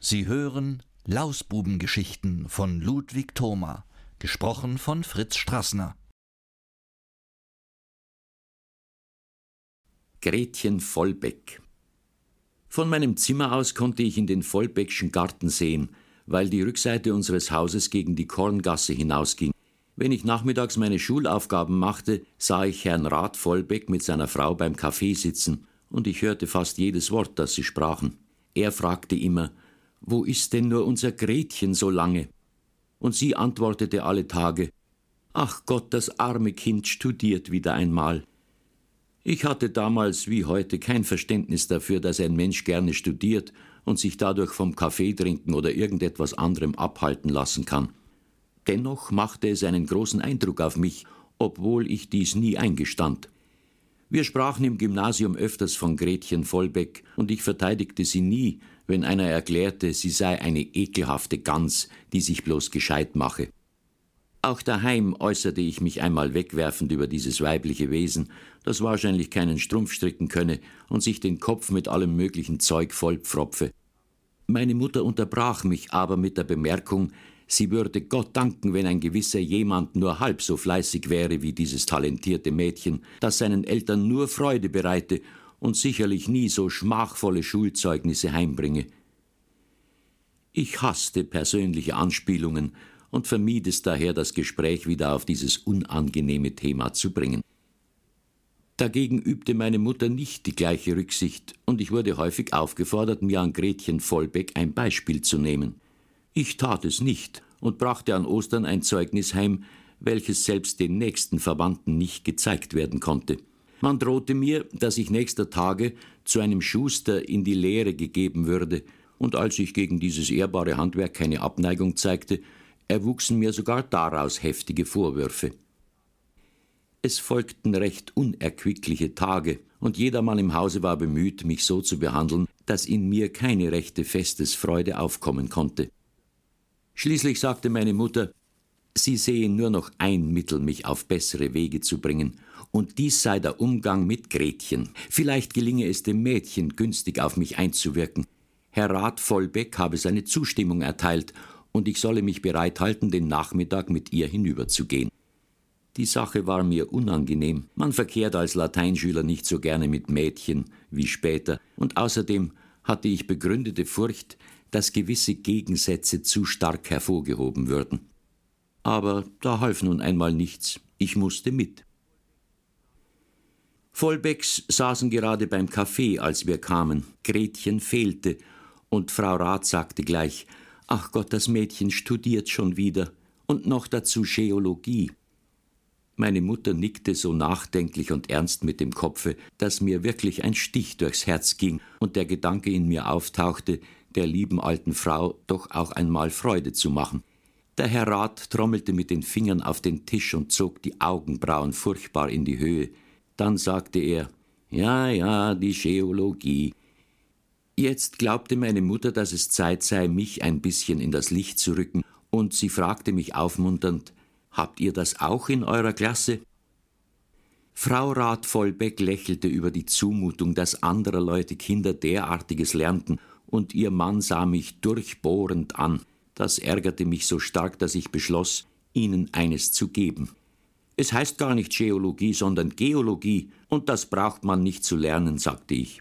Sie hören Lausbubengeschichten von Ludwig Thoma, gesprochen von Fritz Strassner. Gretchen Vollbeck. Von meinem Zimmer aus konnte ich in den Vollbeckschen Garten sehen, weil die Rückseite unseres Hauses gegen die Korngasse hinausging. Wenn ich nachmittags meine Schulaufgaben machte, sah ich Herrn Rat Vollbeck mit seiner Frau beim Kaffee sitzen, und ich hörte fast jedes Wort, das sie sprachen. Er fragte immer: »Wo ist denn nur unser Gretchen so lange?« Und sie antwortete alle Tage: »Ach Gott, das arme Kind studiert wieder einmal.« Ich hatte damals wie heute kein Verständnis dafür, dass ein Mensch gerne studiert und sich dadurch vom Kaffee trinken oder irgendetwas anderem abhalten lassen kann. Dennoch machte es einen großen Eindruck auf mich, obwohl ich dies nie eingestand. Wir sprachen im Gymnasium öfters von Gretchen Vollbeck, und ich verteidigte sie nie, wenn einer erklärte, sie sei eine ekelhafte Gans, die sich bloß gescheit mache. Auch daheim äußerte ich mich einmal wegwerfend über dieses weibliche Wesen, das wahrscheinlich keinen Strumpf stricken könne und sich den Kopf mit allem möglichen Zeug vollpfropfe. Meine Mutter unterbrach mich aber mit der Bemerkung, sie würde Gott danken, wenn ein gewisser jemand nur halb so fleißig wäre wie dieses talentierte Mädchen, das seinen Eltern nur Freude bereite und sicherlich nie so schmachvolle Schulzeugnisse heimbringe. Ich hasste persönliche Anspielungen und vermied es daher, das Gespräch wieder auf dieses unangenehme Thema zu bringen. Dagegen übte meine Mutter nicht die gleiche Rücksicht, und ich wurde häufig aufgefordert, mir an Gretchen Vollbeck ein Beispiel zu nehmen. Ich tat es nicht und brachte an Ostern ein Zeugnis heim, welches selbst den nächsten Verwandten nicht gezeigt werden konnte. Man drohte mir, dass ich nächster Tage zu einem Schuster in die Lehre gegeben würde, und als ich gegen dieses ehrbare Handwerk keine Abneigung zeigte, erwuchsen mir sogar daraus heftige Vorwürfe. Es folgten recht unerquickliche Tage, und jedermann im Hause war bemüht, mich so zu behandeln, dass in mir keine rechte Festesfreude aufkommen konnte. Schließlich sagte meine Mutter, sie sehe nur noch ein Mittel, mich auf bessere Wege zu bringen, und dies sei der Umgang mit Gretchen. Vielleicht gelinge es dem Mädchen, günstig auf mich einzuwirken. Herr Rat Vollbeck habe seine Zustimmung erteilt, und ich solle mich bereithalten, den Nachmittag mit ihr hinüberzugehen. Die Sache war mir unangenehm. Man verkehrt als Lateinschüler nicht so gerne mit Mädchen wie später, und außerdem hatte ich begründete Furcht, dass gewisse Gegensätze zu stark hervorgehoben würden. Aber da half nun einmal nichts. Ich musste mit. Vollbecks saßen gerade beim Kaffee, als wir kamen. Gretchen fehlte, und Frau Rat sagte gleich: »Ach Gott, das Mädchen studiert schon wieder, und noch dazu Scheologie.« Meine Mutter nickte so nachdenklich und ernst mit dem Kopfe, dass mir wirklich ein Stich durchs Herz ging und der Gedanke in mir auftauchte, der lieben alten Frau doch auch einmal Freude zu machen. Der Herr Rat trommelte mit den Fingern auf den Tisch und zog die Augenbrauen furchtbar in die Höhe. Dann sagte er: »Ja, die Scheologie.« Jetzt glaubte meine Mutter, dass es Zeit sei, mich ein bisschen in das Licht zu rücken, und sie fragte mich aufmunternd: »Habt ihr das auch in eurer Klasse?« Frau Rat Vollbeck lächelte über die Zumutung, dass anderer Leute Kinder derartiges lernten, und ihr Mann sah mich durchbohrend an. Das ärgerte mich so stark, dass ich beschloss, ihnen eines zu geben. »Es heißt gar nicht Geologie, sondern Geologie, und das braucht man nicht zu lernen«, sagte ich.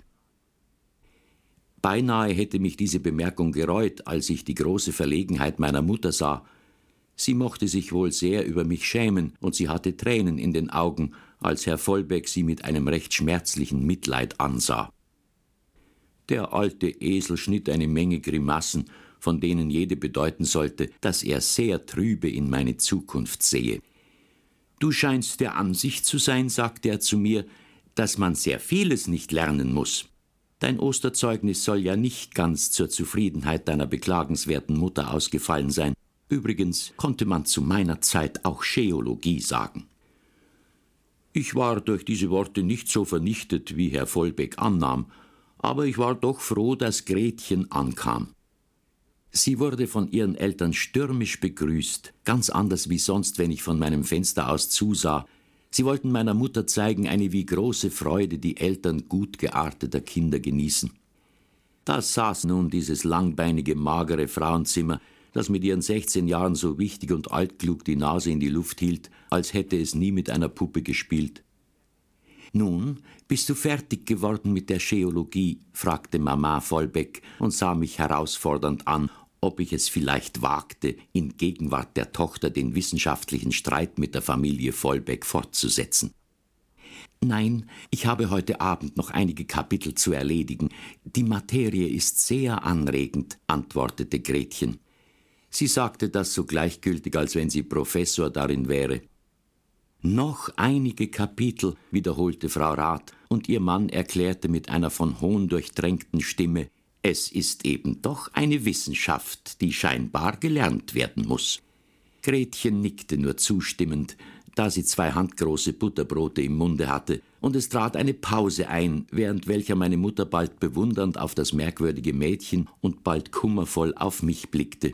Beinahe hätte mich diese Bemerkung gereut, als ich die große Verlegenheit meiner Mutter sah. Sie mochte sich wohl sehr über mich schämen, und sie hatte Tränen in den Augen, als Herr Vollbeck sie mit einem recht schmerzlichen Mitleid ansah. Der alte Esel schnitt eine Menge Grimassen, von denen jede bedeuten sollte, dass er sehr trübe in meine Zukunft sehe. »Du scheinst der Ansicht zu sein«, sagte er zu mir, »dass man sehr vieles nicht lernen muss. Dein Osterzeugnis soll ja nicht ganz zur Zufriedenheit deiner beklagenswerten Mutter ausgefallen sein. Übrigens konnte man zu meiner Zeit auch Scheologie sagen.« Ich war durch diese Worte nicht so vernichtet, wie Herr Vollbeck annahm, aber ich war doch froh, dass Gretchen ankam. Sie wurde von ihren Eltern stürmisch begrüßt, ganz anders wie sonst, wenn ich von meinem Fenster aus zusah. Sie wollten meiner Mutter zeigen, eine wie große Freude die Eltern gut gearteter Kinder genießen. Da saß nun dieses langbeinige, magere Frauenzimmer, das mit ihren 16 Jahren so wichtig und altklug die Nase in die Luft hielt, als hätte es nie mit einer Puppe gespielt. »Nun, bist du fertig geworden mit der Scheologie?« fragte Mama Vollbeck und sah mich herausfordernd an, ob ich es vielleicht wagte, in Gegenwart der Tochter den wissenschaftlichen Streit mit der Familie Vollbeck fortzusetzen. »Nein, ich habe heute Abend noch einige Kapitel zu erledigen. Die Materie ist sehr anregend«, antwortete Gretchen. Sie sagte das so gleichgültig, als wenn sie Professor darin wäre. »Noch einige Kapitel«, wiederholte Frau Rath, und ihr Mann erklärte mit einer von Hohn durchtränkten Stimme, es ist eben doch eine Wissenschaft, die scheinbar gelernt werden muss. Gretchen nickte nur zustimmend, da sie 2 handgroße Butterbrote im Munde hatte, und es trat eine Pause ein, während welcher meine Mutter bald bewundernd auf das merkwürdige Mädchen und bald kummervoll auf mich blickte.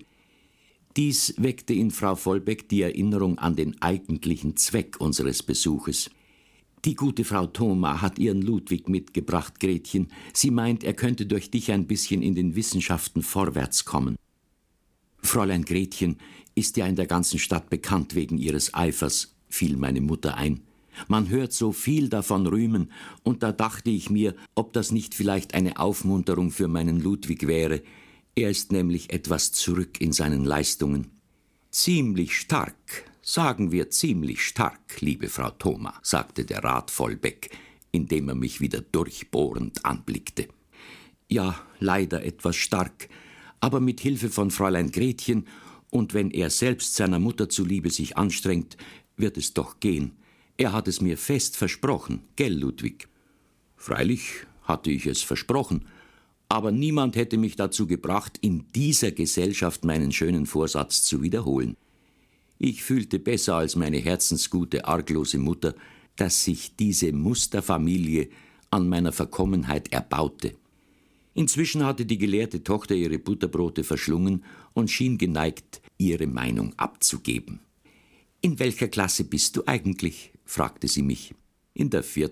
Dies weckte in Frau Vollbeck die Erinnerung an den eigentlichen Zweck unseres Besuches. »Die gute Frau Thoma hat ihren Ludwig mitgebracht, Gretchen. Sie meint, er könnte durch dich ein bisschen in den Wissenschaften vorwärts kommen.« »Fräulein Gretchen ist ja in der ganzen Stadt bekannt wegen ihres Eifers«, fiel meine Mutter ein. »Man hört so viel davon rühmen, und da dachte ich mir, ob das nicht vielleicht eine Aufmunterung für meinen Ludwig wäre. Er ist nämlich etwas zurück in seinen Leistungen.« »Ziemlich stark, sagen wir ziemlich stark, liebe Frau Thoma«, sagte der Rat Vollbeck, indem er mich wieder durchbohrend anblickte. »Ja, leider etwas stark, aber mit Hilfe von Fräulein Gretchen und wenn er selbst seiner Mutter zuliebe sich anstrengt, wird es doch gehen. Er hat es mir fest versprochen, gell, Ludwig?« »Freilich hatte ich es versprochen, aber niemand hätte mich dazu gebracht, in dieser Gesellschaft meinen schönen Vorsatz zu wiederholen. Ich fühlte besser als meine herzensgute, arglose Mutter, dass sich diese Musterfamilie an meiner Verkommenheit erbaute. Inzwischen hatte die gelehrte Tochter ihre Butterbrote verschlungen und schien geneigt, ihre Meinung abzugeben. »In welcher Klasse bist du eigentlich?« fragte sie mich. »In der 4.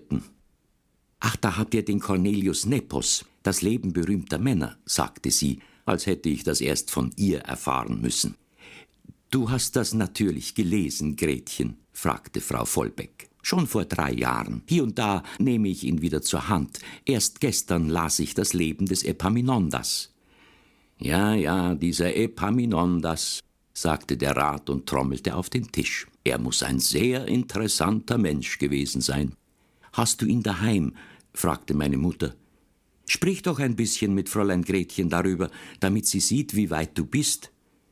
»Ach, da habt ihr den Cornelius Nepos, das Leben berühmter Männer«, sagte sie, als hätte ich das erst von ihr erfahren müssen. »Du hast das natürlich gelesen, Gretchen?« fragte Frau Vollbeck. »Schon vor 3 Jahren. Hier und da nehme ich ihn wieder zur Hand. Erst gestern las ich das Leben des Epaminondas.« »Ja, dieser Epaminondas«, sagte der Rat und trommelte auf den Tisch. »Er muss ein sehr interessanter Mensch gewesen sein.« »Hast du ihn daheim?« fragte meine Mutter. »Sprich doch ein bisschen mit Fräulein Gretchen darüber, damit sie sieht, wie weit du bist.«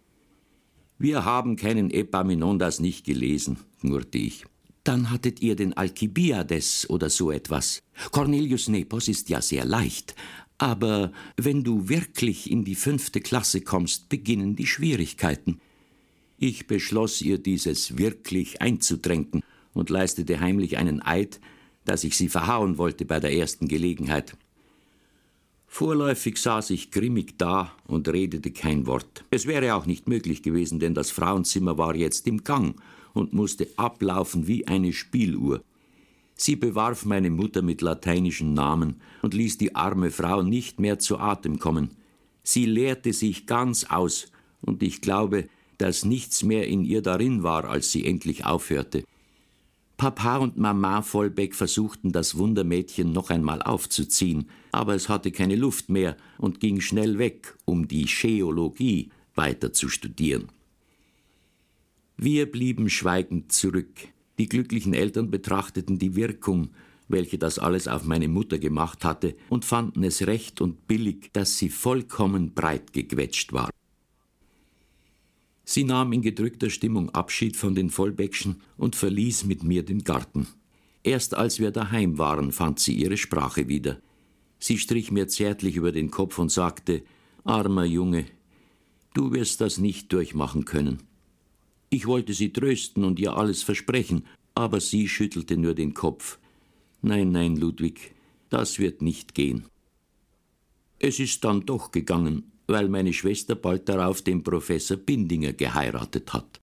»Wir haben keinen Epaminondas nicht gelesen«, knurrte ich. »Dann hattet ihr den Alkibiades oder so etwas. Cornelius Nepos ist ja sehr leicht, aber wenn du wirklich in die 5. Klasse kommst, beginnen die Schwierigkeiten.« Ich beschloss ihr dieses wirklich einzutränken und leistete heimlich einen Eid, dass ich sie verhauen wollte bei der ersten Gelegenheit. Vorläufig saß ich grimmig da und redete kein Wort. Es wäre auch nicht möglich gewesen, denn das Frauenzimmer war jetzt im Gang und musste ablaufen wie eine Spieluhr. Sie bewarf meine Mutter mit lateinischen Namen und ließ die arme Frau nicht mehr zu Atem kommen. Sie leerte sich ganz aus, und ich glaube, dass nichts mehr in ihr darin war, als sie endlich aufhörte. Papa und Mama Vollbeck versuchten, das Wundermädchen noch einmal aufzuziehen, aber es hatte keine Luft mehr und ging schnell weg, um die Scheologie weiter zu studieren. Wir blieben schweigend zurück. Die glücklichen Eltern betrachteten die Wirkung, welche das alles auf meine Mutter gemacht hatte, und fanden es recht und billig, dass sie vollkommen breit gequetscht war. Sie nahm in gedrückter Stimmung Abschied von den Vollbeckschen und verließ mit mir den Garten. Erst als wir daheim waren, fand sie ihre Sprache wieder. Sie strich mir zärtlich über den Kopf und sagte, »Armer Junge, du wirst das nicht durchmachen können.« Ich wollte sie trösten und ihr alles versprechen, aber sie schüttelte nur den Kopf. »Nein, Ludwig, das wird nicht gehen.« Es ist dann doch gegangen, weil meine Schwester bald darauf den Professor Bindinger geheiratet hat.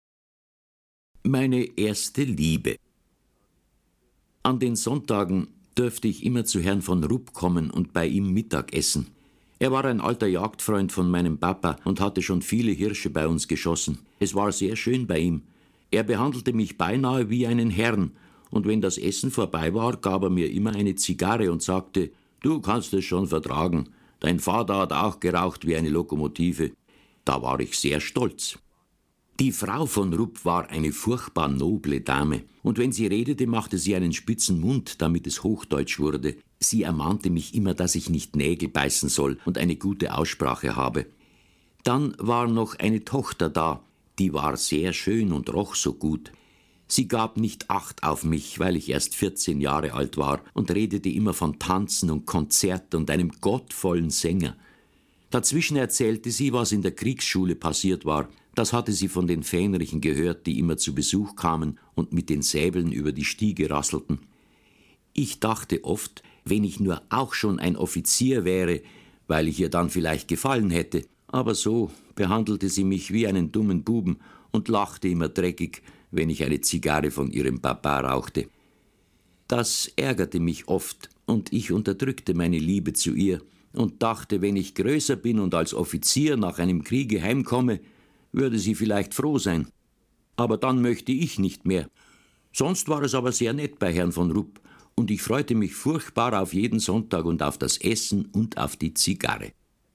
Meine erste Liebe. An den Sonntagen, durfte ich immer zu Herrn von Rupp kommen und bei ihm Mittag essen. Er war ein alter Jagdfreund von meinem Papa und hatte schon viele Hirsche bei uns geschossen. Es war sehr schön bei ihm. Er behandelte mich beinahe wie einen Herrn, und wenn das Essen vorbei war, gab er mir immer eine Zigarre und sagte, »Du kannst es schon vertragen. Dein Vater hat auch geraucht wie eine Lokomotive.« Da war ich sehr stolz. Die Frau von Rupp war eine furchtbar noble Dame, und wenn sie redete, machte sie einen spitzen Mund, damit es Hochdeutsch wurde. Sie ermahnte mich immer, dass ich nicht Nägel beißen soll und eine gute Aussprache habe. Dann war noch eine Tochter da, die war sehr schön und roch so gut. Sie gab nicht Acht auf mich, weil ich erst 14 Jahre alt war und redete immer von Tanzen und Konzert und einem gottvollen Sänger. Dazwischen erzählte sie, was in der Kriegsschule passiert war. Das hatte sie von den Fähnrichen gehört, die immer zu Besuch kamen und mit den Säbeln über die Stiege rasselten. Ich dachte oft, wenn ich nur auch schon ein Offizier wäre, weil ich ihr dann vielleicht gefallen hätte. Aber so behandelte sie mich wie einen dummen Buben und lachte immer dreckig, wenn ich eine Zigarre von ihrem Papa rauchte. Das ärgerte mich oft, und ich unterdrückte meine Liebe zu ihr und dachte, wenn ich größer bin und als Offizier nach einem Kriege heimkomme, würde sie vielleicht froh sein. Aber dann möchte ich nicht mehr. Sonst war es aber sehr nett bei Herrn von Rupp, und ich freute mich furchtbar auf jeden Sonntag und auf das Essen und auf die Zigarre.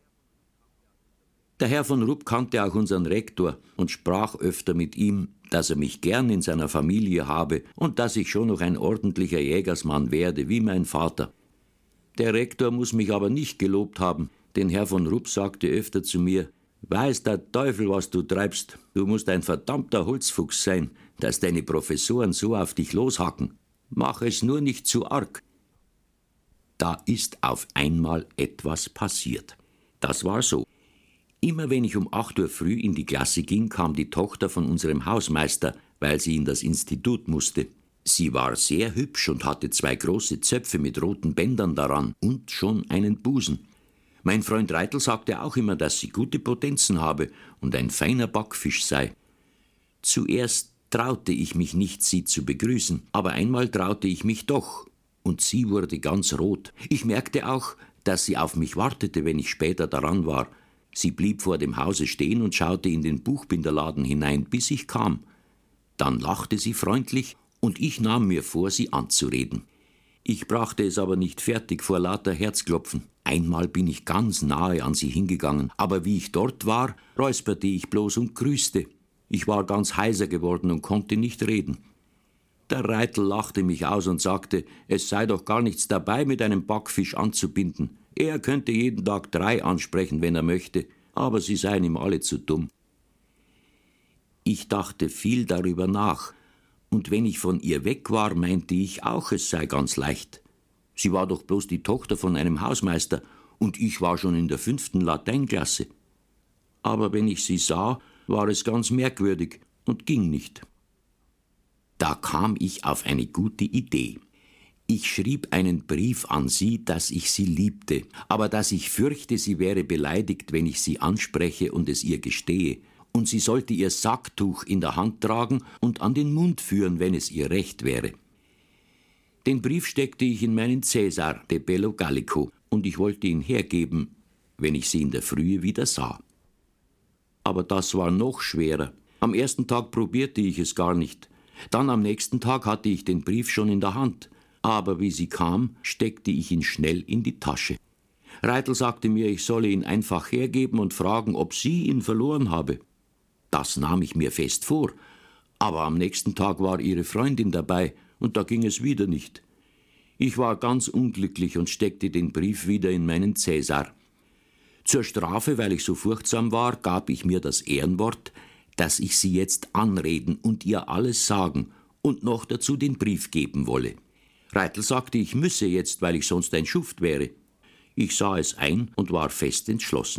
Der Herr von Rupp kannte auch unseren Rektor und sprach öfter mit ihm, dass er mich gern in seiner Familie habe und dass ich schon noch ein ordentlicher Jägersmann werde, wie mein Vater. Der Rektor muss mich aber nicht gelobt haben, denn Herr von Rupp sagte öfter zu mir, »Weiß der Teufel, was du treibst. Du musst ein verdammter Holzfuchs sein, dass deine Professoren so auf dich loshacken. Mach es nur nicht zu arg.« Da ist auf einmal etwas passiert. Das war so. Immer wenn ich um 8 Uhr früh in die Klasse ging, kam die Tochter von unserem Hausmeister, weil sie in das Institut musste. Sie war sehr hübsch und hatte 2 große Zöpfe mit roten Bändern daran und schon einen Busen. Mein Freund Reitel sagte auch immer, dass sie gute Potenzen habe und ein feiner Backfisch sei. Zuerst traute ich mich nicht, sie zu begrüßen, aber einmal traute ich mich doch, und sie wurde ganz rot. Ich merkte auch, dass sie auf mich wartete, wenn ich später daran war. Sie blieb vor dem Hause stehen und schaute in den Buchbinderladen hinein, bis ich kam. Dann lachte sie freundlich, und ich nahm mir vor, sie anzureden. Ich brachte es aber nicht fertig vor lauter Herzklopfen. Einmal bin ich ganz nahe an sie hingegangen, aber wie ich dort war, räusperte ich bloß und grüßte. Ich war ganz heiser geworden und konnte nicht reden. Der Reitel lachte mich aus und sagte, es sei doch gar nichts dabei, mit einem Backfisch anzubinden. Er könnte jeden Tag 3 ansprechen, wenn er möchte, aber sie seien ihm alle zu dumm. Ich dachte viel darüber nach, und wenn ich von ihr weg war, meinte ich auch, es sei ganz leicht. Sie war doch bloß die Tochter von einem Hausmeister, und ich war schon in der 5. Lateinklasse. Aber wenn ich sie sah, war es ganz merkwürdig und ging nicht. Da kam ich auf eine gute Idee. Ich schrieb einen Brief an sie, dass ich sie liebte, aber dass ich fürchte, sie wäre beleidigt, wenn ich sie anspreche und es ihr gestehe, und sie sollte ihr Sacktuch in der Hand tragen und an den Mund führen, wenn es ihr recht wäre. Den Brief steckte ich in meinen Cäsar de Bello Gallico, und ich wollte ihn hergeben, wenn ich sie in der Frühe wieder sah. Aber das war noch schwerer. Am ersten Tag probierte ich es gar nicht. Dann am nächsten Tag hatte ich den Brief schon in der Hand. Aber wie sie kam, steckte ich ihn schnell in die Tasche. Reitel sagte mir, ich solle ihn einfach hergeben und fragen, ob sie ihn verloren habe. Das nahm ich mir fest vor. Aber am nächsten Tag war ihre Freundin dabei, und da ging es wieder nicht. Ich war ganz unglücklich und steckte den Brief wieder in meinen Cäsar. Zur Strafe, weil ich so furchtsam war, gab ich mir das Ehrenwort, dass ich sie jetzt anreden und ihr alles sagen und noch dazu den Brief geben wolle. Reitel sagte, ich müsse jetzt, weil ich sonst ein Schuft wäre. Ich sah es ein und war fest entschlossen.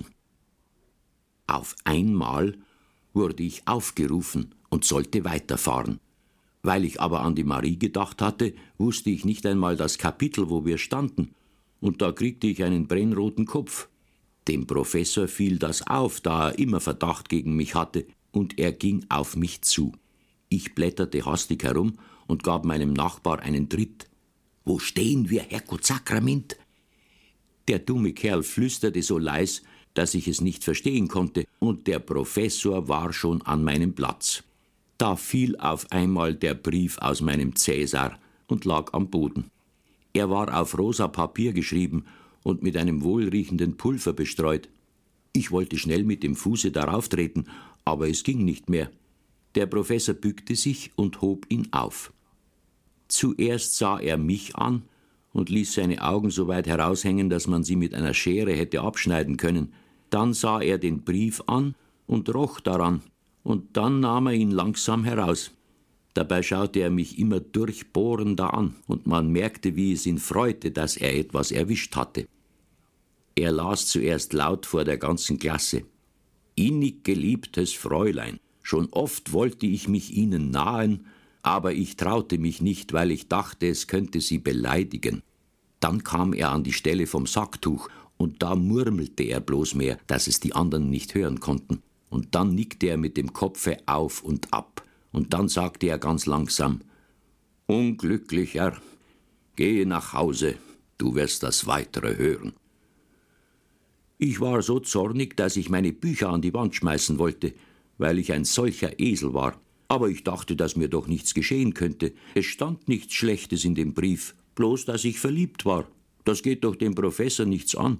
Auf einmal wurde ich aufgerufen und sollte weiterfahren. Weil ich aber an die Marie gedacht hatte, wusste ich nicht einmal das Kapitel, wo wir standen, und da kriegte ich einen brennroten Kopf. Dem Professor fiel das auf, da er immer Verdacht gegen mich hatte, und er ging auf mich zu. Ich blätterte hastig herum und gab meinem Nachbar einen Tritt. Wo stehen wir, Herrgottsakrament? Der dumme Kerl flüsterte so leis, dass ich es nicht verstehen konnte, und der Professor war schon an meinem Platz. Da fiel auf einmal der Brief aus meinem Cäsar und lag am Boden. Er war auf rosa Papier geschrieben und mit einem wohlriechenden Pulver bestreut. Ich wollte schnell mit dem Fuße darauf treten, aber es ging nicht mehr. Der Professor bückte sich und hob ihn auf. Zuerst sah er mich an und ließ seine Augen so weit heraushängen, dass man sie mit einer Schere hätte abschneiden können. Dann sah er den Brief an und roch daran, und dann nahm er ihn langsam heraus. Dabei schaute er mich immer durchbohrender an, und man merkte, wie es ihn freute, dass er etwas erwischt hatte. Er las zuerst laut vor der ganzen Klasse. »Innig geliebtes Fräulein, schon oft wollte ich mich Ihnen nahen, aber ich traute mich nicht, weil ich dachte, es könnte Sie beleidigen.« Dann kam er an die Stelle vom Sacktuch, und da murmelte er bloß mehr, dass es die anderen nicht hören konnten. Und dann nickte er mit dem Kopfe auf und ab. Und dann sagte er ganz langsam: »Unglücklicher, gehe nach Hause, du wirst das Weitere hören.« Ich war so zornig, dass ich meine Bücher an die Wand schmeißen wollte, weil ich ein solcher Esel war. Aber ich dachte, dass mir doch nichts geschehen könnte. Es stand nichts Schlechtes in dem Brief, bloß dass ich verliebt war. Das geht doch dem Professor nichts an.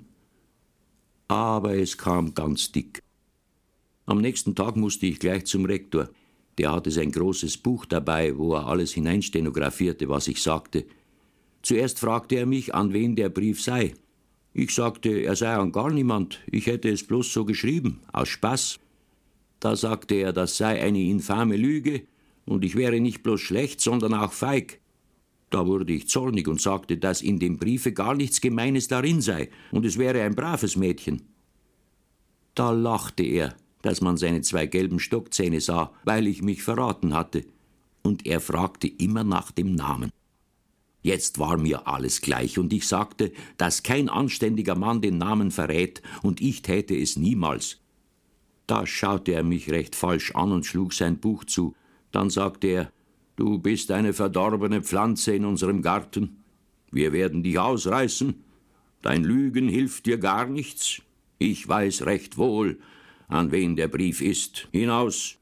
Aber es kam ganz dick. Am nächsten Tag musste ich gleich zum Rektor. Der hatte sein großes Buch dabei, wo er alles hineinstenografierte, was ich sagte. Zuerst fragte er mich, an wen der Brief sei. Ich sagte, er sei an gar niemand, ich hätte es bloß so geschrieben, aus Spaß. Da sagte er, das sei eine infame Lüge und ich wäre nicht bloß schlecht, sondern auch feig. Da wurde ich zornig und sagte, dass in dem Briefe gar nichts Gemeines darin sei und es wäre ein braves Mädchen. Da lachte er, dass man seine 2 gelben Stockzähne sah, weil ich mich verraten hatte, und er fragte immer nach dem Namen. Jetzt war mir alles gleich, und ich sagte, dass kein anständiger Mann den Namen verrät, und ich täte es niemals. Da schaute er mich recht falsch an und schlug sein Buch zu. Dann sagte er, »Du bist eine verdorbene Pflanze in unserem Garten. Wir werden dich ausreißen. Dein Lügen hilft dir gar nichts. Ich weiß recht wohl, an wen der Brief ist. Hinaus!«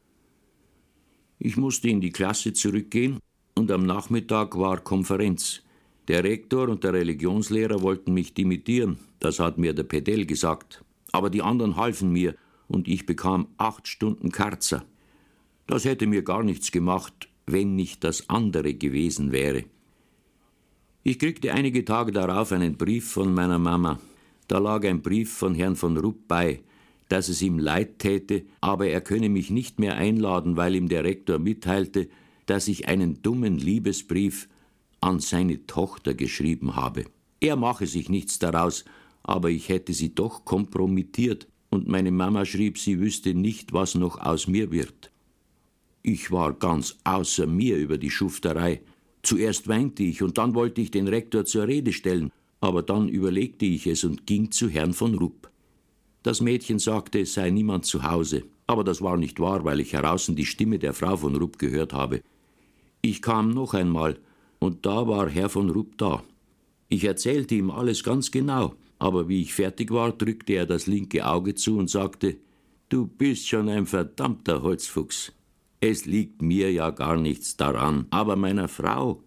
Ich musste in die Klasse zurückgehen, und am Nachmittag war Konferenz. Der Rektor und der Religionslehrer wollten mich dimittieren, das hat mir der Pedell gesagt. Aber die anderen halfen mir, und ich bekam 8 Stunden Karzer. Das hätte mir gar nichts gemacht, wenn nicht das andere gewesen wäre. Ich kriegte einige Tage darauf einen Brief von meiner Mama. Da lag ein Brief von Herrn von Rupp bei, dass es ihm leid täte, aber er könne mich nicht mehr einladen, weil ihm der Rektor mitteilte, dass ich einen dummen Liebesbrief an seine Tochter geschrieben habe. Er mache sich nichts daraus, aber ich hätte sie doch kompromittiert, und meine Mama schrieb, sie wüsste nicht, was noch aus mir wird. Ich war ganz außer mir über die Schufterei. Zuerst weinte ich und dann wollte ich den Rektor zur Rede stellen, aber dann überlegte ich es und ging zu Herrn von Rupp. Das Mädchen sagte, es sei niemand zu Hause, aber das war nicht wahr, weil ich heraußen die Stimme der Frau von Rupp gehört habe. Ich kam noch einmal, und da war Herr von Rupp da. Ich erzählte ihm alles ganz genau, aber wie ich fertig war, drückte er das linke Auge zu und sagte, »Du bist schon ein verdammter Holzfuchs. Es liegt mir ja gar nichts daran, aber meiner Frau.«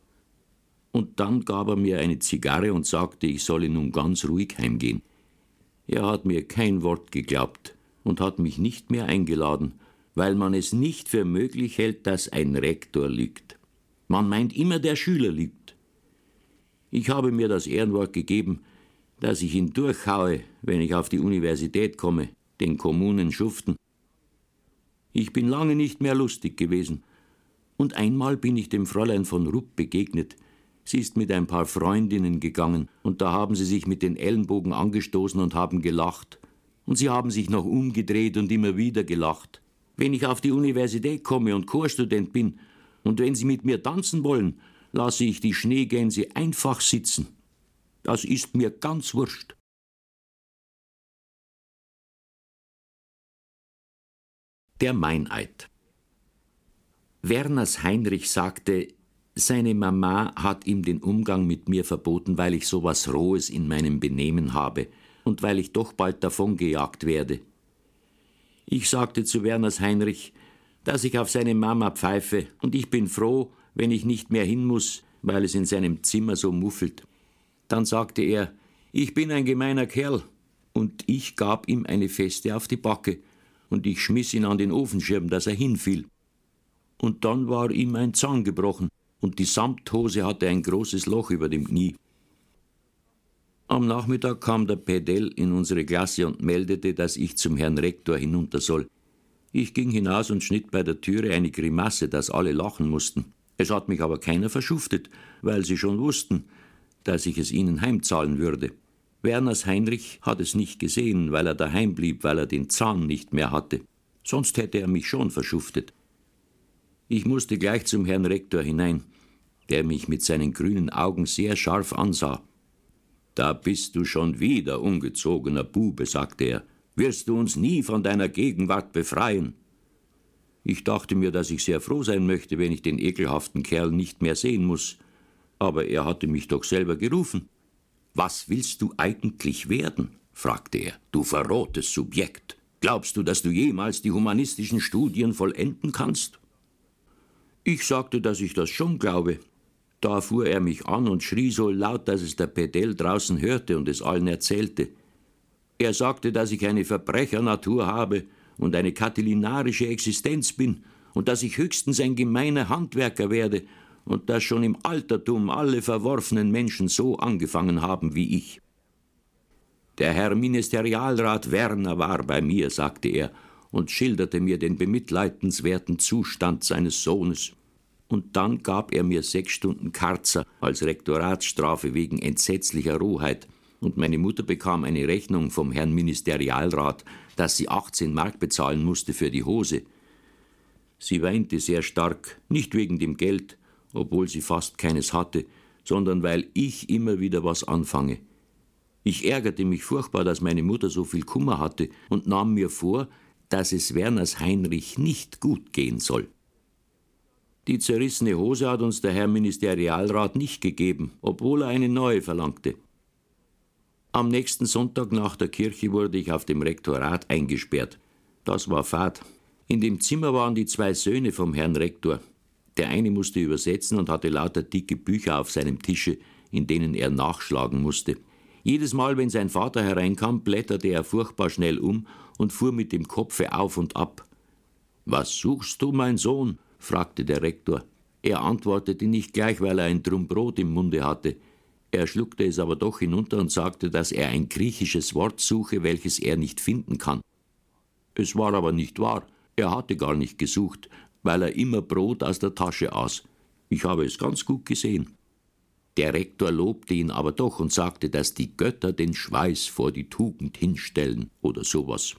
Und dann gab er mir eine Zigarre und sagte, ich solle nun ganz ruhig heimgehen. Er hat mir kein Wort geglaubt und hat mich nicht mehr eingeladen, weil man es nicht für möglich hält, dass ein Rektor lügt. Man meint immer, der Schüler lügt. Ich habe mir das Ehrenwort gegeben, dass ich ihn durchhaue, wenn ich auf die Universität komme, den Kommunen schuften. Ich bin lange nicht mehr lustig gewesen. Und einmal bin ich dem Fräulein von Rupp begegnet. Sie ist mit ein paar Freundinnen gegangen, und da haben sie sich mit den Ellenbogen angestoßen und haben gelacht. Und sie haben sich noch umgedreht und immer wieder gelacht. Wenn ich auf die Universität komme und Chorstudent bin, und wenn sie mit mir tanzen wollen, lasse ich die Schneegänse einfach sitzen. Das ist mir ganz wurscht. Der Meineid. Werners Heinrich sagte, Seine Mama hat ihm den Umgang mit mir verboten, weil ich so was Rohes in meinem Benehmen habe und weil ich doch bald davongejagt werde. Ich sagte zu Werners Heinrich, dass ich auf seine Mama pfeife und ich bin froh, wenn ich nicht mehr hin muss, weil es in seinem Zimmer so muffelt. Dann sagte er, ich bin ein gemeiner Kerl, und ich gab ihm eine Feste auf die Backe und ich schmiss ihn an den Ofenschirm, dass er hinfiel. Und dann war ihm ein Zahn gebrochen und die Samthose hatte ein großes Loch über dem Knie. Am Nachmittag kam der Pedell in unsere Klasse und meldete, dass ich zum Herrn Rektor hinunter soll. Ich ging hinaus und schnitt bei der Türe eine Grimasse, dass alle lachen mussten. Es hat mich aber keiner verschuftet, weil sie schon wussten, dass ich es ihnen heimzahlen würde. Werners Heinrich hat es nicht gesehen, weil er daheim blieb, weil er den Zahn nicht mehr hatte. Sonst hätte er mich schon verschuftet. Ich musste gleich zum Herrn Rektor hinein, der mich mit seinen grünen Augen sehr scharf ansah. »Da bist du schon wieder, ungezogener Bube«, sagte er. »Wirst du uns nie von deiner Gegenwart befreien?« Ich dachte mir, dass ich sehr froh sein möchte, wenn ich den ekelhaften Kerl nicht mehr sehen muss. Aber er hatte mich doch selber gerufen. »Was willst du eigentlich werden?«, fragte er. »Du verrohtes Subjekt. Glaubst du, dass du jemals die humanistischen Studien vollenden kannst?« Ich sagte, dass ich das schon glaube. Da fuhr er mich an und schrie so laut, dass es der Pedell draußen hörte und es allen erzählte. Er sagte, dass ich eine Verbrechernatur habe und eine katilinarische Existenz bin und dass ich höchstens ein gemeiner Handwerker werde und dass schon im Altertum alle verworfenen Menschen so angefangen haben wie ich. Der Herr Ministerialrat Werner war bei mir, sagte er, und schilderte mir den bemitleidenswerten Zustand seines Sohnes. Und dann gab er mir 6 Stunden Karzer als Rektoratsstrafe wegen entsetzlicher Rohheit. Und meine Mutter bekam eine Rechnung vom Herrn Ministerialrat, dass sie 18 Mark bezahlen musste für die Hose. Sie weinte sehr stark, nicht wegen dem Geld, obwohl sie fast keines hatte, sondern weil ich immer wieder was anfange. Ich ärgerte mich furchtbar, dass meine Mutter so viel Kummer hatte und nahm mir vor, dass es Werners Heinrich nicht gut gehen soll. Die zerrissene Hose hat uns der Herr Ministerialrat nicht gegeben, obwohl er eine neue verlangte. Am nächsten Sonntag nach der Kirche wurde ich auf dem Rektorat eingesperrt. Das war fad. In dem Zimmer waren die 2 Söhne vom Herrn Rektor. Der eine musste übersetzen und hatte lauter dicke Bücher auf seinem Tische, in denen er nachschlagen musste. Jedes Mal, wenn sein Vater hereinkam, blätterte er furchtbar schnell um und fuhr mit dem Kopfe auf und ab. »Was suchst du, mein Sohn?« fragte der Rektor. Er antwortete nicht gleich, weil er ein Drum Brot im Munde hatte. Er schluckte es aber doch hinunter und sagte, dass er ein griechisches Wort suche, welches er nicht finden kann. Es war aber nicht wahr. Er hatte gar nicht gesucht, weil er immer Brot aus der Tasche aß. Ich habe es ganz gut gesehen. Der Rektor lobte ihn aber doch und sagte, dass die Götter den Schweiß vor die Tugend hinstellen oder sowas.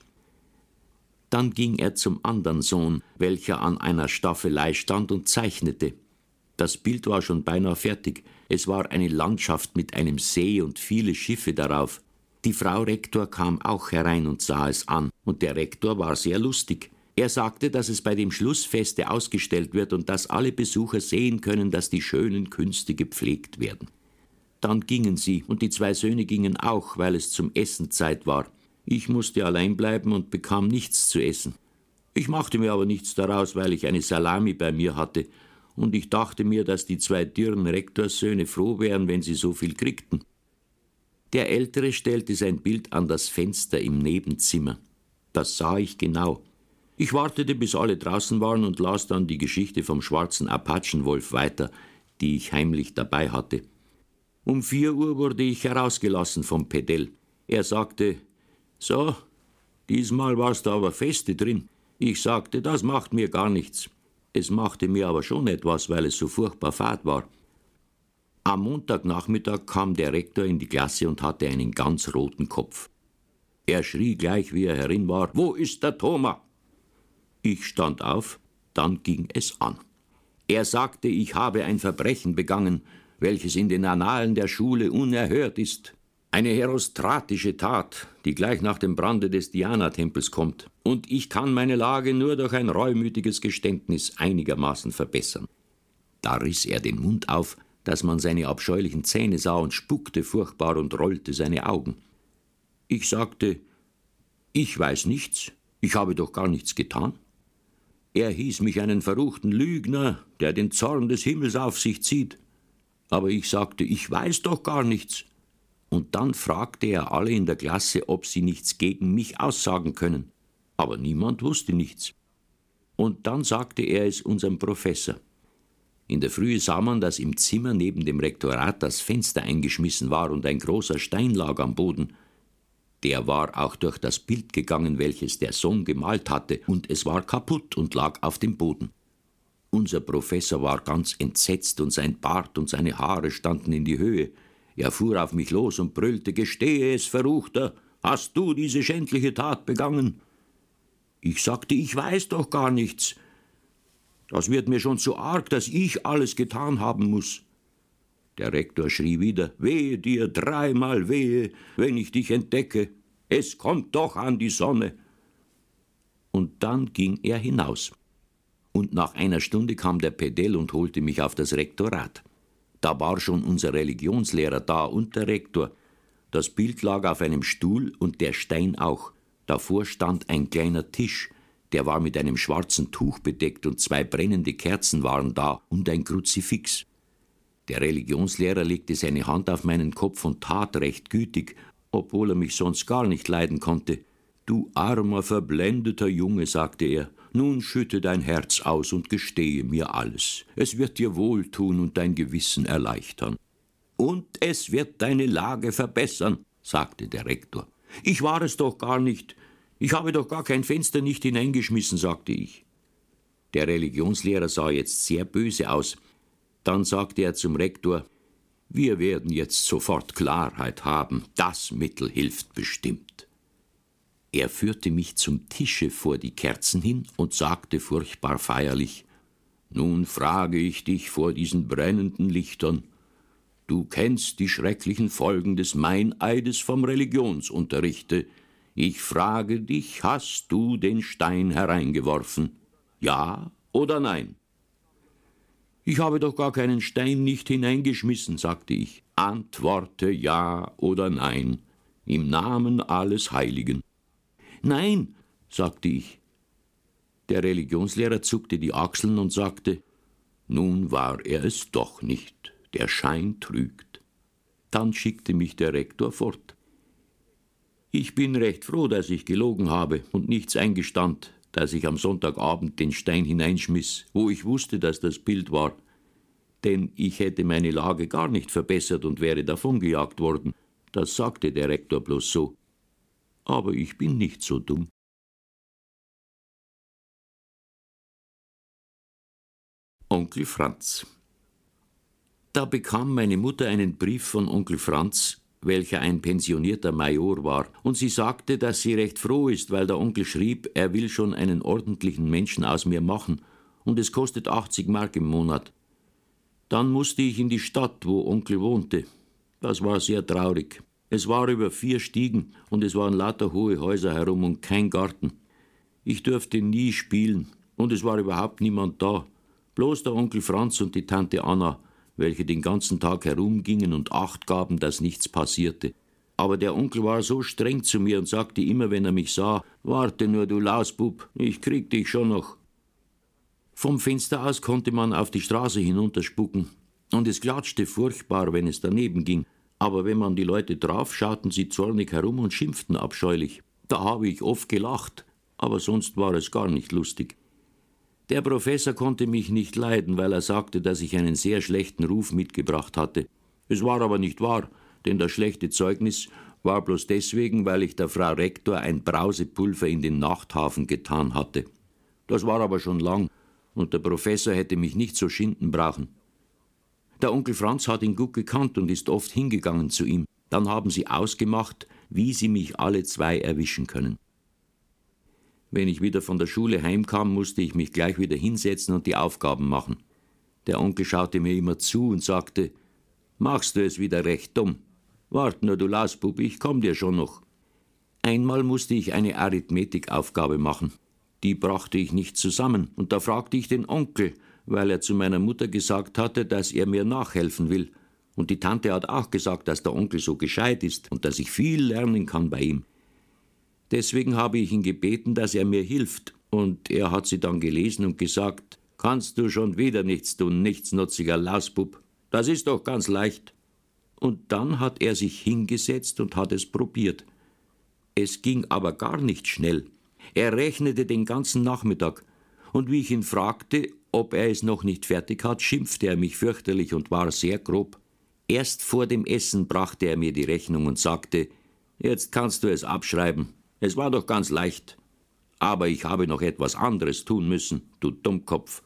Dann ging er zum anderen Sohn, welcher an einer Staffelei stand und zeichnete. Das Bild war schon beinahe fertig. Es war eine Landschaft mit einem See und viele Schiffe darauf. Die Frau Rektor kam auch herein und sah es an, und der Rektor war sehr lustig. Er sagte, dass es bei dem Schlussfeste ausgestellt wird und dass alle Besucher sehen können, dass die schönen Künste gepflegt werden. Dann gingen sie, und die 2 Söhne gingen auch, weil es zum Essenzeit war. Ich musste allein bleiben und bekam nichts zu essen. Ich machte mir aber nichts daraus, weil ich eine Salami bei mir hatte, und ich dachte mir, dass die 2 dürren Rektorssöhne froh wären, wenn sie so viel kriegten. Der Ältere stellte sein Bild an das Fenster im Nebenzimmer. Das sah ich genau. Ich wartete, bis alle draußen waren und las dann die Geschichte vom schwarzen Apachenwolf weiter, die ich heimlich dabei hatte. Um 4 Uhr wurde ich herausgelassen vom Pedell. Er sagte, »So, diesmal warst du aber feste drin.« Ich sagte, das macht mir gar nichts. Es machte mir aber schon etwas, weil es so furchtbar fad war. Am Montagnachmittag kam der Rektor in die Klasse und hatte einen ganz roten Kopf. Er schrie gleich, wie er herin war, »Wo ist der Thoma?« Ich stand auf, dann ging es an. Er sagte, ich habe ein Verbrechen begangen, welches in den Annalen der Schule unerhört ist. Eine herostratische Tat, die gleich nach dem Brande des Diana-Tempels kommt. Und ich kann meine Lage nur durch ein reumütiges Geständnis einigermaßen verbessern. Da riss er den Mund auf, dass man seine abscheulichen Zähne sah und spuckte furchtbar und rollte seine Augen. Ich sagte, ich weiß nichts, ich habe doch gar nichts getan. Er hieß mich einen verruchten Lügner, der den Zorn des Himmels auf sich zieht. Aber ich sagte, ich weiß doch gar nichts. Und dann fragte er alle in der Klasse, ob sie nichts gegen mich aussagen können. Aber niemand wusste nichts. Und dann sagte er es unserem Professor. In der Frühe sah man, dass im Zimmer neben dem Rektorat das Fenster eingeschmissen war und ein großer Stein lag am Boden. Der war auch durch das Bild gegangen, welches der Sohn gemalt hatte, und es war kaputt und lag auf dem Boden. Unser Professor war ganz entsetzt und sein Bart und seine Haare standen in die Höhe. Er fuhr auf mich los und brüllte, »Gestehe es, Verruchter! Hast du diese schändliche Tat begangen?« Ich sagte, ich weiß doch gar nichts. Das wird mir schon zu arg, dass ich alles getan haben muss. Der Rektor schrie wieder, »Wehe dir, dreimal wehe, wenn ich dich entdecke. Es kommt doch an die Sonne.« Und dann ging er hinaus. Und nach einer Stunde kam der Pedell und holte mich auf das Rektorat. Da war schon unser Religionslehrer da und der Rektor. Das Bild lag auf einem Stuhl und der Stein auch. Davor stand ein kleiner Tisch, der war mit einem schwarzen Tuch bedeckt und 2 brennende Kerzen waren da und ein Kruzifix. Der Religionslehrer legte seine Hand auf meinen Kopf und tat recht gütig, obwohl er mich sonst gar nicht leiden konnte. »Du armer, verblendeter Junge«, sagte er, »nun schütte dein Herz aus und gestehe mir alles. Es wird dir wohltun und dein Gewissen erleichtern.« »Und es wird deine Lage verbessern«, sagte der Rektor. »Ich war es doch gar nicht. Ich habe doch gar kein Fenster nicht hineingeschmissen«, sagte ich. Der Religionslehrer sah jetzt sehr böse aus. Dann sagte er zum Rektor, »Wir werden jetzt sofort Klarheit haben. Das Mittel hilft bestimmt.« Er führte mich zum Tische vor die Kerzen hin und sagte furchtbar feierlich, »Nun frage ich dich vor diesen brennenden Lichtern. Du kennst die schrecklichen Folgen des Meineides vom Religionsunterrichte. Ich frage dich, hast du den Stein hereingeworfen? Ja oder nein?« »Ich habe doch gar keinen Stein nicht hineingeschmissen«, sagte ich. »Antworte ja oder nein, im Namen alles Heiligen.« »Nein«, sagte ich. Der Religionslehrer zuckte die Achseln und sagte, »Nun war er es doch nicht, der Schein trügt.« Dann schickte mich der Rektor fort. Ich bin recht froh, dass ich gelogen habe und nichts eingestand, dass ich am Sonntagabend den Stein hineinschmiss, wo ich wusste, dass das Bild war. Denn ich hätte meine Lage gar nicht verbessert und wäre davongejagt worden. Das sagte der Rektor bloß so. Aber ich bin nicht so dumm. Onkel Franz. Da bekam meine Mutter einen Brief von Onkel Franz, welcher ein pensionierter Major war, und sie sagte, dass sie recht froh ist, weil der Onkel schrieb, er will schon einen ordentlichen Menschen aus mir machen, und es kostet 80 Mark im Monat. Dann musste ich in die Stadt, wo Onkel wohnte. Das war sehr traurig. Es war über 4 Stiegen, und es waren lauter hohe Häuser herum und kein Garten. Ich durfte nie spielen, und es war überhaupt niemand da. Bloß der Onkel Franz und die Tante Anna, welche den ganzen Tag herumgingen und Acht gaben, dass nichts passierte. Aber der Onkel war so streng zu mir und sagte immer, wenn er mich sah, »Warte nur, du Lausbub, ich krieg dich schon noch.« Vom Fenster aus konnte man auf die Straße hinunterspucken, und es klatschte furchtbar, wenn es daneben ging. Aber wenn man die Leute traf, schauten sie zornig herum und schimpften abscheulich. Da habe ich oft gelacht, aber sonst war es gar nicht lustig. Der Professor konnte mich nicht leiden, weil er sagte, dass ich einen sehr schlechten Ruf mitgebracht hatte. Es war aber nicht wahr, denn das schlechte Zeugnis war bloß deswegen, weil ich der Frau Rektor ein Brausepulver in den Nachthafen getan hatte. Das war aber schon lang, und der Professor hätte mich nicht so schinden brauchen. Der Onkel Franz hat ihn gut gekannt und ist oft hingegangen zu ihm. Dann haben sie ausgemacht, wie sie mich alle 2 erwischen können. Wenn ich wieder von der Schule heimkam, musste ich mich gleich wieder hinsetzen und die Aufgaben machen. Der Onkel schaute mir immer zu und sagte, »Machst du es wieder recht dumm? Wart nur, du Lausbub, ich komm dir schon noch.« Einmal musste ich eine Arithmetikaufgabe machen. Die brachte ich nicht zusammen, und da fragte ich den Onkel, weil er zu meiner Mutter gesagt hatte, dass er mir nachhelfen will. Und die Tante hat auch gesagt, dass der Onkel so gescheit ist und dass ich viel lernen kann bei ihm. Deswegen habe ich ihn gebeten, dass er mir hilft. Und er hat sie dann gelesen und gesagt: »Kannst du schon wieder nichts tun, nichtsnutziger Lausbub? Das ist doch ganz leicht.« Und dann hat er sich hingesetzt und hat es probiert. Es ging aber gar nicht schnell. Er rechnete den ganzen Nachmittag. Und wie ich ihn fragte, ob er es noch nicht fertig hat, schimpfte er mich fürchterlich und war sehr grob. Erst vor dem Essen brachte er mir die Rechnung und sagte: »Jetzt kannst du es abschreiben. Es war doch ganz leicht. Aber ich habe noch etwas anderes tun müssen, du Dummkopf.«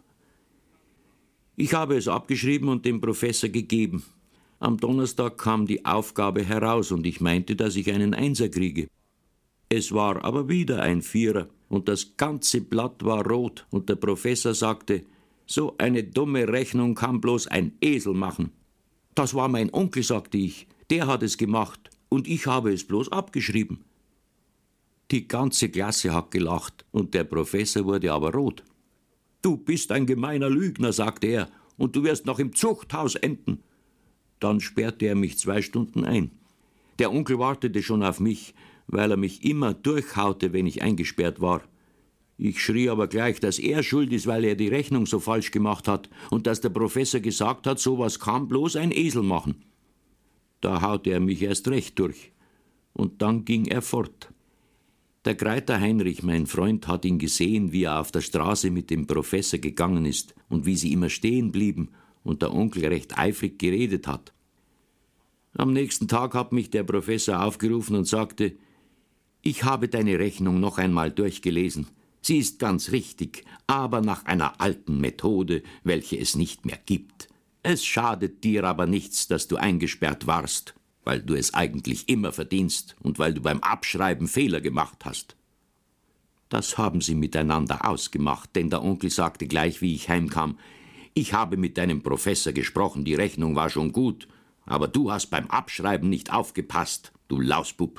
Ich habe es abgeschrieben und dem Professor gegeben. Am Donnerstag kam die Aufgabe heraus und ich meinte, dass ich einen Einser kriege. Es war aber wieder ein Vierer und das ganze Blatt war rot und der Professor sagte: »So eine dumme Rechnung kann bloß ein Esel machen.« »Das war mein Onkel«, sagte ich, »der hat es gemacht und ich habe es bloß abgeschrieben.« Die ganze Klasse hat gelacht und der Professor wurde aber rot. »Du bist ein gemeiner Lügner«, sagte er, »und du wirst noch im Zuchthaus enden.« Dann sperrte er mich 2 Stunden ein. Der Onkel wartete schon auf mich, weil er mich immer durchhaute, wenn ich eingesperrt war. Ich schrie aber gleich, dass er schuld ist, weil er die Rechnung so falsch gemacht hat und dass der Professor gesagt hat, sowas kann bloß ein Esel machen. Da haute er mich erst recht durch. Und dann ging er fort. Der Greiter Heinrich, mein Freund, hat ihn gesehen, wie er auf der Straße mit dem Professor gegangen ist und wie sie immer stehen blieben und der Onkel recht eifrig geredet hat. Am nächsten Tag hat mich der Professor aufgerufen und sagte: »Ich habe deine Rechnung noch einmal durchgelesen. Sie ist ganz richtig, aber nach einer alten Methode, welche es nicht mehr gibt. Es schadet dir aber nichts, dass du eingesperrt warst, weil du es eigentlich immer verdienst und weil du beim Abschreiben Fehler gemacht hast.« Das haben sie miteinander ausgemacht, denn der Onkel sagte gleich, wie ich heimkam: »Ich habe mit deinem Professor gesprochen, die Rechnung war schon gut, aber du hast beim Abschreiben nicht aufgepasst, du Lausbub.«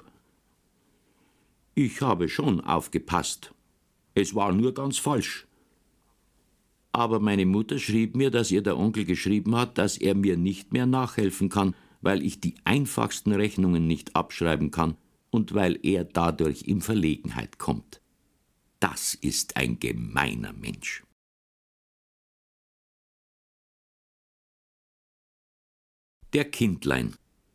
Ich habe schon aufgepasst. Es war nur ganz falsch. Aber meine Mutter schrieb mir, dass ihr der Onkel geschrieben hat, dass er mir nicht mehr nachhelfen kann, weil ich die einfachsten Rechnungen nicht abschreiben kann und weil er dadurch in Verlegenheit kommt. Das ist ein gemeiner Mensch. Der Kindlein.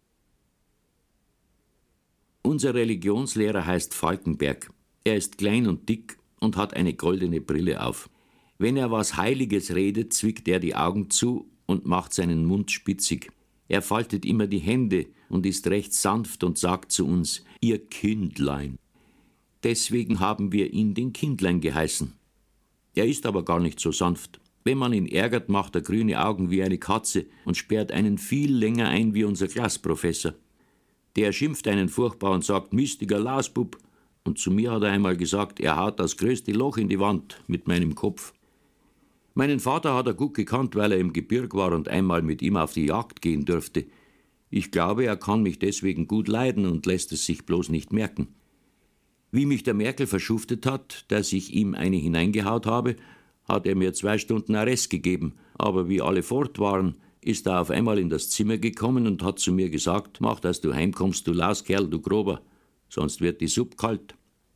Unser Religionslehrer heißt Falkenberg. Er ist klein und dick und hat eine goldene Brille auf. Wenn er was Heiliges redet, zwickt er die Augen zu und macht seinen Mund spitzig. Er faltet immer die Hände und ist recht sanft und sagt zu uns: »Ihr Kindlein.« Deswegen haben wir ihn den Kindlein geheißen. Er ist aber gar nicht so sanft. Wenn man ihn ärgert, macht er grüne Augen wie eine Katze und sperrt einen viel länger ein wie unser Klassprofessor. Der schimpft einen furchtbar und sagt: »Mistiger Lausbub.« Und zu mir hat er einmal gesagt, er haut das größte Loch in die Wand mit meinem Kopf. Meinen Vater hat er gut gekannt, weil er im Gebirg war und einmal mit ihm auf die Jagd gehen durfte. Ich glaube, er kann mich deswegen gut leiden und lässt es sich bloß nicht merken. Wie mich der Merkel verschuftet hat, dass ich ihm eine hineingehaut habe, hat er mir 2 Stunden Arrest gegeben. Aber wie alle fort waren, ist er auf einmal in das Zimmer gekommen und hat zu mir gesagt: »Mach, dass du heimkommst, du Lauskerl, du Grober, sonst wird die Suppe kalt.«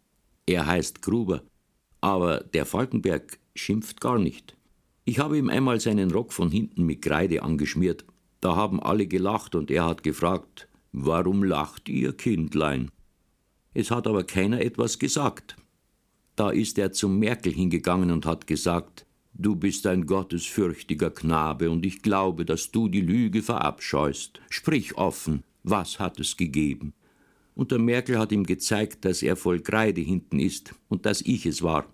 Er heißt Gruber, aber der Falkenberg schimpft gar nicht. Ich habe ihm einmal seinen Rock von hinten mit Kreide angeschmiert. Da haben alle gelacht und er hat gefragt: »Warum lacht ihr, Kindlein?« Es hat aber keiner etwas gesagt. Da ist er zum Merkel hingegangen und hat gesagt: »Du bist ein gottesfürchtiger Knabe und ich glaube, dass du die Lüge verabscheust. Sprich offen, was hat es gegeben?« Und der Merkel hat ihm gezeigt, dass er voll Kreide hinten ist und dass ich es war.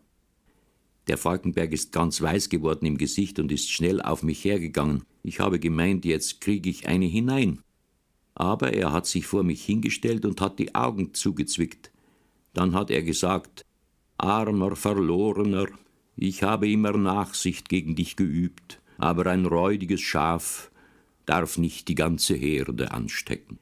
Der Falkenberg ist ganz weiß geworden im Gesicht und ist schnell auf mich hergegangen. Ich habe gemeint, jetzt kriege ich eine hinein. Aber er hat sich vor mich hingestellt und hat die Augen zugezwickt. Dann hat er gesagt: »Armer Verlorener, ich habe immer Nachsicht gegen dich geübt, aber ein räudiges Schaf darf nicht die ganze Herde anstecken.«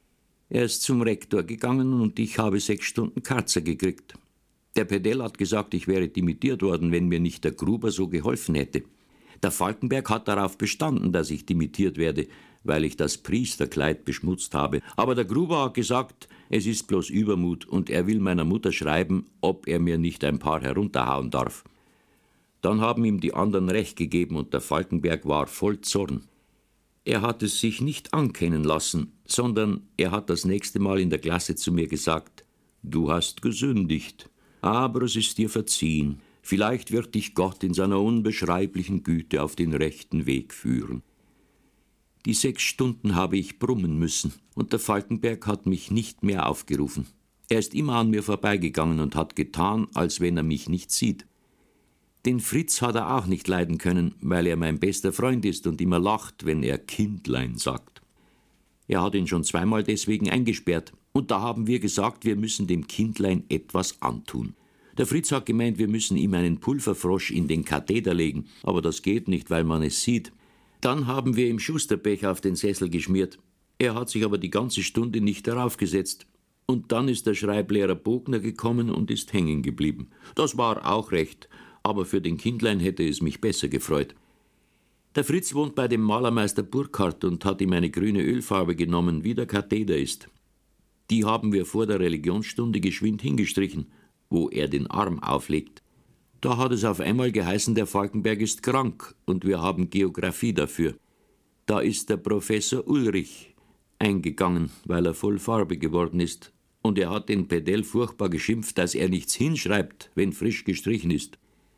Er ist zum Rektor gegangen und ich habe 6 Stunden Karzer gekriegt. Der Pedell hat gesagt, ich wäre dimittiert worden, wenn mir nicht der Gruber so geholfen hätte. Der Falkenberg hat darauf bestanden, dass ich dimittiert werde, weil ich das Priesterkleid beschmutzt habe. Aber der Gruber hat gesagt, es ist bloß Übermut und er will meiner Mutter schreiben, ob er mir nicht ein paar herunterhauen darf. Dann haben ihm die anderen recht gegeben und der Falkenberg war voll Zorn. Er hat es sich nicht ankennen lassen, sondern er hat das nächste Mal in der Klasse zu mir gesagt, du hast gesündigt, aber es ist dir verziehen. Vielleicht wird dich Gott in seiner unbeschreiblichen Güte auf den rechten Weg führen. Die 6 Stunden habe ich brummen müssen und der Falkenberg hat mich nicht mehr aufgerufen. Er ist immer an mir vorbeigegangen und hat getan, als wenn er mich nicht sieht. Den Fritz hat er auch nicht leiden können, weil er mein bester Freund ist und immer lacht, wenn er Kindlein sagt. Er hat ihn schon 2-mal deswegen eingesperrt und da haben wir gesagt, wir müssen dem Kindlein etwas antun. Der Fritz hat gemeint, wir müssen ihm einen Pulverfrosch in den Katheter legen, aber das geht nicht, weil man es sieht. Dann haben wir ihm Schusterpech auf den Sessel geschmiert. Er hat sich aber die ganze Stunde nicht darauf gesetzt. Und dann ist der Schreiblehrer Bogner gekommen und ist hängen geblieben. Das war auch recht, aber für den Kindlein hätte es mich besser gefreut. Der Fritz wohnt bei dem Malermeister Burkhardt und hat ihm eine grüne Ölfarbe genommen, wie der Katheter ist. Die haben wir vor der Religionsstunde geschwind hingestrichen, wo er den Arm auflegt. Da hat es auf einmal geheißen, der Falkenberg ist krank und wir haben Geographie dafür. Da ist der Professor Ulrich eingegangen, weil er voll Farbe geworden ist. Und er hat den Pedell furchtbar geschimpft, dass er nichts hinschreibt, wenn frisch gestrichen ist.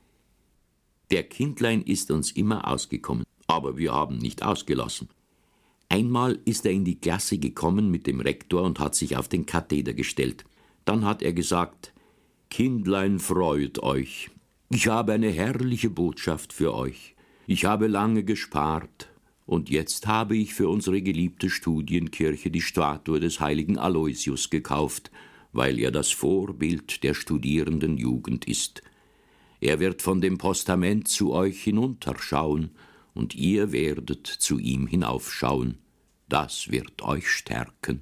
Der Kindlein ist uns immer ausgekommen, aber wir haben nicht ausgelassen. Einmal ist er in die Klasse gekommen mit dem Rektor und hat sich auf den Katheter gestellt. Dann hat er gesagt, Kindlein, freut euch. Ich habe eine herrliche Botschaft für euch. Ich habe lange gespart und jetzt habe ich für unsere geliebte Studienkirche die Statue des heiligen Aloysius gekauft, weil er das Vorbild der studierenden Jugend ist. Er wird von dem Postament zu euch hinunterschauen und ihr werdet zu ihm hinaufschauen. Das wird euch stärken.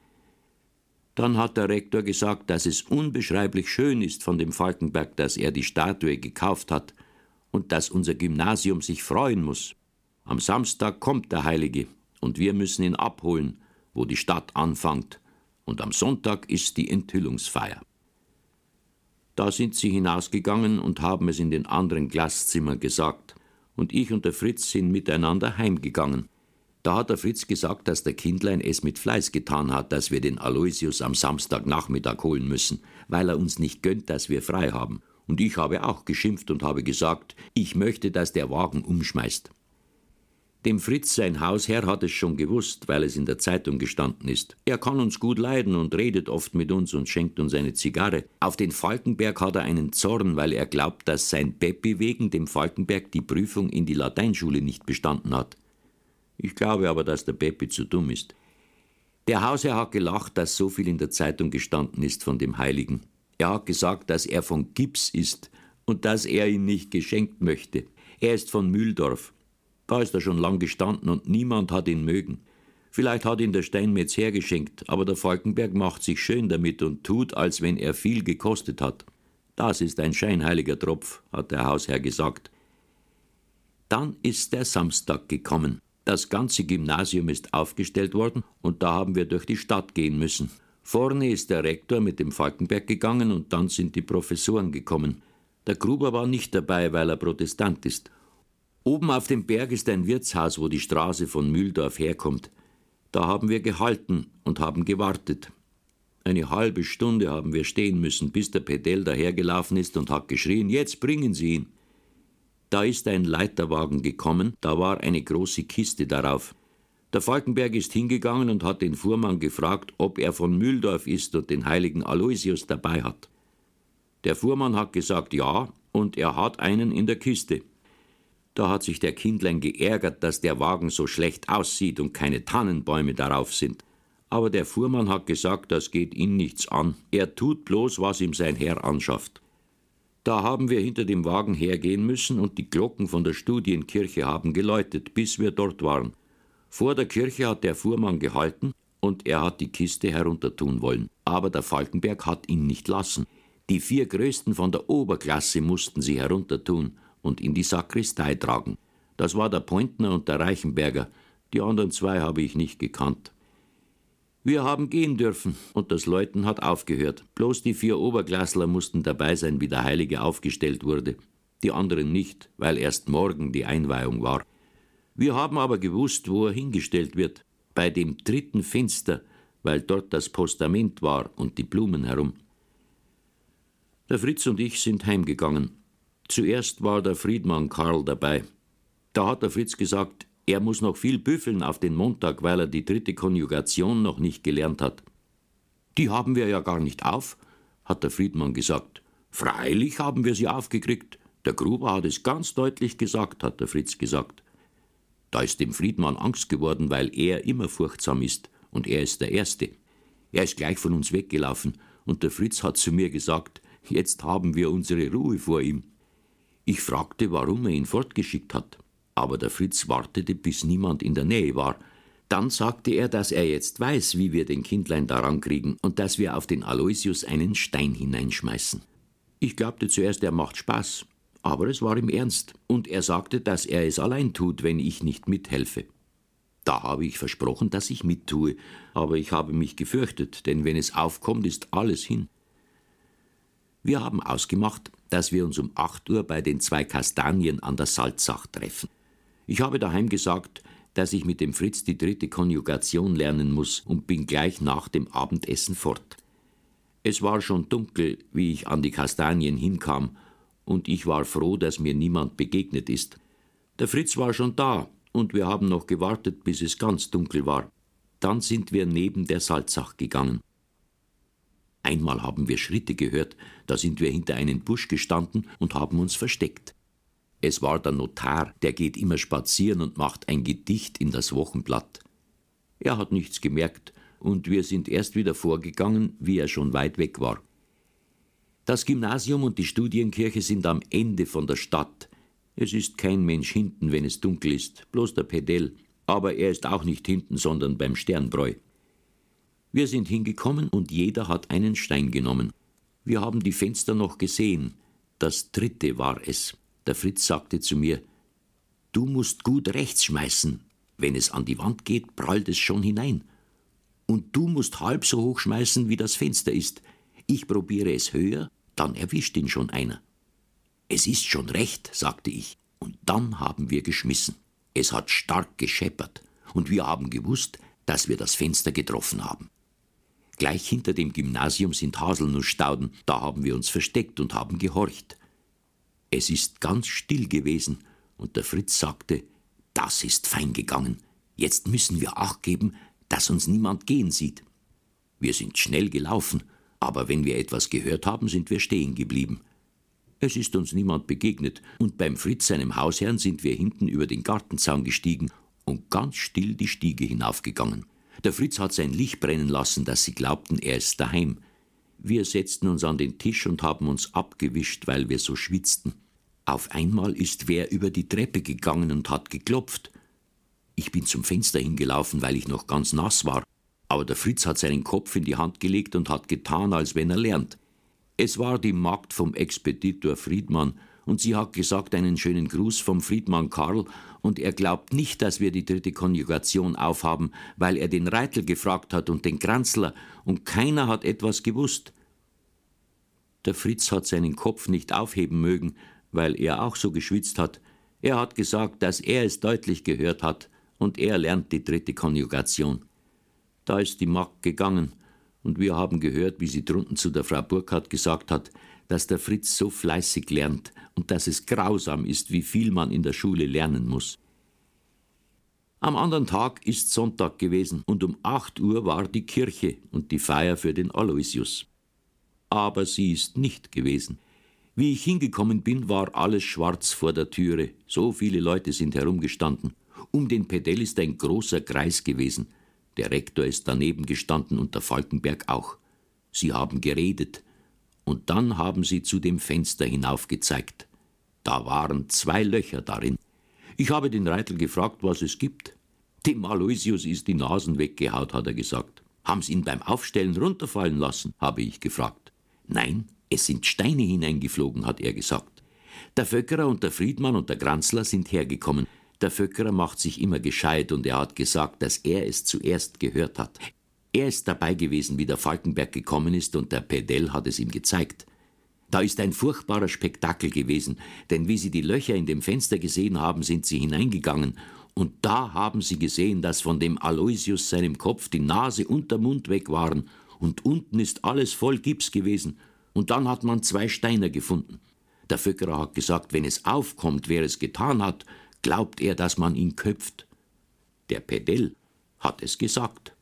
Dann hat der Rektor gesagt, dass es unbeschreiblich schön ist von dem Falkenberg, dass er die Statue gekauft hat und dass unser Gymnasium sich freuen muss. Am Samstag kommt der Heilige und wir müssen ihn abholen, wo die Stadt anfängt, und am Sonntag ist die Enthüllungsfeier. Da sind sie hinausgegangen und haben es in den anderen Klasszimmern gesagt, und ich und der Fritz sind miteinander heimgegangen. Da hat der Fritz gesagt, dass der Kindlein es mit Fleiß getan hat, dass wir den Aloysius am Samstagnachmittag holen müssen, weil er uns nicht gönnt, dass wir frei haben. Und ich habe auch geschimpft und habe gesagt, ich möchte, dass der Wagen umschmeißt. Dem Fritz, sein Hausherr, hat es schon gewusst, weil es in der Zeitung gestanden ist. Er kann uns gut leiden und redet oft mit uns und schenkt uns eine Zigarre. Auf den Falkenberg hat er einen Zorn, weil er glaubt, dass sein Peppi wegen dem Falkenberg die Prüfung in die Lateinschule nicht bestanden hat. Ich glaube aber, dass der Peppi zu dumm ist. Der Hausherr hat gelacht, dass so viel in der Zeitung gestanden ist von dem Heiligen. Er hat gesagt, dass er von Gips ist und dass er ihn nicht geschenkt möchte. Er ist von Mühldorf. Da ist er schon lang gestanden und niemand hat ihn mögen. Vielleicht hat ihn der Steinmetz hergeschenkt, aber der Falkenberg macht sich schön damit und tut, als wenn er viel gekostet hat. Das ist ein scheinheiliger Tropf, hat der Hausherr gesagt. Dann ist der Samstag gekommen. Das ganze Gymnasium ist aufgestellt worden und da haben wir durch die Stadt gehen müssen. Vorne ist der Rektor mit dem Falkenberg gegangen und dann sind die Professoren gekommen. Der Gruber war nicht dabei, weil er Protestant ist. Oben auf dem Berg ist ein Wirtshaus, wo die Straße von Mühldorf herkommt. Da haben wir gehalten und haben gewartet. Eine halbe Stunde haben wir stehen müssen, bis der Pedell dahergelaufen ist und hat geschrien, jetzt bringen Sie ihn. Da ist ein Leiterwagen gekommen, da war eine große Kiste darauf. Der Falkenberg ist hingegangen und hat den Fuhrmann gefragt, ob er von Mühldorf ist und den heiligen Aloysius dabei hat. Der Fuhrmann hat gesagt, ja, und er hat einen in der Kiste. Da hat sich der Kindlein geärgert, dass der Wagen so schlecht aussieht und keine Tannenbäume darauf sind. Aber der Fuhrmann hat gesagt, das geht ihn nichts an. Er tut bloß, was ihm sein Herr anschafft. Da haben wir hinter dem Wagen hergehen müssen und die Glocken von der Studienkirche haben geläutet, bis wir dort waren. Vor der Kirche hat der Fuhrmann gehalten und er hat die Kiste heruntertun wollen. Aber der Falkenberg hat ihn nicht lassen. Die 4 Größten von der Oberklasse mussten sie heruntertun und in die Sakristei tragen. Das war der Pointner und der Reichenberger. Die anderen zwei habe ich nicht gekannt. Wir haben gehen dürfen und das Läuten hat aufgehört. Bloß die 4 Oberklassler mussten dabei sein, wie der Heilige aufgestellt wurde. Die anderen nicht, weil erst morgen die Einweihung war. Wir haben aber gewusst, wo er hingestellt wird. Bei dem 3. Fenster, weil dort das Postament war und die Blumen herum. Der Fritz und ich sind heimgegangen. Zuerst war der Friedmann Karl dabei. Da hat der Fritz gesagt, er muss noch viel büffeln auf den Montag, weil er die 3. Konjugation noch nicht gelernt hat. Die haben wir ja gar nicht auf, hat der Friedmann gesagt. Freilich haben wir sie aufgekriegt. Der Gruber hat es ganz deutlich gesagt, hat der Fritz gesagt. Da ist dem Friedmann Angst geworden, weil er immer furchtsam ist und er ist der Erste. Er ist gleich von uns weggelaufen und der Fritz hat zu mir gesagt, jetzt haben wir unsere Ruhe vor ihm. Ich fragte, warum er ihn fortgeschickt hat, aber der Fritz wartete, bis niemand in der Nähe war. Dann sagte er, dass er jetzt weiß, wie wir den Kindlein daran kriegen und dass wir auf den Aloysius einen Stein hineinschmeißen. Ich glaubte zuerst, er macht Spaß, aber es war ihm ernst und er sagte, dass er es allein tut, wenn ich nicht mithelfe. Da habe ich versprochen, dass ich mittue, aber ich habe mich gefürchtet, denn wenn es aufkommt, ist alles hin. Wir haben ausgemacht, dass wir uns um 8 Uhr bei den 2 Kastanien an der Salzach treffen. Ich habe daheim gesagt, dass ich mit dem Fritz die 3. Konjugation lernen muss und bin gleich nach dem Abendessen fort. Es war schon dunkel, wie ich an die Kastanien hinkam, und ich war froh, dass mir niemand begegnet ist. Der Fritz war schon da, und wir haben noch gewartet, bis es ganz dunkel war. Dann sind wir neben der Salzach gegangen. Einmal haben wir Schritte gehört, da sind wir hinter einen Busch gestanden und haben uns versteckt. Es war der Notar, der geht immer spazieren und macht ein Gedicht in das Wochenblatt. Er hat nichts gemerkt und wir sind erst wieder vorgegangen, wie er schon weit weg war. Das Gymnasium und die Studienkirche sind am Ende von der Stadt. Es ist kein Mensch hinten, wenn es dunkel ist, bloß der Pedell, aber er ist auch nicht hinten, sondern beim Sternbräu. Wir sind hingekommen und jeder hat einen Stein genommen. Wir haben die Fenster noch gesehen. Das 3. war es. Der Fritz sagte zu mir, »Du musst gut rechts schmeißen. Wenn es an die Wand geht, prallt es schon hinein. Und du musst halb so hoch schmeißen, wie das Fenster ist. Ich probiere es höher, dann erwischt ihn schon einer.« »Es ist schon recht«, sagte ich. Und dann haben wir geschmissen. Es hat stark gescheppert und wir haben gewusst, dass wir das Fenster getroffen haben. Gleich hinter dem Gymnasium sind Haselnussstauden, da haben wir uns versteckt und haben gehorcht. Es ist ganz still gewesen und der Fritz sagte, das ist fein gegangen, jetzt müssen wir Acht geben, dass uns niemand gehen sieht. Wir sind schnell gelaufen, aber wenn wir etwas gehört haben, sind wir stehen geblieben. Es ist uns niemand begegnet und beim Fritz, seinem Hausherrn, sind wir hinten über den Gartenzaun gestiegen und ganz still die Stiege hinaufgegangen. Der Fritz hat sein Licht brennen lassen, dass sie glaubten, er ist daheim. Wir setzten uns an den Tisch und haben uns abgewischt, weil wir so schwitzten. Auf einmal ist wer über die Treppe gegangen und hat geklopft. Ich bin zum Fenster hingelaufen, weil ich noch ganz nass war. Aber der Fritz hat seinen Kopf in die Hand gelegt und hat getan, als wenn er lernt. Es war die Magd vom Expeditor Friedmann und sie hat gesagt einen schönen Gruß vom Friedmann Karl und er glaubt nicht, dass wir die 3. Konjugation aufhaben, weil er den Reitel gefragt hat und den Kranzler und keiner hat etwas gewusst. Der Fritz hat seinen Kopf nicht aufheben mögen, weil er auch so geschwitzt hat. Er hat gesagt, dass er es deutlich gehört hat und er lernt die 3. Konjugation. Da ist die Magd gegangen und wir haben gehört, wie sie drunten zu der Frau Burkhardt gesagt hat, dass der Fritz so fleißig lernt und dass es grausam ist, wie viel man in der Schule lernen muss. Am anderen Tag ist Sonntag gewesen und um 8 Uhr war die Kirche und die Feier für den Aloysius. Aber sie ist nicht gewesen. Wie ich hingekommen bin, war alles schwarz vor der Türe. So viele Leute sind herumgestanden. Um den Pedell ist ein großer Kreis gewesen. Der Rektor ist daneben gestanden und der Falkenberg auch. Sie haben geredet. Und dann haben sie zu dem Fenster hinaufgezeigt. Da waren 2 Löcher darin. Ich habe den Reitel gefragt, was es gibt. Dem Aloysius ist die Nasen weggehaut, hat er gesagt. Haben Sie ihn beim Aufstellen runterfallen lassen, habe ich gefragt. Nein, es sind Steine hineingeflogen, hat er gesagt. Der Vöckerer und der Friedmann und der Kranzler sind hergekommen. Der Föckerer macht sich immer gescheit und er hat gesagt, dass er es zuerst gehört hat. Er ist dabei gewesen, wie der Falkenberg gekommen ist und der Pedell hat es ihm gezeigt. Da ist ein furchtbarer Spektakel gewesen, denn wie sie die Löcher in dem Fenster gesehen haben, sind sie hineingegangen und da haben sie gesehen, dass von dem Aloysius seinem Kopf die Nase und der Mund weg waren und unten ist alles voll Gips gewesen und dann hat man 2 Steiner gefunden. Der Föckerer hat gesagt, wenn es aufkommt, wer es getan hat, glaubt er, dass man ihn köpft. Der Pedell hat es gesagt.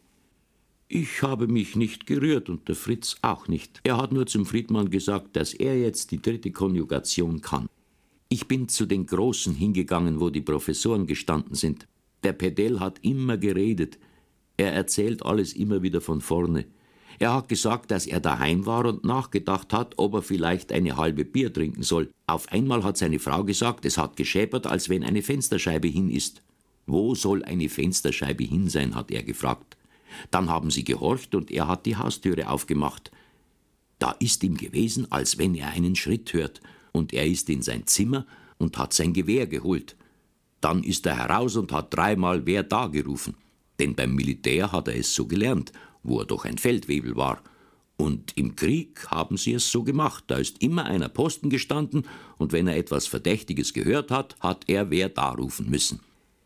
Ich habe mich nicht gerührt und der Fritz auch nicht. Er hat nur zum Friedmann gesagt, dass er jetzt die 3. Konjugation kann. Ich bin zu den Großen hingegangen, wo die Professoren gestanden sind. Der Pedell hat immer geredet. Er erzählt alles immer wieder von vorne. Er hat gesagt, dass er daheim war und nachgedacht hat, ob er vielleicht eine halbe Bier trinken soll. Auf einmal hat seine Frau gesagt, es hat gescheppert, als wenn eine Fensterscheibe hin ist. Wo soll eine Fensterscheibe hin sein, hat er gefragt. Dann haben sie gehorcht und er hat die Haustüre aufgemacht. Da ist ihm gewesen, als wenn er einen Schritt hört, und er ist in sein Zimmer und hat sein Gewehr geholt. Dann ist er heraus und hat 3-mal »Wer da« gerufen, denn beim Militär hat er es so gelernt, wo er doch ein Feldwebel war. Und im Krieg haben sie es so gemacht, da ist immer einer Posten gestanden und wenn er etwas Verdächtiges gehört hat, hat er »Wer da« rufen müssen.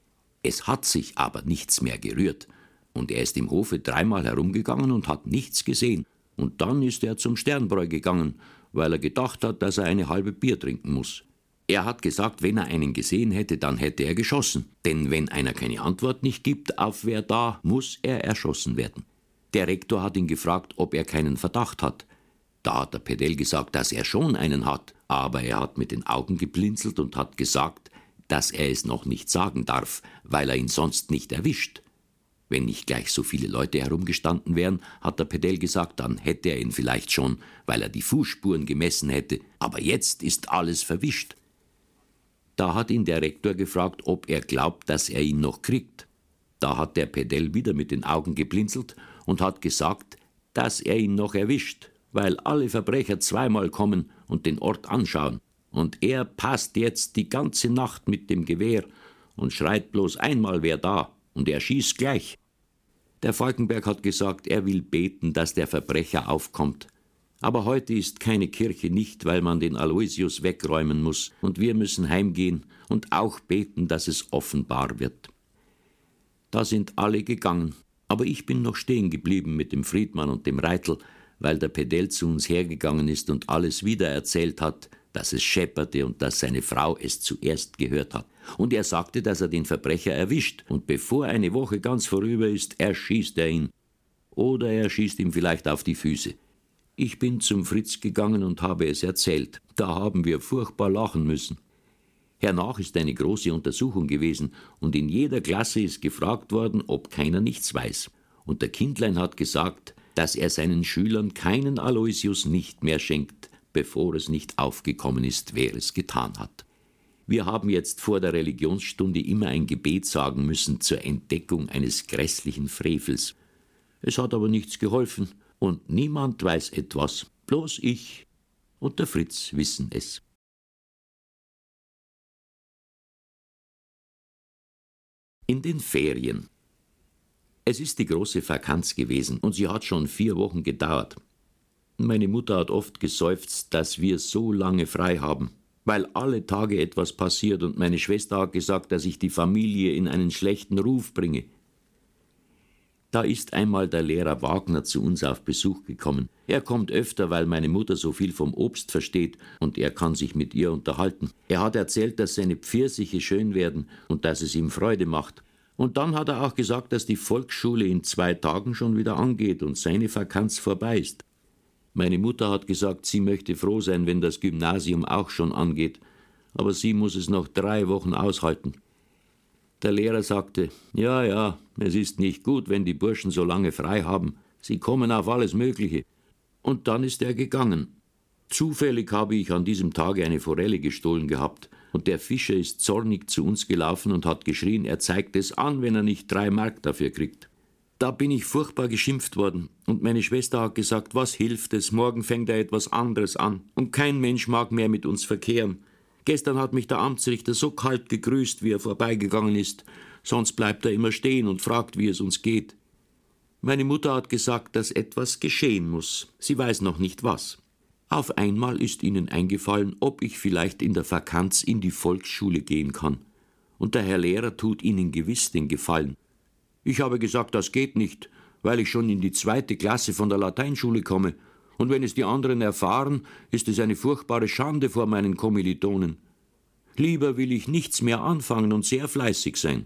Es hat sich aber nichts mehr gerührt. Und er ist im Hofe 3-mal herumgegangen und hat nichts gesehen. Und dann ist er zum Sternbräu gegangen, weil er gedacht hat, dass er eine halbe Bier trinken muss. Er hat gesagt, wenn er einen gesehen hätte, dann hätte er geschossen. Denn wenn einer keine Antwort nicht gibt auf »Wer da«, muss er erschossen werden. Der Rektor hat ihn gefragt, ob er keinen Verdacht hat. Da hat der Pedell gesagt, dass er schon einen hat. Aber er hat mit den Augen geblinzelt und hat gesagt, dass er es noch nicht sagen darf, weil er ihn sonst nicht erwischt. Wenn nicht gleich so viele Leute herumgestanden wären, hat der Pedell gesagt, dann hätte er ihn vielleicht schon, weil er die Fußspuren gemessen hätte. Aber jetzt ist alles verwischt. Da hat ihn der Rektor gefragt, ob er glaubt, dass er ihn noch kriegt. Da hat der Pedell wieder mit den Augen geblinzelt und hat gesagt, dass er ihn noch erwischt, weil alle Verbrecher 2-mal kommen und den Ort anschauen. Und er passt jetzt die ganze Nacht mit dem Gewehr und schreit bloß einmal »Wer da«? Und er schießt gleich. Der Falkenberg hat gesagt, er will beten, dass der Verbrecher aufkommt. Aber heute ist keine Kirche, nicht weil man den Aloysius wegräumen muss. Und wir müssen heimgehen und auch beten, dass es offenbar wird. Da sind alle gegangen. Aber ich bin noch stehen geblieben mit dem Friedmann und dem Reitel, weil der Pedell zu uns hergegangen ist und alles wieder erzählt hat, dass es schepperte und dass seine Frau es zuerst gehört hat. Und er sagte, dass er den Verbrecher erwischt und bevor eine Woche ganz vorüber ist, erschießt er ihn. Oder er schießt ihm vielleicht auf die Füße. Ich bin zum Fritz gegangen und habe es erzählt. Da haben wir furchtbar lachen müssen. Hernach ist eine große Untersuchung gewesen und in jeder Klasse ist gefragt worden, ob keiner nichts weiß. Und der Kindlein hat gesagt, dass er seinen Schülern keinen Aloysius nicht mehr schenkt, bevor es nicht aufgekommen ist, wer es getan hat. Wir haben jetzt vor der Religionsstunde immer ein Gebet sagen müssen zur Entdeckung eines grässlichen Frevels. Es hat aber nichts geholfen und niemand weiß etwas, bloß ich und der Fritz wissen es. In den Ferien. Es ist die große Vakanz gewesen und sie hat schon 4 Wochen gedauert. Meine Mutter hat oft geseufzt, dass wir so lange frei haben, weil alle Tage etwas passiert und meine Schwester hat gesagt, dass ich die Familie in einen schlechten Ruf bringe. Da ist einmal der Lehrer Wagner zu uns auf Besuch gekommen. Er kommt öfter, weil meine Mutter so viel vom Obst versteht und er kann sich mit ihr unterhalten. Er hat erzählt, dass seine Pfirsiche schön werden und dass es ihm Freude macht. Und dann hat er auch gesagt, dass die Volksschule in 2 Tagen schon wieder angeht und seine Vakanz vorbei ist. Meine Mutter hat gesagt, sie möchte froh sein, wenn das Gymnasium auch schon angeht, aber sie muss es noch 3 Wochen aushalten. Der Lehrer sagte, ja, es ist nicht gut, wenn die Burschen so lange frei haben. Sie kommen auf alles Mögliche. Und dann ist er gegangen. Zufällig habe ich an diesem Tage eine Forelle gestohlen gehabt und der Fischer ist zornig zu uns gelaufen und hat geschrien, er zeigt es an, wenn er nicht 3 Mark dafür kriegt. Da bin ich furchtbar geschimpft worden und meine Schwester hat gesagt, was hilft es, morgen fängt er etwas anderes an und kein Mensch mag mehr mit uns verkehren. Gestern hat mich der Amtsrichter so kalt gegrüßt, wie er vorbeigegangen ist. Sonst bleibt er immer stehen und fragt, wie es uns geht. Meine Mutter hat gesagt, dass etwas geschehen muss. Sie weiß noch nicht was. Auf einmal ist ihnen eingefallen, ob ich vielleicht in der Vakanz in die Volksschule gehen kann. Und der Herr Lehrer tut ihnen gewiss den Gefallen. Ich habe gesagt, das geht nicht, weil ich schon in die 2. Klasse von der Lateinschule komme. Und wenn es die anderen erfahren, ist es eine furchtbare Schande vor meinen Kommilitonen. Lieber will ich nichts mehr anfangen und sehr fleißig sein.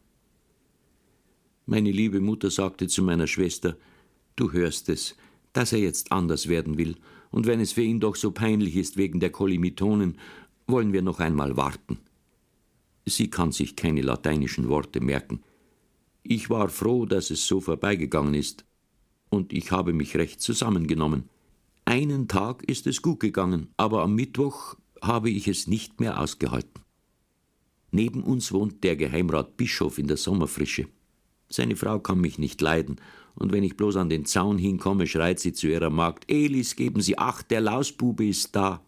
Meine liebe Mutter sagte zu meiner Schwester, du hörst es, dass er jetzt anders werden will. Und wenn es für ihn doch so peinlich ist wegen der Kolimitonen, wollen wir noch einmal warten. Sie kann sich keine lateinischen Worte merken. Ich war froh, dass es so vorbeigegangen ist. Und ich habe mich recht zusammengenommen. Einen Tag ist es gut gegangen, aber am Mittwoch habe ich es nicht mehr ausgehalten. Neben uns wohnt der Geheimrat Bischof in der Sommerfrische. Seine Frau kann mich nicht leiden, und wenn ich bloß an den Zaun hinkomme, schreit sie zu ihrer Magd, »Elis, geben Sie Acht, der Lausbube ist da!«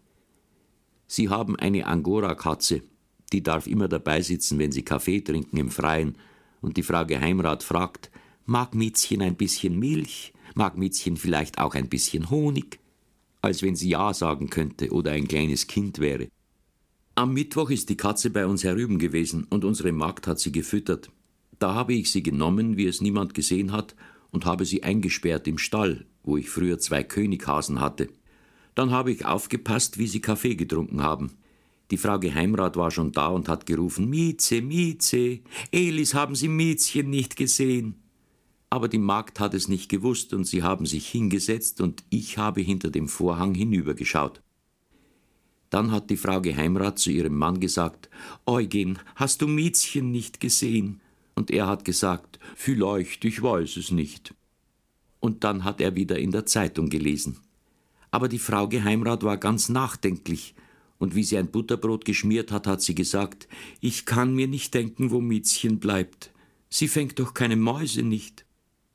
Sie haben eine Angora-Katze, die darf immer dabei sitzen, wenn sie Kaffee trinken im Freien, und die Frau Geheimrat fragt, »Mag Miezchen ein bisschen Milch? Mag Miezchen vielleicht auch ein bisschen Honig?« Als wenn sie Ja sagen könnte oder ein kleines Kind wäre. Am Mittwoch ist die Katze bei uns herüben gewesen und unsere Magd hat sie gefüttert. Da habe ich sie genommen, wie es niemand gesehen hat, und habe sie eingesperrt im Stall, wo ich früher 2 Könighasen hatte. Dann habe ich aufgepasst, wie sie Kaffee getrunken haben. Die Frau Geheimrat war schon da und hat gerufen, »Mieze, Mieze, Elis, haben Sie Miezchen nicht gesehen?« Aber die Magd hat es nicht gewusst und sie haben sich hingesetzt und ich habe hinter dem Vorhang hinübergeschaut. Dann hat die Frau Geheimrat zu ihrem Mann gesagt, »Eugen, hast du Miezchen nicht gesehen?« Und er hat gesagt, »Vielleicht, ich weiß es nicht.« Und dann hat er wieder in der Zeitung gelesen. Aber die Frau Geheimrat war ganz nachdenklich, und wie sie ein Butterbrot geschmiert hat, hat sie gesagt, »Ich kann mir nicht denken, wo Miezchen bleibt. Sie fängt doch keine Mäuse nicht.«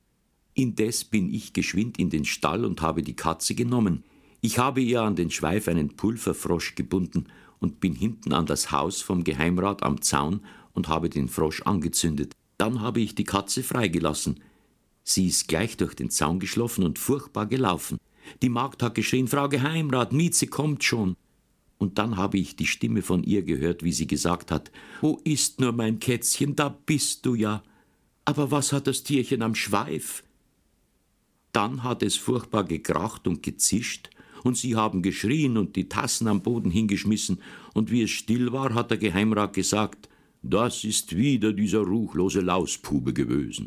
Indes bin ich geschwind in den Stall und habe die Katze genommen. Ich habe ihr an den Schweif einen Pulverfrosch gebunden und bin hinten an das Haus vom Geheimrat am Zaun und habe den Frosch angezündet. Dann habe ich die Katze freigelassen. Sie ist gleich durch den Zaun geschlossen und furchtbar gelaufen. Die Magd hat geschrien, »Frau Geheimrat, Mieze kommt schon!« Und dann habe ich die Stimme von ihr gehört, wie sie gesagt hat, »Wo ist nur mein Kätzchen, da bist du ja! Aber was hat das Tierchen am Schweif?« Dann hat es furchtbar gekracht und gezischt, und sie haben geschrien und die Tassen am Boden hingeschmissen, und wie es still war, hat der Geheimrat gesagt, »Das ist wieder dieser ruchlose Lauspube gewesen.«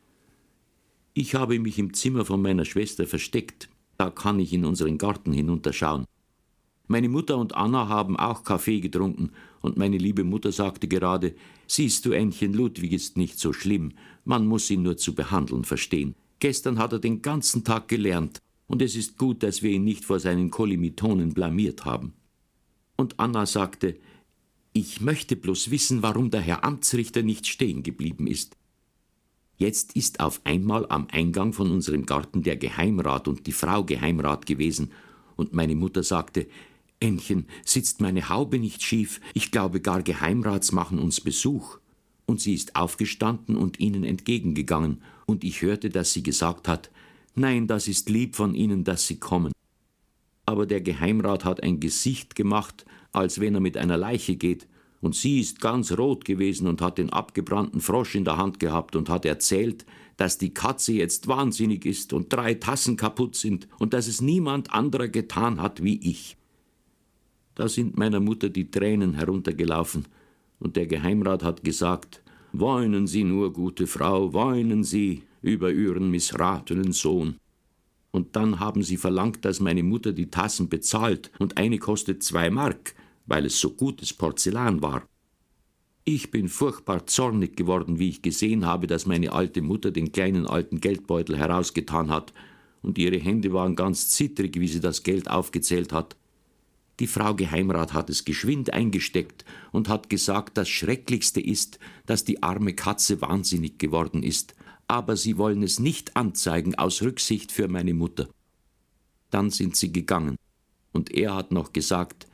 Ich habe mich im Zimmer von meiner Schwester versteckt, da kann ich in unseren Garten hinunterschauen. Meine Mutter und Anna haben auch Kaffee getrunken, und meine liebe Mutter sagte gerade, »Siehst du, Ännchen, Ludwig ist nicht so schlimm, man muss ihn nur zu behandeln verstehen. Gestern hat er den ganzen Tag gelernt, und es ist gut, dass wir ihn nicht vor seinen Kolimitonen blamiert haben.« Und Anna sagte, »Ich möchte bloß wissen, warum der Herr Amtsrichter nicht stehen geblieben ist.« Jetzt ist auf einmal am Eingang von unserem Garten der Geheimrat und die Frau Geheimrat gewesen, und meine Mutter sagte, »Ännchen, sitzt meine Haube nicht schief? Ich glaube, gar Geheimrats machen uns Besuch.« Und sie ist aufgestanden und ihnen entgegengegangen, und ich hörte, dass sie gesagt hat, »Nein, das ist lieb von Ihnen, dass Sie kommen.« Aber der Geheimrat hat ein Gesicht gemacht, als wenn er mit einer Leiche geht, und sie ist ganz rot gewesen und hat den abgebrannten Frosch in der Hand gehabt und hat erzählt, dass die Katze jetzt wahnsinnig ist und 3 Tassen kaputt sind und dass es niemand anderer getan hat wie ich. Da sind meiner Mutter die Tränen heruntergelaufen, und der Geheimrat hat gesagt, »Weinen Sie nur, gute Frau, weinen Sie über Ihren missratenen Sohn.« Und dann haben sie verlangt, dass meine Mutter die Tassen bezahlt, und eine kostet 2 Mark, weil es so gutes Porzellan war. Ich bin furchtbar zornig geworden, wie ich gesehen habe, dass meine alte Mutter den kleinen alten Geldbeutel herausgetan hat, und ihre Hände waren ganz zittrig, wie sie das Geld aufgezählt hat. Die Frau Geheimrat hat es geschwind eingesteckt und hat gesagt, das Schrecklichste ist, dass die arme Katze wahnsinnig geworden ist, aber sie wollen es nicht anzeigen aus Rücksicht für meine Mutter. Dann sind sie gegangen, und er hat noch gesagt,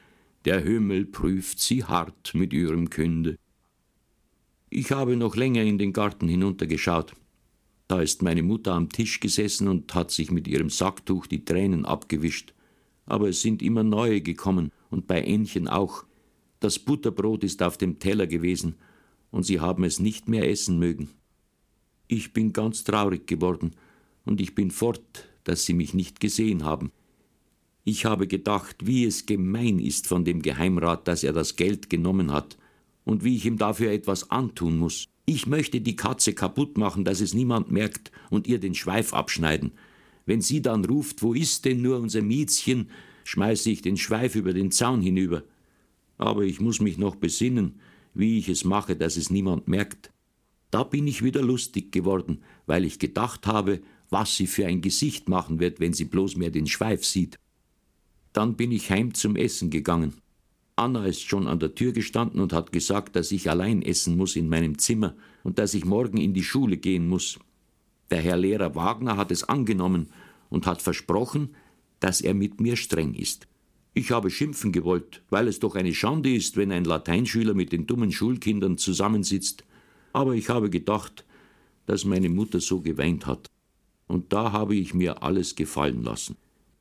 Der Himmel prüft sie hart mit ihrem Künde. Ich habe noch länger in den Garten hinuntergeschaut. Da ist meine Mutter am Tisch gesessen und hat sich mit ihrem Sacktuch die Tränen abgewischt. Aber es sind immer neue gekommen und bei Ännchen auch. Das Butterbrot ist auf dem Teller gewesen und sie haben es nicht mehr essen mögen. Ich bin ganz traurig geworden und ich bin fort, dass sie mich nicht gesehen haben. Ich habe gedacht, wie es gemein ist von dem Geheimrat, dass er das Geld genommen hat und wie ich ihm dafür etwas antun muss. Ich möchte die Katze kaputt machen, dass es niemand merkt und ihr den Schweif abschneiden. Wenn sie dann ruft, wo ist denn nur unser Miezchen, schmeiße ich den Schweif über den Zaun hinüber. Aber ich muss mich noch besinnen, wie ich es mache, dass es niemand merkt. Da bin ich wieder lustig geworden, weil ich gedacht habe, was sie für ein Gesicht machen wird, wenn sie bloß mehr den Schweif sieht. Dann bin ich heim zum Essen gegangen. Anna ist schon an der Tür gestanden und hat gesagt, dass ich allein essen muss in meinem Zimmer und dass ich morgen in die Schule gehen muss. Der Herr Lehrer Wagner hat es angenommen und hat versprochen, dass er mit mir streng ist. Ich habe schimpfen gewollt, weil es doch eine Schande ist, wenn ein Lateinschüler mit den dummen Schulkindern zusammensitzt. Aber ich habe gedacht, dass meine Mutter so geweint hat. Und da habe ich mir alles gefallen lassen.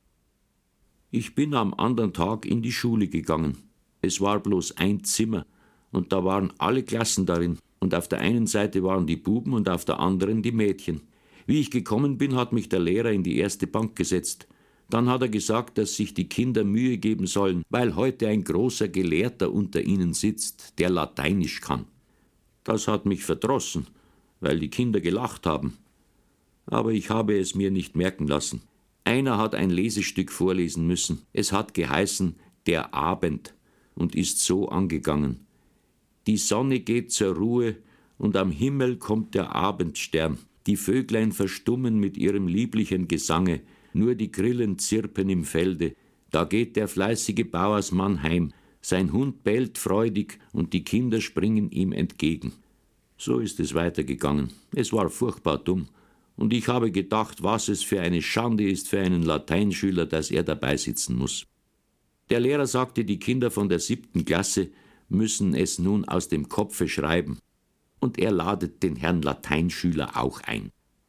Ich bin am anderen Tag in die Schule gegangen. Es war bloß ein Zimmer und da waren alle Klassen darin. Und auf der einen Seite waren die Buben und auf der anderen die Mädchen. Wie ich gekommen bin, hat mich der Lehrer in die erste Bank gesetzt. Dann hat er gesagt, dass sich die Kinder Mühe geben sollen, weil heute ein großer Gelehrter unter ihnen sitzt, der Lateinisch kann. Das hat mich verdrossen, weil die Kinder gelacht haben. Aber ich habe es mir nicht merken lassen. Einer hat ein Lesestück vorlesen müssen. Es hat geheißen, der Abend, und ist so angegangen. Die Sonne geht zur Ruhe, und am Himmel kommt der Abendstern. Die Vöglein verstummen mit ihrem lieblichen Gesange, nur die Grillen zirpen im Felde. Da geht der fleißige Bauersmann heim, sein Hund bellt freudig und die Kinder springen ihm entgegen. So ist es weitergegangen. Es war furchtbar dumm. Und ich habe gedacht, was es für eine Schande ist für einen Lateinschüler, dass er dabei sitzen muss. Der Lehrer sagte, die Kinder von der 7. Klasse müssen es nun aus dem Kopfe schreiben. Und er ladet den Herrn Lateinschüler auch ein.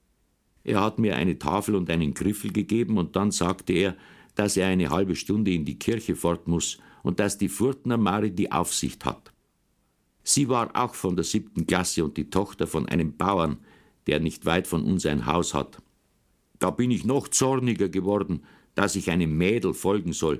Er hat mir eine Tafel und einen Griffel gegeben und dann sagte er, dass er eine halbe Stunde in die Kirche fort muss und dass die Furtner Mari die Aufsicht hat. Sie war auch von der 7. Klasse und die Tochter von einem Bauern, der nicht weit von uns ein Haus hat. Da bin ich noch zorniger geworden, dass ich einem Mädel folgen soll.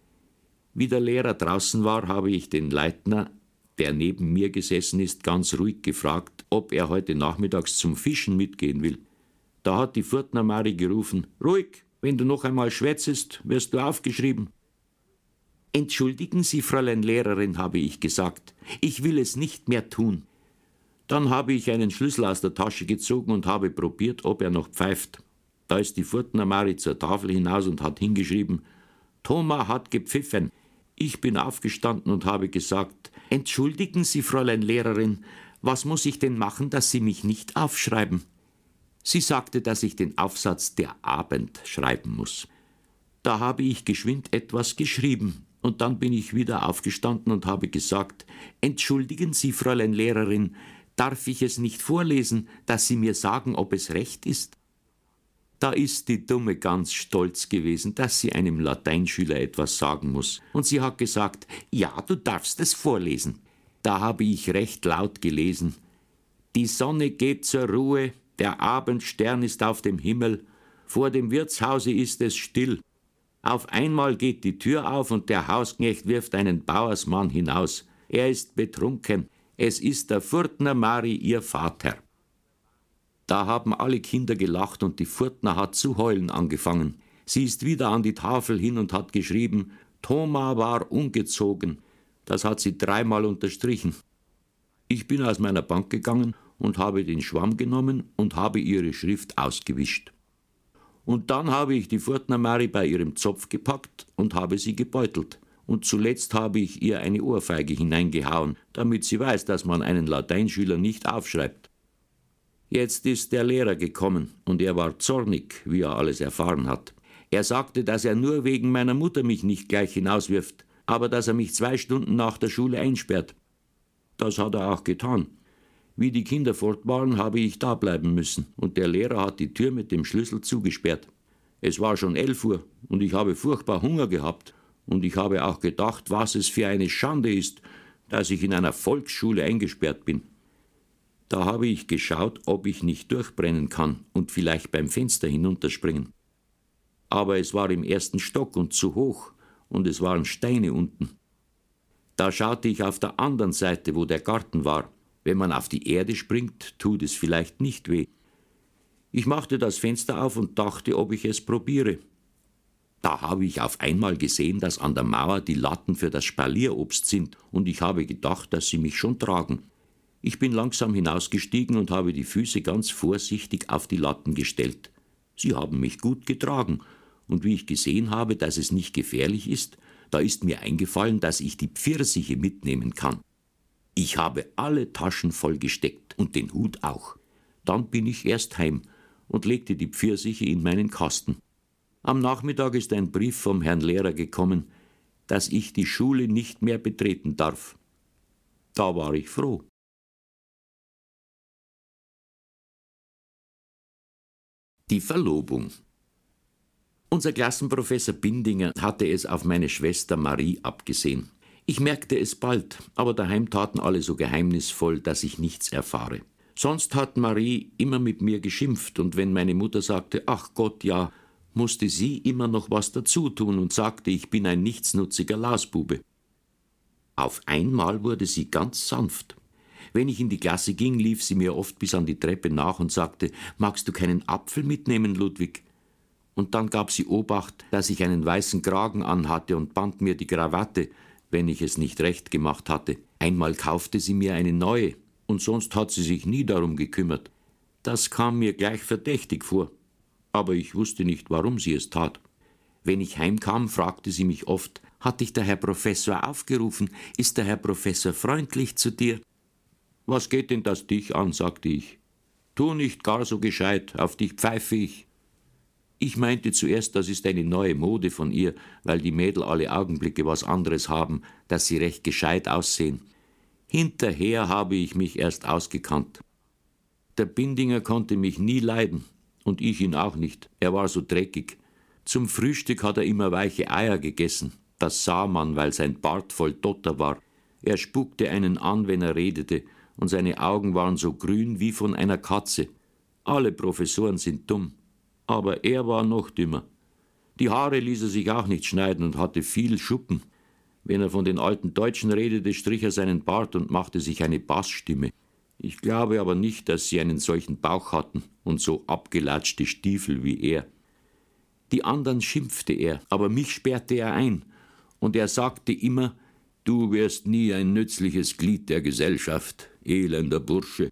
Wie der Lehrer draußen war, habe ich den Leitner, der neben mir gesessen ist, ganz ruhig gefragt, ob er heute nachmittags zum Fischen mitgehen will. Da hat die Furtner Mari gerufen, »Ruhig, wenn du noch einmal schwätzest, wirst du aufgeschrieben.« »Entschuldigen Sie, Fräulein Lehrerin«, habe ich gesagt, »ich will es nicht mehr tun.« Dann habe ich einen Schlüssel aus der Tasche gezogen und habe probiert, ob er noch pfeift. Da ist die Furtner Mari zur Tafel hinaus und hat hingeschrieben, »Thoma hat gepfiffen.« Ich bin aufgestanden und habe gesagt, »Entschuldigen Sie, Fräulein Lehrerin, was muss ich denn machen, dass Sie mich nicht aufschreiben?« Sie sagte, dass ich den Aufsatz »Der Abend« schreiben muss. Da habe ich geschwind etwas geschrieben und dann bin ich wieder aufgestanden und habe gesagt, »Entschuldigen Sie, Fräulein Lehrerin, darf ich es nicht vorlesen, dass Sie mir sagen, ob es recht ist?« Da ist die Dumme ganz stolz gewesen, dass sie einem Lateinschüler etwas sagen muss. Und sie hat gesagt, »Ja, du darfst es vorlesen.« Da habe ich recht laut gelesen. »Die Sonne geht zur Ruhe, der Abendstern ist auf dem Himmel, vor dem Wirtshause ist es still. Auf einmal geht die Tür auf und der Hausknecht wirft einen Bauersmann hinaus. Er ist betrunken, es ist der Furtner Mari, ihr Vater.« Da haben alle Kinder gelacht und die Furtner hat zu heulen angefangen. Sie ist wieder an die Tafel hin und hat geschrieben, »Thoma war ungezogen.« Das hat sie 3-mal unterstrichen. Ich bin aus meiner Bank gegangen und habe den Schwamm genommen und habe ihre Schrift ausgewischt. Und dann habe ich die Furtner Mari bei ihrem Zopf gepackt und habe sie gebeutelt. Und zuletzt habe ich ihr eine Ohrfeige hineingehauen, damit sie weiß, dass man einen Lateinschüler nicht aufschreibt. Jetzt ist der Lehrer gekommen und er war zornig, wie er alles erfahren hat. Er sagte, dass er nur wegen meiner Mutter mich nicht gleich hinauswirft, aber dass er mich 2 Stunden nach der Schule einsperrt. Das hat er auch getan. Wie die Kinder fort waren, habe ich da bleiben müssen, und der Lehrer hat die Tür mit dem Schlüssel zugesperrt. Es war schon 11 Uhr, und ich habe furchtbar Hunger gehabt, und ich habe auch gedacht, was es für eine Schande ist, dass ich in einer Volksschule eingesperrt bin. Da habe ich geschaut, ob ich nicht durchbrennen kann und vielleicht beim Fenster hinunterspringen. Aber es war im 1. Stock und zu hoch, und es waren Steine unten. Da schaute ich auf der anderen Seite, wo der Garten war. Wenn man auf die Erde springt, tut es vielleicht nicht weh. Ich machte das Fenster auf und dachte, ob ich es probiere. Da habe ich auf einmal gesehen, dass an der Mauer die Latten für das Spalierobst sind, und ich habe gedacht, dass sie mich schon tragen. Ich bin langsam hinausgestiegen und habe die Füße ganz vorsichtig auf die Latten gestellt. Sie haben mich gut getragen, und wie ich gesehen habe, dass es nicht gefährlich ist, da ist mir eingefallen, dass ich die Pfirsiche mitnehmen kann. Ich habe alle Taschen vollgesteckt und den Hut auch. Dann bin ich erst heim und legte die Pfirsiche in meinen Kasten. Am Nachmittag ist ein Brief vom Herrn Lehrer gekommen, dass ich die Schule nicht mehr betreten darf. Da war ich froh. Die Verlobung. Unser Klassenprofessor Bindinger hatte es auf meine Schwester Marie abgesehen. Ich merkte es bald, aber daheim taten alle so geheimnisvoll, dass ich nichts erfahre. Sonst hat Marie immer mit mir geschimpft, und wenn meine Mutter sagte, ach Gott, ja, musste sie immer noch was dazu tun und sagte, ich bin ein nichtsnutziger Lausbube. Auf einmal wurde sie ganz sanft. Wenn ich in die Klasse ging, lief sie mir oft bis an die Treppe nach und sagte, magst du keinen Apfel mitnehmen, Ludwig? Und dann gab sie Obacht, dass ich einen weißen Kragen anhatte und band mir die Krawatte, wenn ich es nicht recht gemacht hatte. Einmal kaufte sie mir eine neue, und sonst hat sie sich nie darum gekümmert. Das kam mir gleich verdächtig vor, aber ich wusste nicht, warum sie es tat. Wenn ich heimkam, fragte sie mich oft, hat dich der Herr Professor aufgerufen? Ist der Herr Professor freundlich zu dir? Was geht denn das dich an, sagte ich. Tu nicht gar so gescheit, auf dich pfeife ich. Ich meinte zuerst, das ist eine neue Mode von ihr, weil die Mädel alle Augenblicke was anderes haben, dass sie recht gescheit aussehen. Hinterher habe ich mich erst ausgekannt. Der Bindinger konnte mich nie leiden, und ich ihn auch nicht. Er war so dreckig. Zum Frühstück hat er immer weiche Eier gegessen. Das sah man, weil sein Bart voll Dotter war. Er spuckte einen an, wenn er redete, und seine Augen waren so grün wie von einer Katze. Alle Professoren sind dumm. Aber er war noch dümmer. Die Haare ließ er sich auch nicht schneiden und hatte viel Schuppen. Wenn er von den alten Deutschen redete, strich er seinen Bart und machte sich eine Bassstimme. Ich glaube aber nicht, dass sie einen solchen Bauch hatten und so abgelatschte Stiefel wie er. Die anderen schimpfte er, aber mich sperrte er ein. Und er sagte immer, du wirst nie ein nützliches Glied der Gesellschaft, elender Bursche.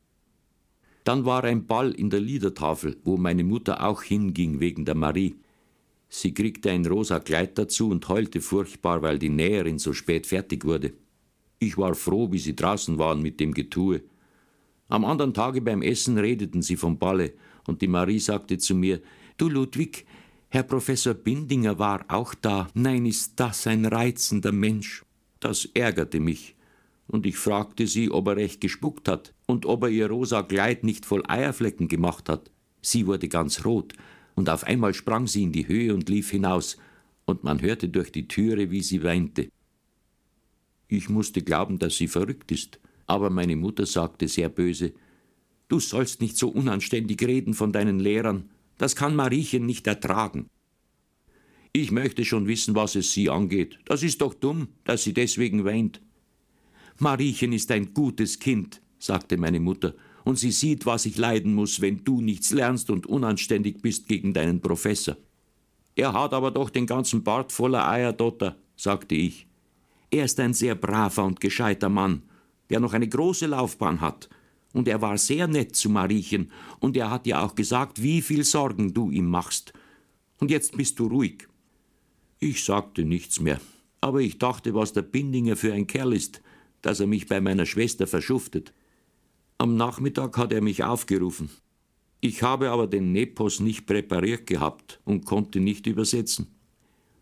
Dann war ein Ball in der Liedertafel, wo meine Mutter auch hinging wegen der Marie. Sie kriegte ein rosa Kleid dazu und heulte furchtbar, weil die Näherin so spät fertig wurde. Ich war froh, wie sie draußen waren mit dem Getue. Am anderen Tage beim Essen redeten sie vom Balle, und die Marie sagte zu mir, du Ludwig, Herr Professor Bindinger war auch da. Nein, ist das ein reizender Mensch. Das ärgerte mich. Und ich fragte sie, ob er recht gespuckt hat und ob er ihr rosa Kleid nicht voll Eierflecken gemacht hat. Sie wurde ganz rot, und auf einmal sprang sie in die Höhe und lief hinaus, und man hörte durch die Türe, wie sie weinte. Ich musste glauben, dass sie verrückt ist, aber meine Mutter sagte sehr böse, du sollst nicht so unanständig reden von deinen Lehrern, das kann Mariechen nicht ertragen. Ich möchte schon wissen, was es sie angeht. Das ist doch dumm, dass sie deswegen weint. Mariechen ist ein gutes Kind, sagte meine Mutter, und sie sieht, was ich leiden muss, wenn du nichts lernst und unanständig bist gegen deinen Professor. Er hat aber doch den ganzen Bart voller Eier, Dotter, sagte ich. Er ist ein sehr braver und gescheiter Mann, der noch eine große Laufbahn hat. Und er war sehr nett zu Mariechen, und er hat dir auch gesagt, wie viel Sorgen du ihm machst. Und jetzt bist du ruhig. Ich sagte nichts mehr, aber ich dachte, was der Bindinger für ein Kerl ist, dass er mich bei meiner Schwester verschuftet. Am Nachmittag hat er mich aufgerufen. Ich habe aber den Nepos nicht präpariert gehabt und konnte nicht übersetzen.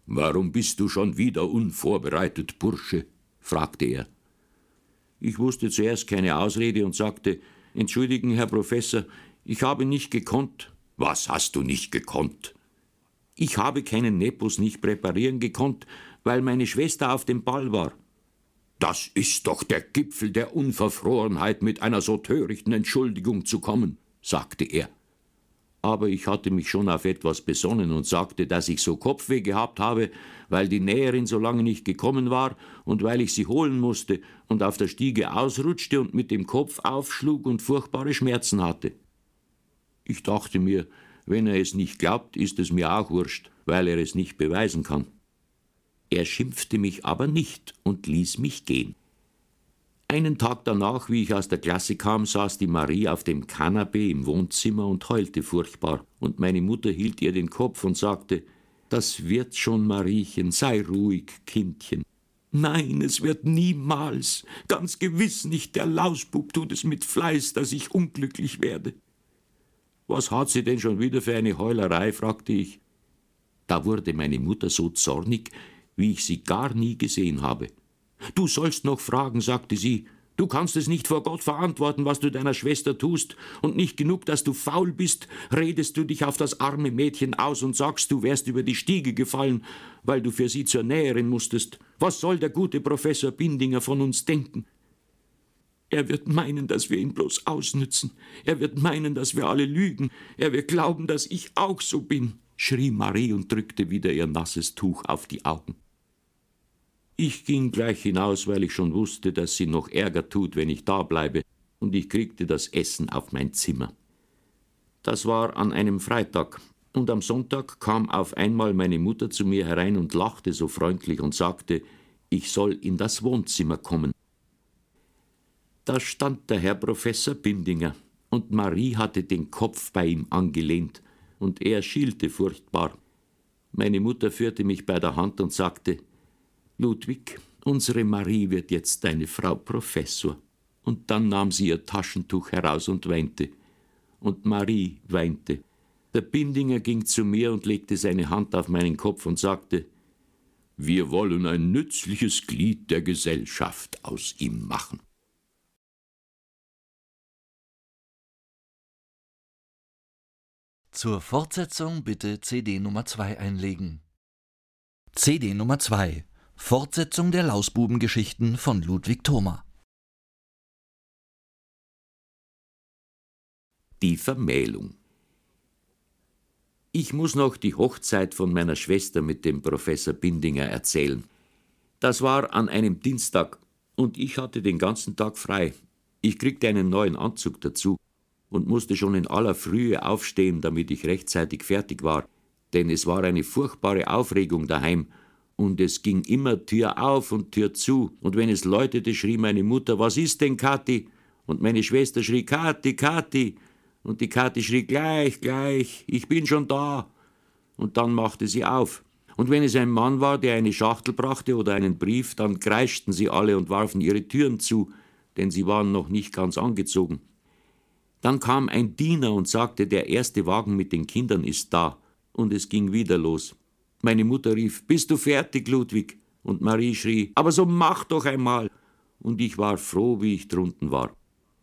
»Warum bist du schon wieder unvorbereitet, Bursche?« fragte er. Ich wusste zuerst keine Ausrede und sagte, »Entschuldigen, Herr Professor, ich habe nicht gekonnt.« »Was hast du nicht gekonnt?« »Ich habe keinen Nepos nicht präparieren gekonnt, weil meine Schwester auf dem Ball war.« »Das ist doch der Gipfel der Unverfrorenheit, mit einer so törichten Entschuldigung zu kommen«, sagte er. Aber ich hatte mich schon auf etwas besonnen und sagte, dass ich so Kopfweh gehabt habe, weil die Näherin so lange nicht gekommen war und weil ich sie holen musste und auf der Stiege ausrutschte und mit dem Kopf aufschlug und furchtbare Schmerzen hatte. Ich dachte mir, wenn er es nicht glaubt, ist es mir auch wurscht, weil er es nicht beweisen kann. Er schimpfte mich aber nicht und ließ mich gehen. Einen Tag danach, wie ich aus der Klasse kam, saß die Marie auf dem Kanapee im Wohnzimmer und heulte furchtbar. Und meine Mutter hielt ihr den Kopf und sagte, »Das wird schon, Mariechen, sei ruhig, Kindchen.« »Nein, es wird niemals, ganz gewiss nicht. Der Lausbub tut es mit Fleiß, dass ich unglücklich werde.« »Was hat sie denn schon wieder für eine Heulerei?« fragte ich. Da wurde meine Mutter so zornig, wie ich sie gar nie gesehen habe. »Du sollst noch fragen«, sagte sie. »Du kannst es nicht vor Gott verantworten, was du deiner Schwester tust, und nicht genug, dass du faul bist, redest du dich auf das arme Mädchen aus und sagst, du wärst über die Stiege gefallen, weil du für sie zur Näherin musstest. Was soll der gute Professor Bindinger von uns denken? Er wird meinen, dass wir ihn bloß ausnützen. Er wird meinen, dass wir alle lügen. Er wird glauben, dass ich auch so bin«, schrie Marie und drückte wieder ihr nasses Tuch auf die Augen. Ich ging gleich hinaus, weil ich schon wusste, dass sie noch Ärger tut, wenn ich da bleibe, und ich kriegte das Essen auf mein Zimmer. Das war an einem Freitag, und am Sonntag kam auf einmal meine Mutter zu mir herein und lachte so freundlich und sagte, ich soll in das Wohnzimmer kommen. Da stand der Herr Professor Bindinger, und Marie hatte den Kopf bei ihm angelehnt, und er schielte furchtbar. Meine Mutter führte mich bei der Hand und sagte, »Ludwig, unsere Marie wird jetzt deine Frau Professor.« Und dann nahm sie ihr Taschentuch heraus und weinte. Und Marie weinte. Der Bindinger ging zu mir und legte seine Hand auf meinen Kopf und sagte, »Wir wollen ein nützliches Glied der Gesellschaft aus ihm machen.« Zur Fortsetzung bitte CD Nummer 2 einlegen. CD Nummer 2 Fortsetzung der Lausbubengeschichten von Ludwig Thoma. Die Vermählung. Ich muss noch die Hochzeit von meiner Schwester mit dem Professor Bindinger erzählen. Das war an einem Dienstag und ich hatte den ganzen Tag frei. Ich kriegte einen neuen Anzug dazu und musste schon in aller Frühe aufstehen, damit ich rechtzeitig fertig war, denn es war eine furchtbare Aufregung daheim und es ging immer Tür auf und Tür zu und wenn es läutete, schrie meine Mutter, »Was ist denn, Kathi?« Und meine Schwester schrie, »Kathi, Kathi!« Und die Kathi schrie, »Gleich, ich bin schon da.« Und dann machte sie auf. Und wenn es ein Mann war, der eine Schachtel brachte oder einen Brief, dann kreischten sie alle und warfen ihre Türen zu, denn sie waren noch nicht ganz angezogen. Dann kam ein Diener und sagte, der erste Wagen mit den Kindern ist da. Und es ging wieder los. Meine Mutter rief, »Bist du fertig, Ludwig?« Und Marie schrie, »Aber so mach doch einmal!« Und ich war froh, wie ich drunten war.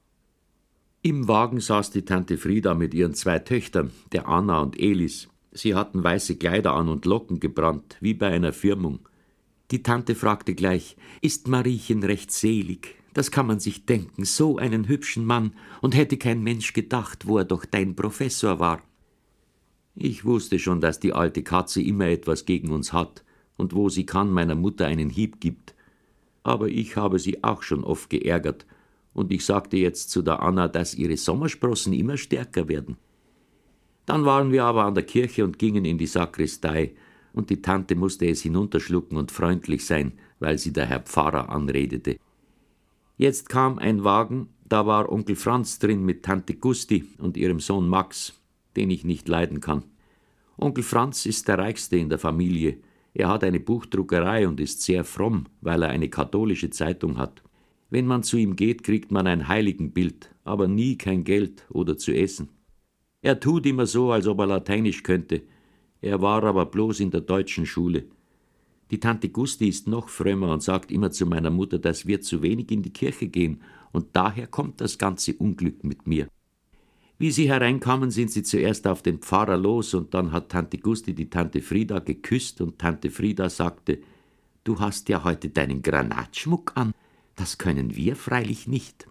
Im Wagen saß die Tante Frieda mit ihren 2 Töchtern, der Anna und Elis. Sie hatten weiße Kleider an und Locken gebrannt, wie bei einer Firmung. Die Tante fragte gleich, »Ist Mariechen recht selig? Das kann man sich denken, so einen hübschen Mann, und hätte kein Mensch gedacht, wo er doch dein Professor war.« Ich wusste schon, dass die alte Katze immer etwas gegen uns hat und wo sie kann, meiner Mutter einen Hieb gibt. Aber ich habe sie auch schon oft geärgert, und ich sagte jetzt zu der Anna, dass ihre Sommersprossen immer stärker werden. Dann waren wir aber an der Kirche und gingen in die Sakristei, und die Tante musste es hinunterschlucken und freundlich sein, weil sie der Herr Pfarrer anredete. Jetzt kam ein Wagen, da war Onkel Franz drin mit Tante Gusti und ihrem Sohn Max, den ich nicht leiden kann. Onkel Franz ist der Reichste in der Familie. Er hat eine Buchdruckerei und ist sehr fromm, weil er eine katholische Zeitung hat. Wenn man zu ihm geht, kriegt man ein Heiligenbild, aber nie kein Geld oder zu essen. Er tut immer so, als ob er Lateinisch könnte. Er war aber bloß in der deutschen Schule. Die Tante Gusti ist noch frömmer und sagt immer zu meiner Mutter, dass wir zu wenig in die Kirche gehen, und daher kommt das ganze Unglück mit mir. Wie sie hereinkamen, sind sie zuerst auf den Pfarrer los, und dann hat Tante Gusti die Tante Frieda geküsst, und Tante Frieda sagte, »Du hast ja heute deinen Granatschmuck an, das können wir freilich nicht.«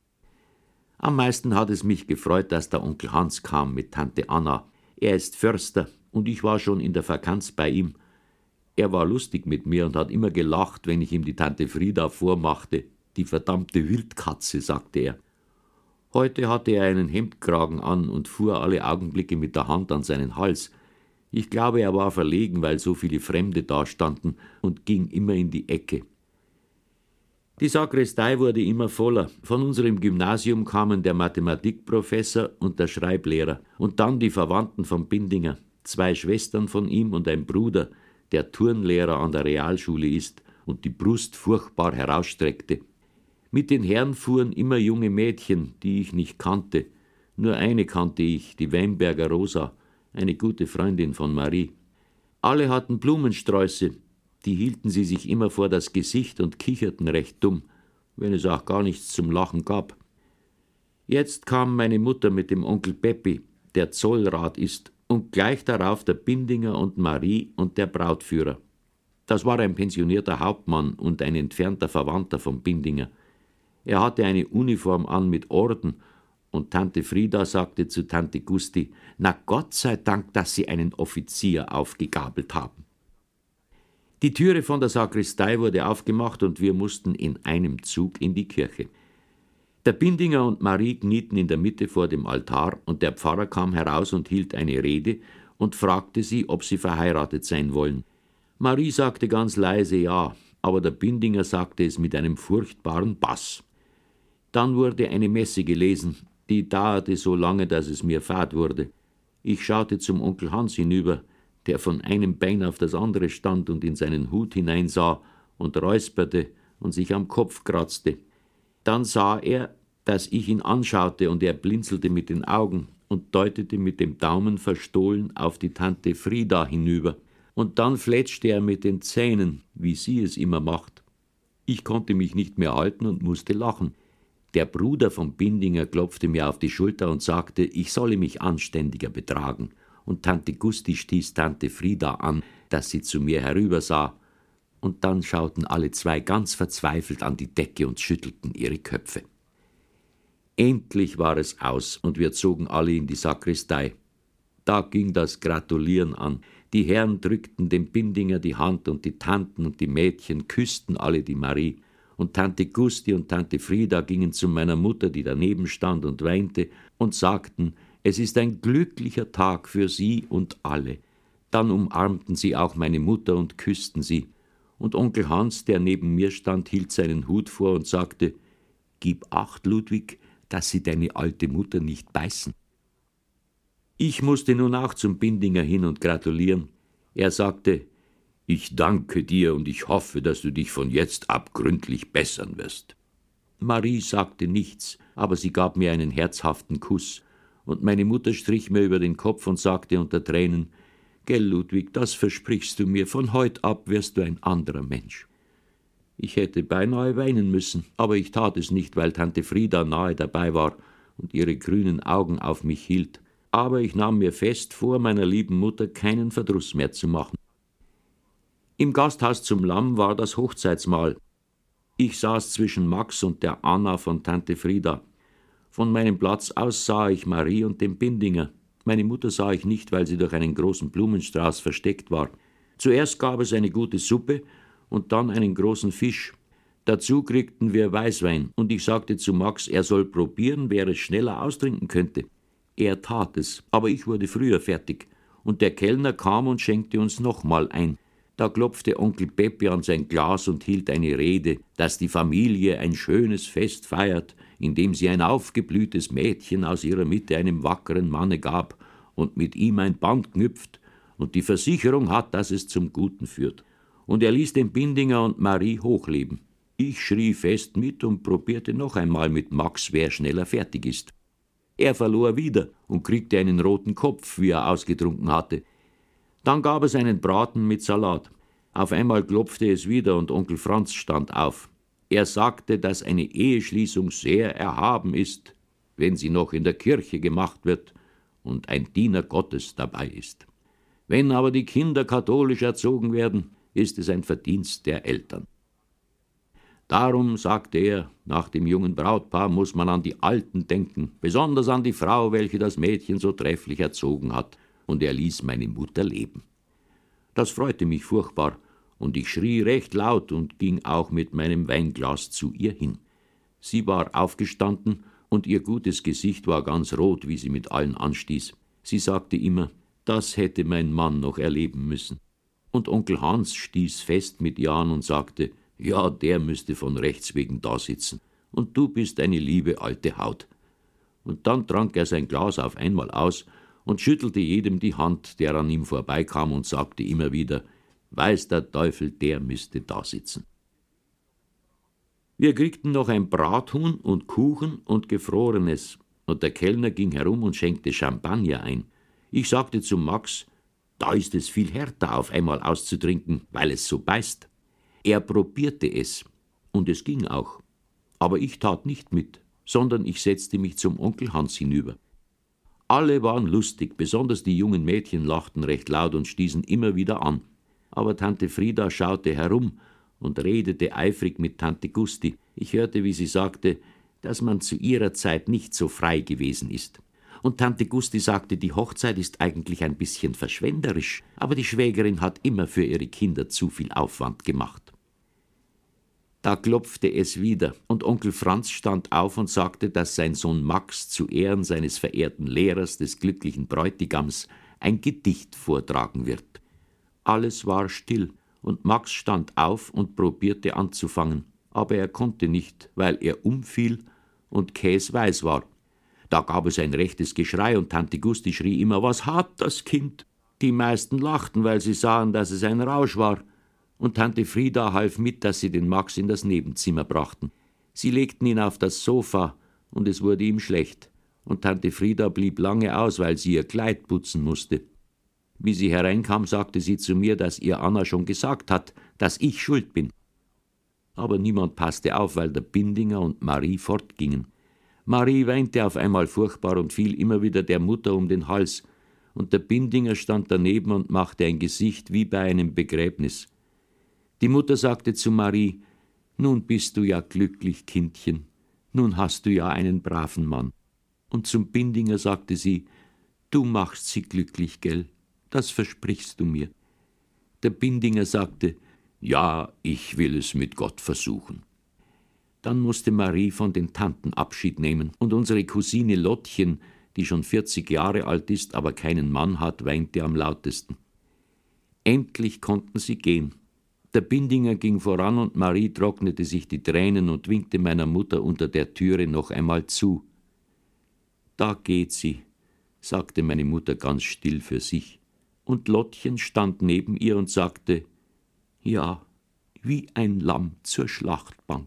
Am meisten hat es mich gefreut, dass der Onkel Hans kam mit Tante Anna. Er ist Förster, und ich war schon in der Vakanz bei ihm. Er war lustig mit mir und hat immer gelacht, wenn ich ihm die Tante Frieda vormachte. »Die verdammte Wildkatze«, sagte er. Heute hatte er einen Hemdkragen an und fuhr alle Augenblicke mit der Hand an seinen Hals. Ich glaube, er war verlegen, weil so viele Fremde dastanden, und ging immer in die Ecke. Die Sakristei wurde immer voller. Von unserem Gymnasium kamen der Mathematikprofessor und der Schreiblehrer und dann die Verwandten von Bindinger, 2 Schwestern von ihm und ein Bruder, der Turnlehrer an der Realschule ist und die Brust furchtbar herausstreckte. Mit den Herren fuhren immer junge Mädchen, die ich nicht kannte. Nur eine kannte ich, die Weinberger Rosa, eine gute Freundin von Marie. Alle hatten Blumensträuße, die hielten sie sich immer vor das Gesicht und kicherten recht dumm, wenn es auch gar nichts zum Lachen gab. Jetzt kam meine Mutter mit dem Onkel Peppi, der Zollrat ist, und gleich darauf der Bindinger und Marie und der Brautführer. Das war ein pensionierter Hauptmann und ein entfernter Verwandter von Bindinger. Er hatte eine Uniform an mit Orden, und Tante Frieda sagte zu Tante Gusti, »Na Gott sei Dank, dass Sie einen Offizier aufgegabelt haben.« Die Türe von der Sakristei wurde aufgemacht, und wir mussten in einem Zug in die Kirche. Der Bindinger und Marie knieten in der Mitte vor dem Altar, und der Pfarrer kam heraus und hielt eine Rede und fragte sie, ob sie verheiratet sein wollen. Marie sagte ganz leise ja, aber der Bindinger sagte es mit einem furchtbaren Bass. Dann wurde eine Messe gelesen, die dauerte so lange, dass es mir fad wurde. Ich schaute zum Onkel Hans hinüber, der von einem Bein auf das andere stand und in seinen Hut hineinsah und räusperte und sich am Kopf kratzte. Dann sah er, dass ich ihn anschaute, und er blinzelte mit den Augen und deutete mit dem Daumen verstohlen auf die Tante Frieda hinüber. Und dann fletschte er mit den Zähnen, wie sie es immer macht. Ich konnte mich nicht mehr halten und musste lachen. Der Bruder von Bindinger klopfte mir auf die Schulter und sagte, ich solle mich anständiger betragen. Und Tante Gusti stieß Tante Frieda an, dass sie zu mir herübersah. Und dann schauten alle 2 ganz verzweifelt an die Decke und schüttelten ihre Köpfe. Endlich war es aus, und wir zogen alle in die Sakristei. Da ging das Gratulieren an. Die Herren drückten dem Bindinger die Hand, und die Tanten und die Mädchen küssten alle die Marie. Und Tante Gusti und Tante Frieda gingen zu meiner Mutter, die daneben stand und weinte, und sagten, es ist ein glücklicher Tag für sie und alle. Dann umarmten sie auch meine Mutter und küssten sie. Und Onkel Hans, der neben mir stand, hielt seinen Hut vor und sagte, »Gib Acht, Ludwig, dass sie deine alte Mutter nicht beißen.« Ich musste nun auch zum Bindinger hin und gratulieren. Er sagte, »Ich danke dir und ich hoffe, dass du dich von jetzt ab gründlich bessern wirst.« Marie sagte nichts, aber sie gab mir einen herzhaften Kuss, und meine Mutter strich mir über den Kopf und sagte unter Tränen, »Gell, Ludwig, das versprichst du mir, von heut ab wirst du ein anderer Mensch.« Ich hätte beinahe weinen müssen, aber ich tat es nicht, weil Tante Frieda nahe dabei war und ihre grünen Augen auf mich hielt. Aber ich nahm mir fest vor, meiner lieben Mutter keinen Verdruss mehr zu machen. Im Gasthaus zum Lamm war das Hochzeitsmahl. Ich saß zwischen Max und der Anna von Tante Frieda. Von meinem Platz aus sah ich Marie und den Bindinger. Meine Mutter sah ich nicht, weil sie durch einen großen Blumenstrauß versteckt war. Zuerst gab es eine gute Suppe und dann einen großen Fisch. Dazu kriegten wir Weißwein, und ich sagte zu Max, er soll probieren, wer es schneller austrinken könnte. Er tat es, aber ich wurde früher fertig, und der Kellner kam und schenkte uns nochmal ein. Da klopfte Onkel Peppi an sein Glas und hielt eine Rede, dass die Familie ein schönes Fest feiert, indem sie ein aufgeblühtes Mädchen aus ihrer Mitte einem wackeren Manne gab und mit ihm ein Band knüpft und die Versicherung hat, dass es zum Guten führt. Und er ließ den Bindinger und Marie hochleben. Ich schrie fest mit und probierte noch einmal mit Max, wer schneller fertig ist. Er verlor wieder und kriegte einen roten Kopf, wie er ausgetrunken hatte. Dann gab es einen Braten mit Salat. Auf einmal klopfte es wieder und Onkel Franz stand auf. Er sagte, dass eine Eheschließung sehr erhaben ist, wenn sie noch in der Kirche gemacht wird und ein Diener Gottes dabei ist. Wenn aber die Kinder katholisch erzogen werden, ist es ein Verdienst der Eltern. Darum, sagte er, nach dem jungen Brautpaar muss man an die Alten denken, besonders an die Frau, welche das Mädchen so trefflich erzogen hat, und er ließ meine Mutter leben. Das freute mich furchtbar, und ich schrie recht laut und ging auch mit meinem Weinglas zu ihr hin. Sie war aufgestanden, und ihr gutes Gesicht war ganz rot, wie sie mit allen anstieß. Sie sagte immer, das hätte mein Mann noch erleben müssen. Und Onkel Hans stieß fest mit ihr an und sagte, ja, der müsste von Rechts wegen da sitzen. Und du bist eine liebe alte Haut. Und dann trank er sein Glas auf einmal aus und schüttelte jedem die Hand, der an ihm vorbeikam, und sagte immer wieder, weiß der Teufel, der müsste da sitzen. Wir kriegten noch ein Brathuhn und Kuchen und Gefrorenes, und der Kellner ging herum und schenkte Champagner ein. Ich sagte zu Max, da ist es viel härter, auf einmal auszutrinken, weil es so beißt. Er probierte es, und es ging auch. Aber ich tat nicht mit, sondern ich setzte mich zum Onkel Hans hinüber. Alle waren lustig, besonders die jungen Mädchen lachten recht laut und stießen immer wieder an. Aber Tante Frieda schaute herum und redete eifrig mit Tante Gusti. Ich hörte, wie sie sagte, dass man zu ihrer Zeit nicht so frei gewesen ist. Und Tante Gusti sagte, die Hochzeit ist eigentlich ein bisschen verschwenderisch, aber die Schwägerin hat immer für ihre Kinder zu viel Aufwand gemacht. Da klopfte es wieder, und Onkel Franz stand auf und sagte, dass sein Sohn Max zu Ehren seines verehrten Lehrers, des glücklichen Bräutigams, ein Gedicht vortragen wird. Alles war still, und Max stand auf und probierte anzufangen, aber er konnte nicht, weil er umfiel und käsweiß war. Da gab es ein rechtes Geschrei, und Tante Gusti schrie immer, was hat das Kind? Die meisten lachten, weil sie sahen, dass es ein Rausch war. Und Tante Frieda half mit, dass sie den Max in das Nebenzimmer brachten. Sie legten ihn auf das Sofa, und es wurde ihm schlecht. Und Tante Frieda blieb lange aus, weil sie ihr Kleid putzen musste. Wie sie hereinkam, sagte sie zu mir, dass ihr Anna schon gesagt hat, dass ich schuld bin. Aber niemand passte auf, weil der Bindinger und Marie fortgingen. Marie weinte auf einmal furchtbar und fiel immer wieder der Mutter um den Hals, und der Bindinger stand daneben und machte ein Gesicht wie bei einem Begräbnis. Die Mutter sagte zu Marie, nun bist du ja glücklich, Kindchen, nun hast du ja einen braven Mann. Und zum Bindinger sagte sie, du machst sie glücklich, gell, das versprichst du mir. Der Bindinger sagte, ja, ich will es mit Gott versuchen. Dann musste Marie von den Tanten Abschied nehmen, und unsere Cousine Lottchen, die schon 40 Jahre alt ist, aber keinen Mann hat, weinte am lautesten. Endlich konnten sie gehen. Der Bindinger ging voran, und Marie trocknete sich die Tränen und winkte meiner Mutter unter der Türe noch einmal zu. Da geht sie, sagte meine Mutter ganz still für sich, und Lottchen stand neben ihr und sagte, ja, wie ein Lamm zur Schlachtbank.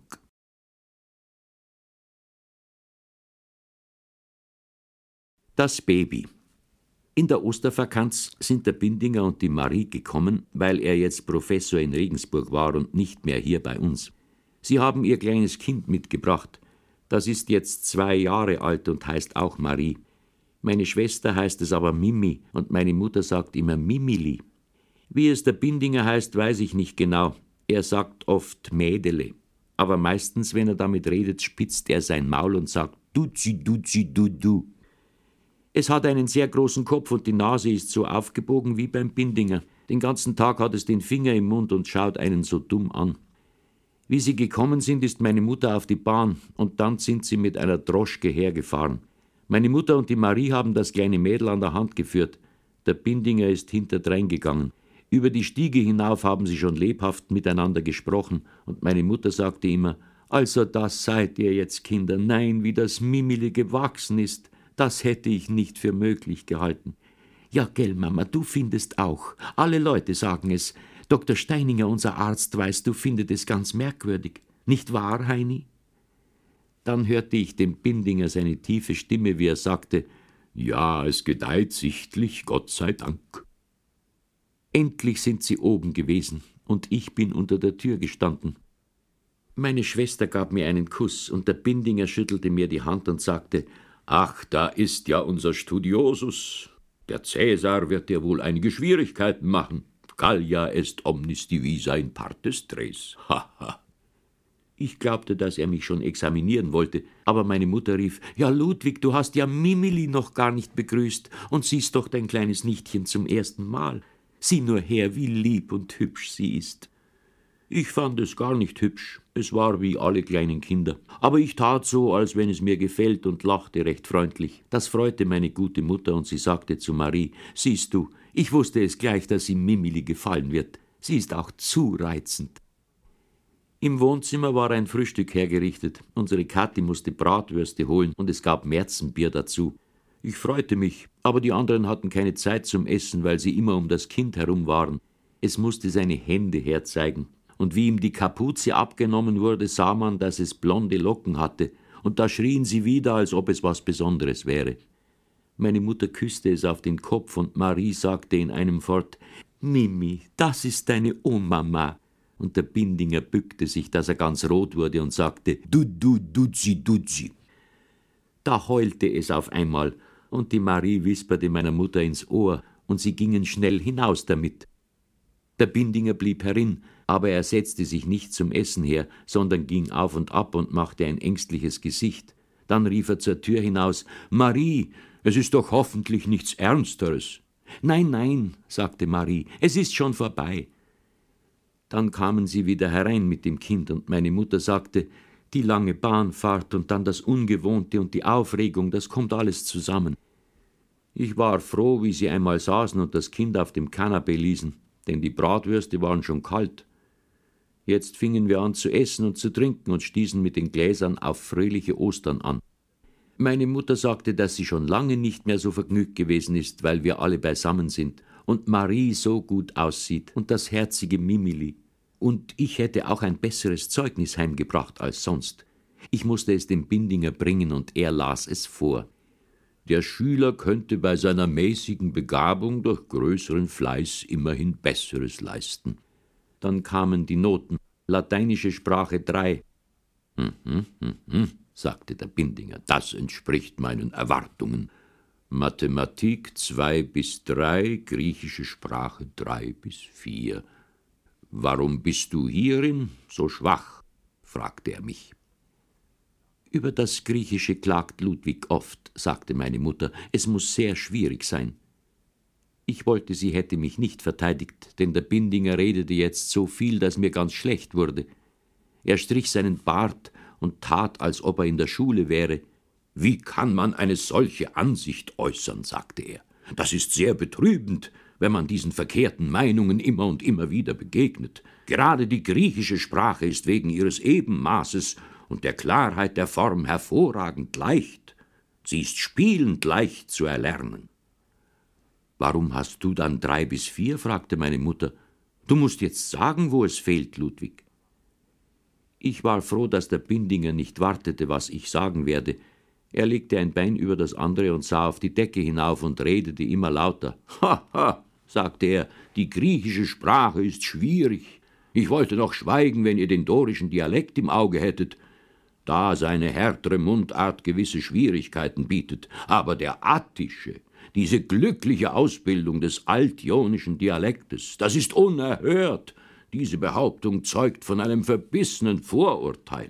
Das Baby. In der Ostervakanz sind der Bindinger und die Marie gekommen, weil er jetzt Professor in Regensburg war und nicht mehr hier bei uns. Sie haben ihr kleines Kind mitgebracht. Das ist jetzt 2 Jahre alt und heißt auch Marie. Meine Schwester heißt es aber Mimi, und meine Mutter sagt immer Mimili. Wie es der Bindinger heißt, weiß ich nicht genau. Er sagt oft Mädele. Aber meistens, wenn er damit redet, spitzt er sein Maul und sagt Duzi, Duzi, du, du. Es hat einen sehr großen Kopf und die Nase ist so aufgebogen wie beim Bindinger. Den ganzen Tag hat es den Finger im Mund und schaut einen so dumm an. Wie sie gekommen sind, ist meine Mutter auf die Bahn, und dann sind sie mit einer Droschke hergefahren. Meine Mutter und die Marie haben das kleine Mädel an der Hand geführt. Der Bindinger ist hinterdrein gegangen. Über die Stiege hinauf haben sie schon lebhaft miteinander gesprochen, und meine Mutter sagte immer, also das seid ihr jetzt, Kinder, nein, wie das Mimili gewachsen ist. Das hätte ich nicht für möglich gehalten. Ja, gell, Mama, du findest auch. Alle Leute sagen es. Dr. Steininger, unser Arzt, weißt du, findet es ganz merkwürdig. Nicht wahr, Heini? Dann hörte ich dem Bindinger seine tiefe Stimme, wie er sagte, ja, es gedeiht sichtlich, Gott sei Dank. Endlich sind sie oben gewesen, und ich bin unter der Tür gestanden. Meine Schwester gab mir einen Kuss, und der Bindinger schüttelte mir die Hand und sagte, »Ach, da ist ja unser Studiosus. Der Cäsar wird dir wohl einige Schwierigkeiten machen. Gallia est omnis divisa in partes tres. Haha.« Ich glaubte, dass er mich schon examinieren wollte, aber meine Mutter rief, »Ja, Ludwig, du hast ja Mimili noch gar nicht begrüßt und siehst doch dein kleines Nichtchen zum ersten Mal. Sieh nur her, wie lieb und hübsch sie ist.« Ich fand es gar nicht hübsch, es war wie alle kleinen Kinder. Aber ich tat so, als wenn es mir gefällt, und lachte recht freundlich. Das freute meine gute Mutter, und sie sagte zu Marie, »Siehst du, ich wusste es gleich, dass sie Mimili gefallen wird. Sie ist auch zu reizend.« Im Wohnzimmer war ein Frühstück hergerichtet. Unsere Kathi musste Bratwürste holen, und es gab Märzenbier dazu. Ich freute mich, aber die anderen hatten keine Zeit zum Essen, weil sie immer um das Kind herum waren. Es musste seine Hände herzeigen. Und wie ihm die Kapuze abgenommen wurde, sah man, dass es blonde Locken hatte, und da schrien sie wieder, als ob es was Besonderes wäre. Meine Mutter küsste es auf den Kopf, und Marie sagte in einem fort, »Mimi, das ist deine Omama.« Und der Bindinger bückte sich, dass er ganz rot wurde, und sagte, »Duzi. Da heulte es auf einmal, und die Marie wisperte meiner Mutter ins Ohr, und sie gingen schnell hinaus damit. Der Bindinger blieb herin, aber er setzte sich nicht zum Essen her, sondern ging auf und ab und machte ein ängstliches Gesicht. Dann rief er zur Tür hinaus, »Marie, es ist doch hoffentlich nichts Ernsteres.« »Nein«, sagte Marie, »es ist schon vorbei.« Dann kamen sie wieder herein mit dem Kind, und meine Mutter sagte, »Die lange Bahnfahrt und dann das Ungewohnte und die Aufregung, das kommt alles zusammen.« Ich war froh, wie sie einmal saßen und das Kind auf dem Kanapee ließen, denn die Bratwürste waren schon kalt. Jetzt fingen wir an zu essen und zu trinken und stießen mit den Gläsern auf fröhliche Ostern an. Meine Mutter sagte, dass sie schon lange nicht mehr so vergnügt gewesen ist, weil wir alle beisammen sind und Marie so gut aussieht und das herzige Mimili. Und ich hätte auch ein besseres Zeugnis heimgebracht als sonst. Ich musste es dem Bindinger bringen, und er las es vor. Der Schüler könnte bei seiner mäßigen Begabung durch größeren Fleiß immerhin Besseres leisten. Dann kamen die Noten. Lateinische Sprache 3. Sagte der Bindinger, das entspricht meinen Erwartungen. Mathematik 2 bis 3, griechische Sprache 3 bis 4. Warum bist du hierin so schwach? Fragte er mich. Über das Griechische klagt Ludwig oft, sagte meine Mutter, es muss sehr schwierig sein. Ich wollte, sie hätte mich nicht verteidigt, denn der Bindinger redete jetzt so viel, dass mir ganz schlecht wurde. Er strich seinen Bart und tat, als ob er in der Schule wäre. »Wie kann man eine solche Ansicht äußern?« sagte er. »Das ist sehr betrübend, wenn man diesen verkehrten Meinungen immer und immer wieder begegnet. Gerade die griechische Sprache ist wegen ihres Ebenmaßes und der Klarheit der Form hervorragend leicht. Sie ist spielend leicht zu erlernen.« »Warum hast du dann 3 bis 4?« fragte meine Mutter. »Du musst jetzt sagen, wo es fehlt, Ludwig.« Ich war froh, dass der Bindinger nicht wartete, was ich sagen werde. Er legte ein Bein über das andere und sah auf die Decke hinauf und redete immer lauter. »Ha, sagte er, die griechische Sprache ist schwierig. Ich wollte noch schweigen, wenn ihr den dorischen Dialekt im Auge hättet, da seine härtere Mundart gewisse Schwierigkeiten bietet. Aber der attische, diese glückliche Ausbildung des altjonischen Dialektes, das ist unerhört. Diese Behauptung zeugt von einem verbissenen Vorurteil.«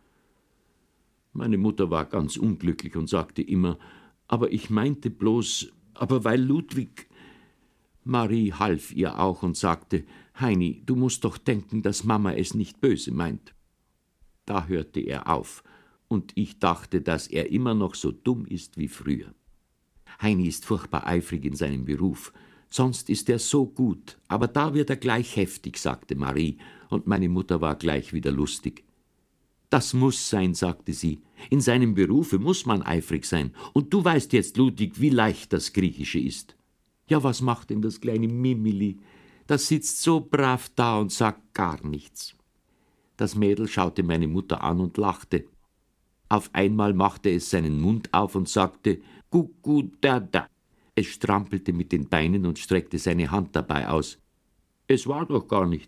Meine Mutter war ganz unglücklich und sagte immer, »Aber ich meinte bloß, aber weil Ludwig...« Marie half ihr auch und sagte, »Heini, du musst doch denken, dass Mama es nicht böse meint.« Da hörte er auf, und ich dachte, dass er immer noch so dumm ist wie früher. Heini ist furchtbar eifrig in seinem Beruf. Sonst ist er so gut, aber da wird er gleich heftig, sagte Marie, und meine Mutter war gleich wieder lustig. »Das muss sein«, sagte sie. »In seinem Berufe muss man eifrig sein. Und du weißt jetzt, Ludwig, wie leicht das Griechische ist.« »Ja, was macht denn das kleine Mimili? Das sitzt so brav da und sagt gar nichts.« Das Mädel schaute meine Mutter an und lachte. Auf einmal machte es seinen Mund auf und sagte, »Gugu-da-da«. Es strampelte mit den Beinen und streckte seine Hand dabei aus. »Es war doch gar nichts.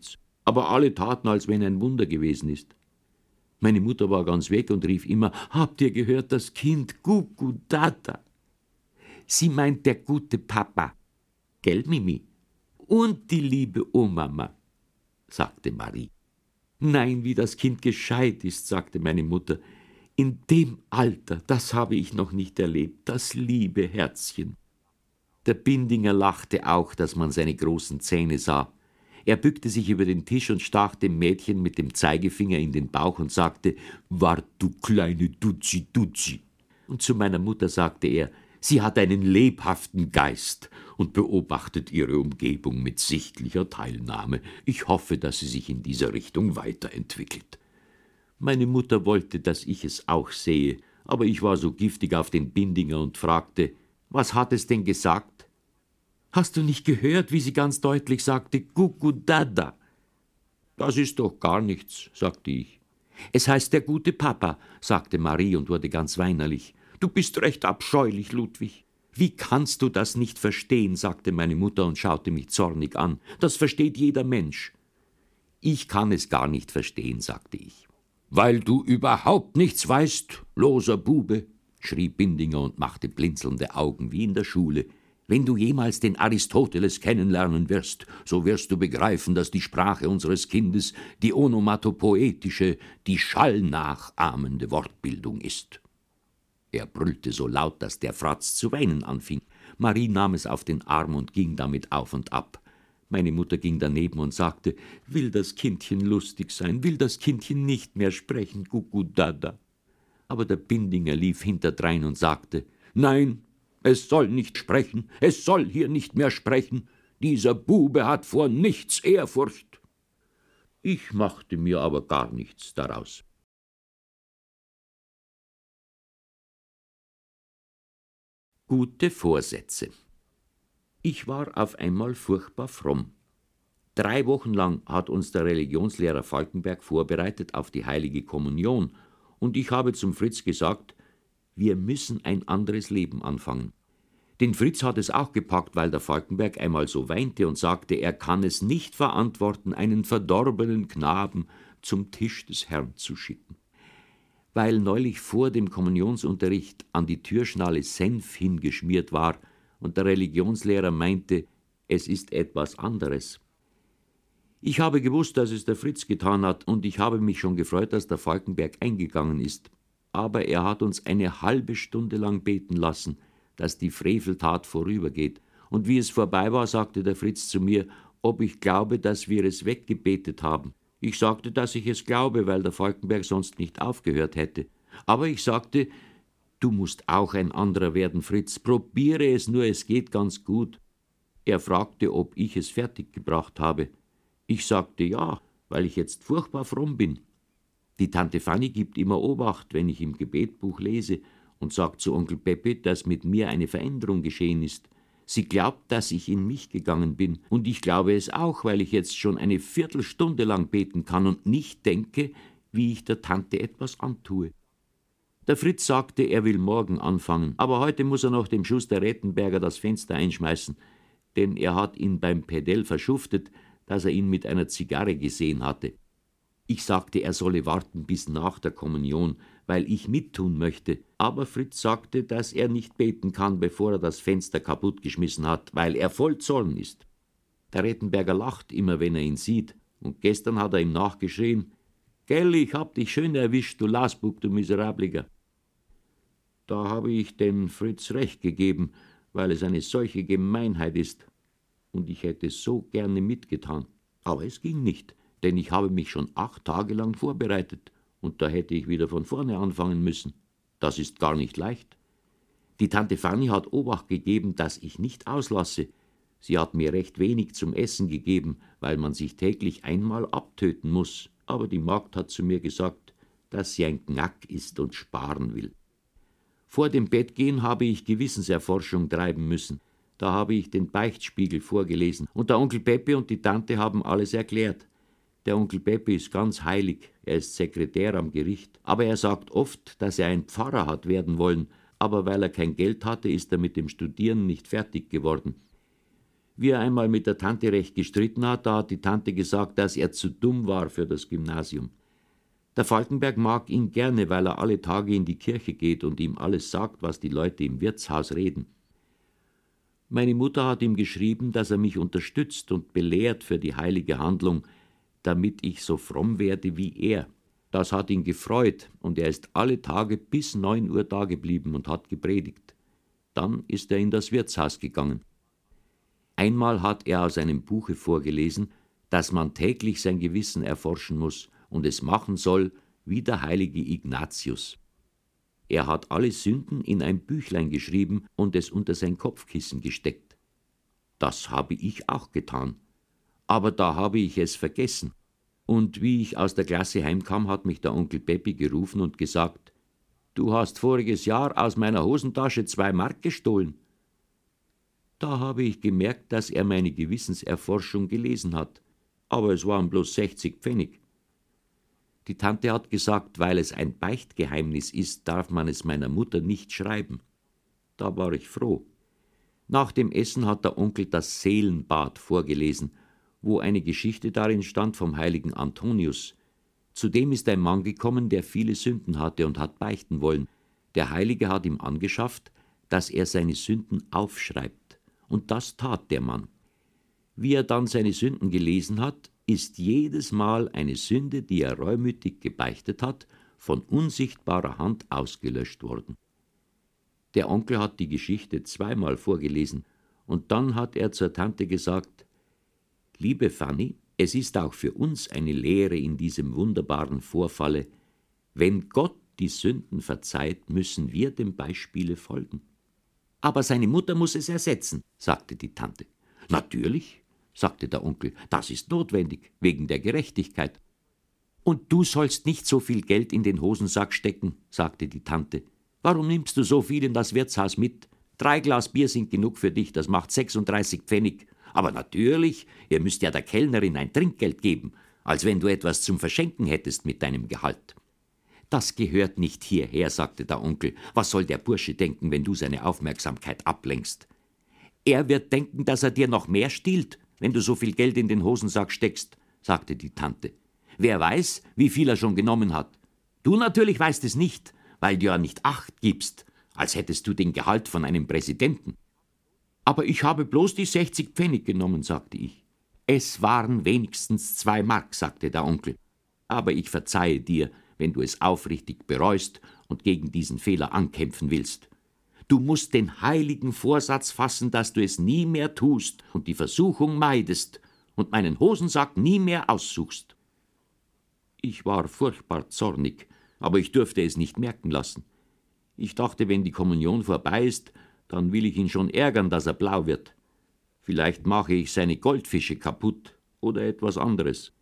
aber alle taten, als wenn ein Wunder gewesen ist. Meine Mutter war ganz weg und rief immer, »Habt ihr gehört, das Kind, Gugu Dada?« Sie meint der gute Papa. Gell, Mimi? Und die liebe Omama, sagte Marie. Nein, wie das Kind gescheit ist, sagte meine Mutter. In dem Alter, das habe ich noch nicht erlebt, das liebe Herzchen. Der Bindinger lachte auch, dass man seine großen Zähne sah. Er bückte sich über den Tisch und stach dem Mädchen mit dem Zeigefinger in den Bauch und sagte, »Wart, du kleine Duzi, Duzi!« Und zu meiner Mutter sagte er, sie hat einen lebhaften Geist und beobachtet ihre Umgebung mit sichtlicher Teilnahme. Ich hoffe, dass sie sich in dieser Richtung weiterentwickelt. Meine Mutter wollte, dass ich es auch sehe, aber ich war so giftig auf den Bindinger und fragte, was hat es denn gesagt? Hast du nicht gehört, wie sie ganz deutlich sagte, Gugu Dada? Das ist doch gar nichts, sagte ich. Es heißt der gute Papa, sagte Marie und wurde ganz weinerlich. Du bist recht abscheulich, Ludwig. Wie kannst du das nicht verstehen, sagte meine Mutter und schaute mich zornig an. Das versteht jeder Mensch. Ich kann es gar nicht verstehen, sagte ich. Weil du überhaupt nichts weißt, loser Bube, schrie Bindinger und machte blinzelnde Augen wie in der Schule. Wenn du jemals den Aristoteles kennenlernen wirst, so wirst du begreifen, dass die Sprache unseres Kindes die onomatopoetische, die schallnachahmende Wortbildung ist. Er brüllte so laut, dass der Fratz zu weinen anfing. Marie nahm es auf den Arm und ging damit auf und ab. Meine Mutter ging daneben und sagte, will das Kindchen lustig sein, will das Kindchen nicht mehr sprechen, Gugu Dada. Aber der Bindinger lief hinterdrein und sagte, nein, es soll nicht sprechen, es soll hier nicht mehr sprechen. Dieser Bube hat vor nichts Ehrfurcht. Ich machte mir aber gar nichts daraus. Gute Vorsätze. Ich war auf einmal furchtbar fromm. 3 Wochen lang hat uns der Religionslehrer Falkenberg vorbereitet auf die heilige Kommunion, und ich habe zum Fritz gesagt, wir müssen ein anderes Leben anfangen. Den Fritz hat es auch gepackt, weil der Falkenberg einmal so weinte und sagte, er kann es nicht verantworten, einen verdorbenen Knaben zum Tisch des Herrn zu schicken. Weil neulich vor dem Kommunionsunterricht an die Türschnalle Senf hingeschmiert war und der Religionslehrer meinte, es ist etwas anderes. Ich habe gewusst, dass es der Fritz getan hat, und ich habe mich schon gefreut, dass der Falkenberg eingegangen ist. Aber er hat uns eine halbe Stunde lang beten lassen, dass die Freveltat vorübergeht. Und wie es vorbei war, sagte der Fritz zu mir, ob ich glaube, dass wir es weggebetet haben. Ich sagte, dass ich es glaube, weil der Falkenberg sonst nicht aufgehört hätte. Aber ich sagte, du musst auch ein anderer werden, Fritz, probiere es nur, es geht ganz gut. Er fragte, ob ich es fertiggebracht habe. Ich sagte ja, weil ich jetzt furchtbar fromm bin. Die Tante Fanny gibt immer Obacht, wenn ich im Gebetbuch lese, und sagt zu Onkel Pepe, dass mit mir eine Veränderung geschehen ist. Sie glaubt, dass ich in mich gegangen bin, und ich glaube es auch, weil ich jetzt schon eine Viertelstunde lang beten kann und nicht denke, wie ich der Tante etwas antue. Der Fritz sagte, er will morgen anfangen, aber heute muss er noch dem Schuster Rettenberger das Fenster einschmeißen, denn er hat ihn beim Pedell verschuftet, dass er ihn mit einer Zigarre gesehen hatte. Ich sagte, er solle warten bis nach der Kommunion, weil ich mittun möchte, aber Fritz sagte, dass er nicht beten kann, bevor er das Fenster kaputtgeschmissen hat, weil er voll Zorn ist. Der Rettenberger lacht immer, wenn er ihn sieht, und gestern hat er ihm nachgeschrien, »Gell, ich hab dich schön erwischt, du Lasbub, du Miserabliger.« Da habe ich dem Fritz recht gegeben, weil es eine solche Gemeinheit ist. Und ich hätte so gerne mitgetan. Aber es ging nicht, denn ich habe mich schon 8 Tage lang vorbereitet, und da hätte ich wieder von vorne anfangen müssen. Das ist gar nicht leicht. Die Tante Fanny hat Obacht gegeben, dass ich nicht auslasse. Sie hat mir recht wenig zum Essen gegeben, weil man sich täglich einmal abtöten muss. Aber die Magd hat zu mir gesagt, dass sie ein Knack ist und sparen will. Vor dem Bettgehen habe ich Gewissenserforschung treiben müssen. Da habe ich den Beichtspiegel vorgelesen, und der Onkel Pepe und die Tante haben alles erklärt. Der Onkel Pepe ist ganz heilig, er ist Sekretär am Gericht, aber er sagt oft, dass er ein Pfarrer hat werden wollen, aber weil er kein Geld hatte, ist er mit dem Studieren nicht fertig geworden. Wie er einmal mit der Tante recht gestritten hat, da hat die Tante gesagt, dass er zu dumm war für das Gymnasium. Der Falkenberg mag ihn gerne, weil er alle Tage in die Kirche geht und ihm alles sagt, was die Leute im Wirtshaus reden. Meine Mutter hat ihm geschrieben, dass er mich unterstützt und belehrt für die heilige Handlung, damit ich so fromm werde wie er. Das hat ihn gefreut, und er ist alle Tage bis 9 Uhr dageblieben und hat gepredigt. Dann ist er in das Wirtshaus gegangen. Einmal hat er aus einem Buche vorgelesen, dass man täglich sein Gewissen erforschen muss und es machen soll wie der heilige Ignatius. Er hat alle Sünden in ein Büchlein geschrieben und es unter sein Kopfkissen gesteckt. Das habe ich auch getan, aber da habe ich es vergessen. Und wie ich aus der Klasse heimkam, hat mich der Onkel Peppi gerufen und gesagt, »Du hast voriges Jahr aus meiner Hosentasche 2 Mark gestohlen.« Da habe ich gemerkt, dass er meine Gewissenserforschung gelesen hat, aber es waren bloß 60 Pfennig. Die Tante hat gesagt, weil es ein Beichtgeheimnis ist, darf man es meiner Mutter nicht schreiben. Da war ich froh. Nach dem Essen hat der Onkel das Seelenbad vorgelesen, wo eine Geschichte darin stand vom heiligen Antonius. Zudem ist ein Mann gekommen, der viele Sünden hatte und hat beichten wollen. Der Heilige hat ihm angeschafft, dass er seine Sünden aufschreibt. Und das tat der Mann. Wie er dann seine Sünden gelesen hat, ist jedes Mal eine Sünde, die er reumütig gebeichtet hat, von unsichtbarer Hand ausgelöscht worden. Der Onkel hat die Geschichte 2-mal vorgelesen, und dann hat er zur Tante gesagt, »Liebe Fanny, es ist auch für uns eine Lehre in diesem wunderbaren Vorfalle. Wenn Gott die Sünden verzeiht, müssen wir dem Beispiele folgen.« »Aber seine Mutter muss es ersetzen«, sagte die Tante. »Natürlich«, sagte der Onkel, »das ist notwendig, wegen der Gerechtigkeit.« »Und du sollst nicht so viel Geld in den Hosensack stecken«, sagte die Tante. »Warum nimmst du so viel in das Wirtshaus mit? 3 Glas Bier sind genug für dich, das macht 36 Pfennig. Aber natürlich, ihr müsst ja der Kellnerin ein Trinkgeld geben, als wenn du etwas zum Verschenken hättest mit deinem Gehalt.« »Das gehört nicht hierher«, sagte der Onkel. »Was soll der Bursche denken, wenn du seine Aufmerksamkeit ablenkst?« »Er wird denken, dass er dir noch mehr stiehlt, wenn du so viel Geld in den Hosensack steckst«, sagte die Tante. »Wer weiß, wie viel er schon genommen hat. Du natürlich weißt es nicht, weil du ja nicht Acht gibst, als hättest du den Gehalt von einem Präsidenten.« »Aber ich habe bloß die 60 Pfennig genommen«, sagte ich. »Es waren wenigstens 2 Mark«, sagte der Onkel. »Aber ich verzeihe dir, wenn du es aufrichtig bereust und gegen diesen Fehler ankämpfen willst. Du musst den heiligen Vorsatz fassen, dass du es nie mehr tust und die Versuchung meidest und meinen Hosensack nie mehr aussuchst.« Ich war furchtbar zornig, aber ich durfte es nicht merken lassen. Ich dachte, wenn die Kommunion vorbei ist, dann will ich ihn schon ärgern, dass er blau wird. Vielleicht mache ich seine Goldfische kaputt oder etwas anderes.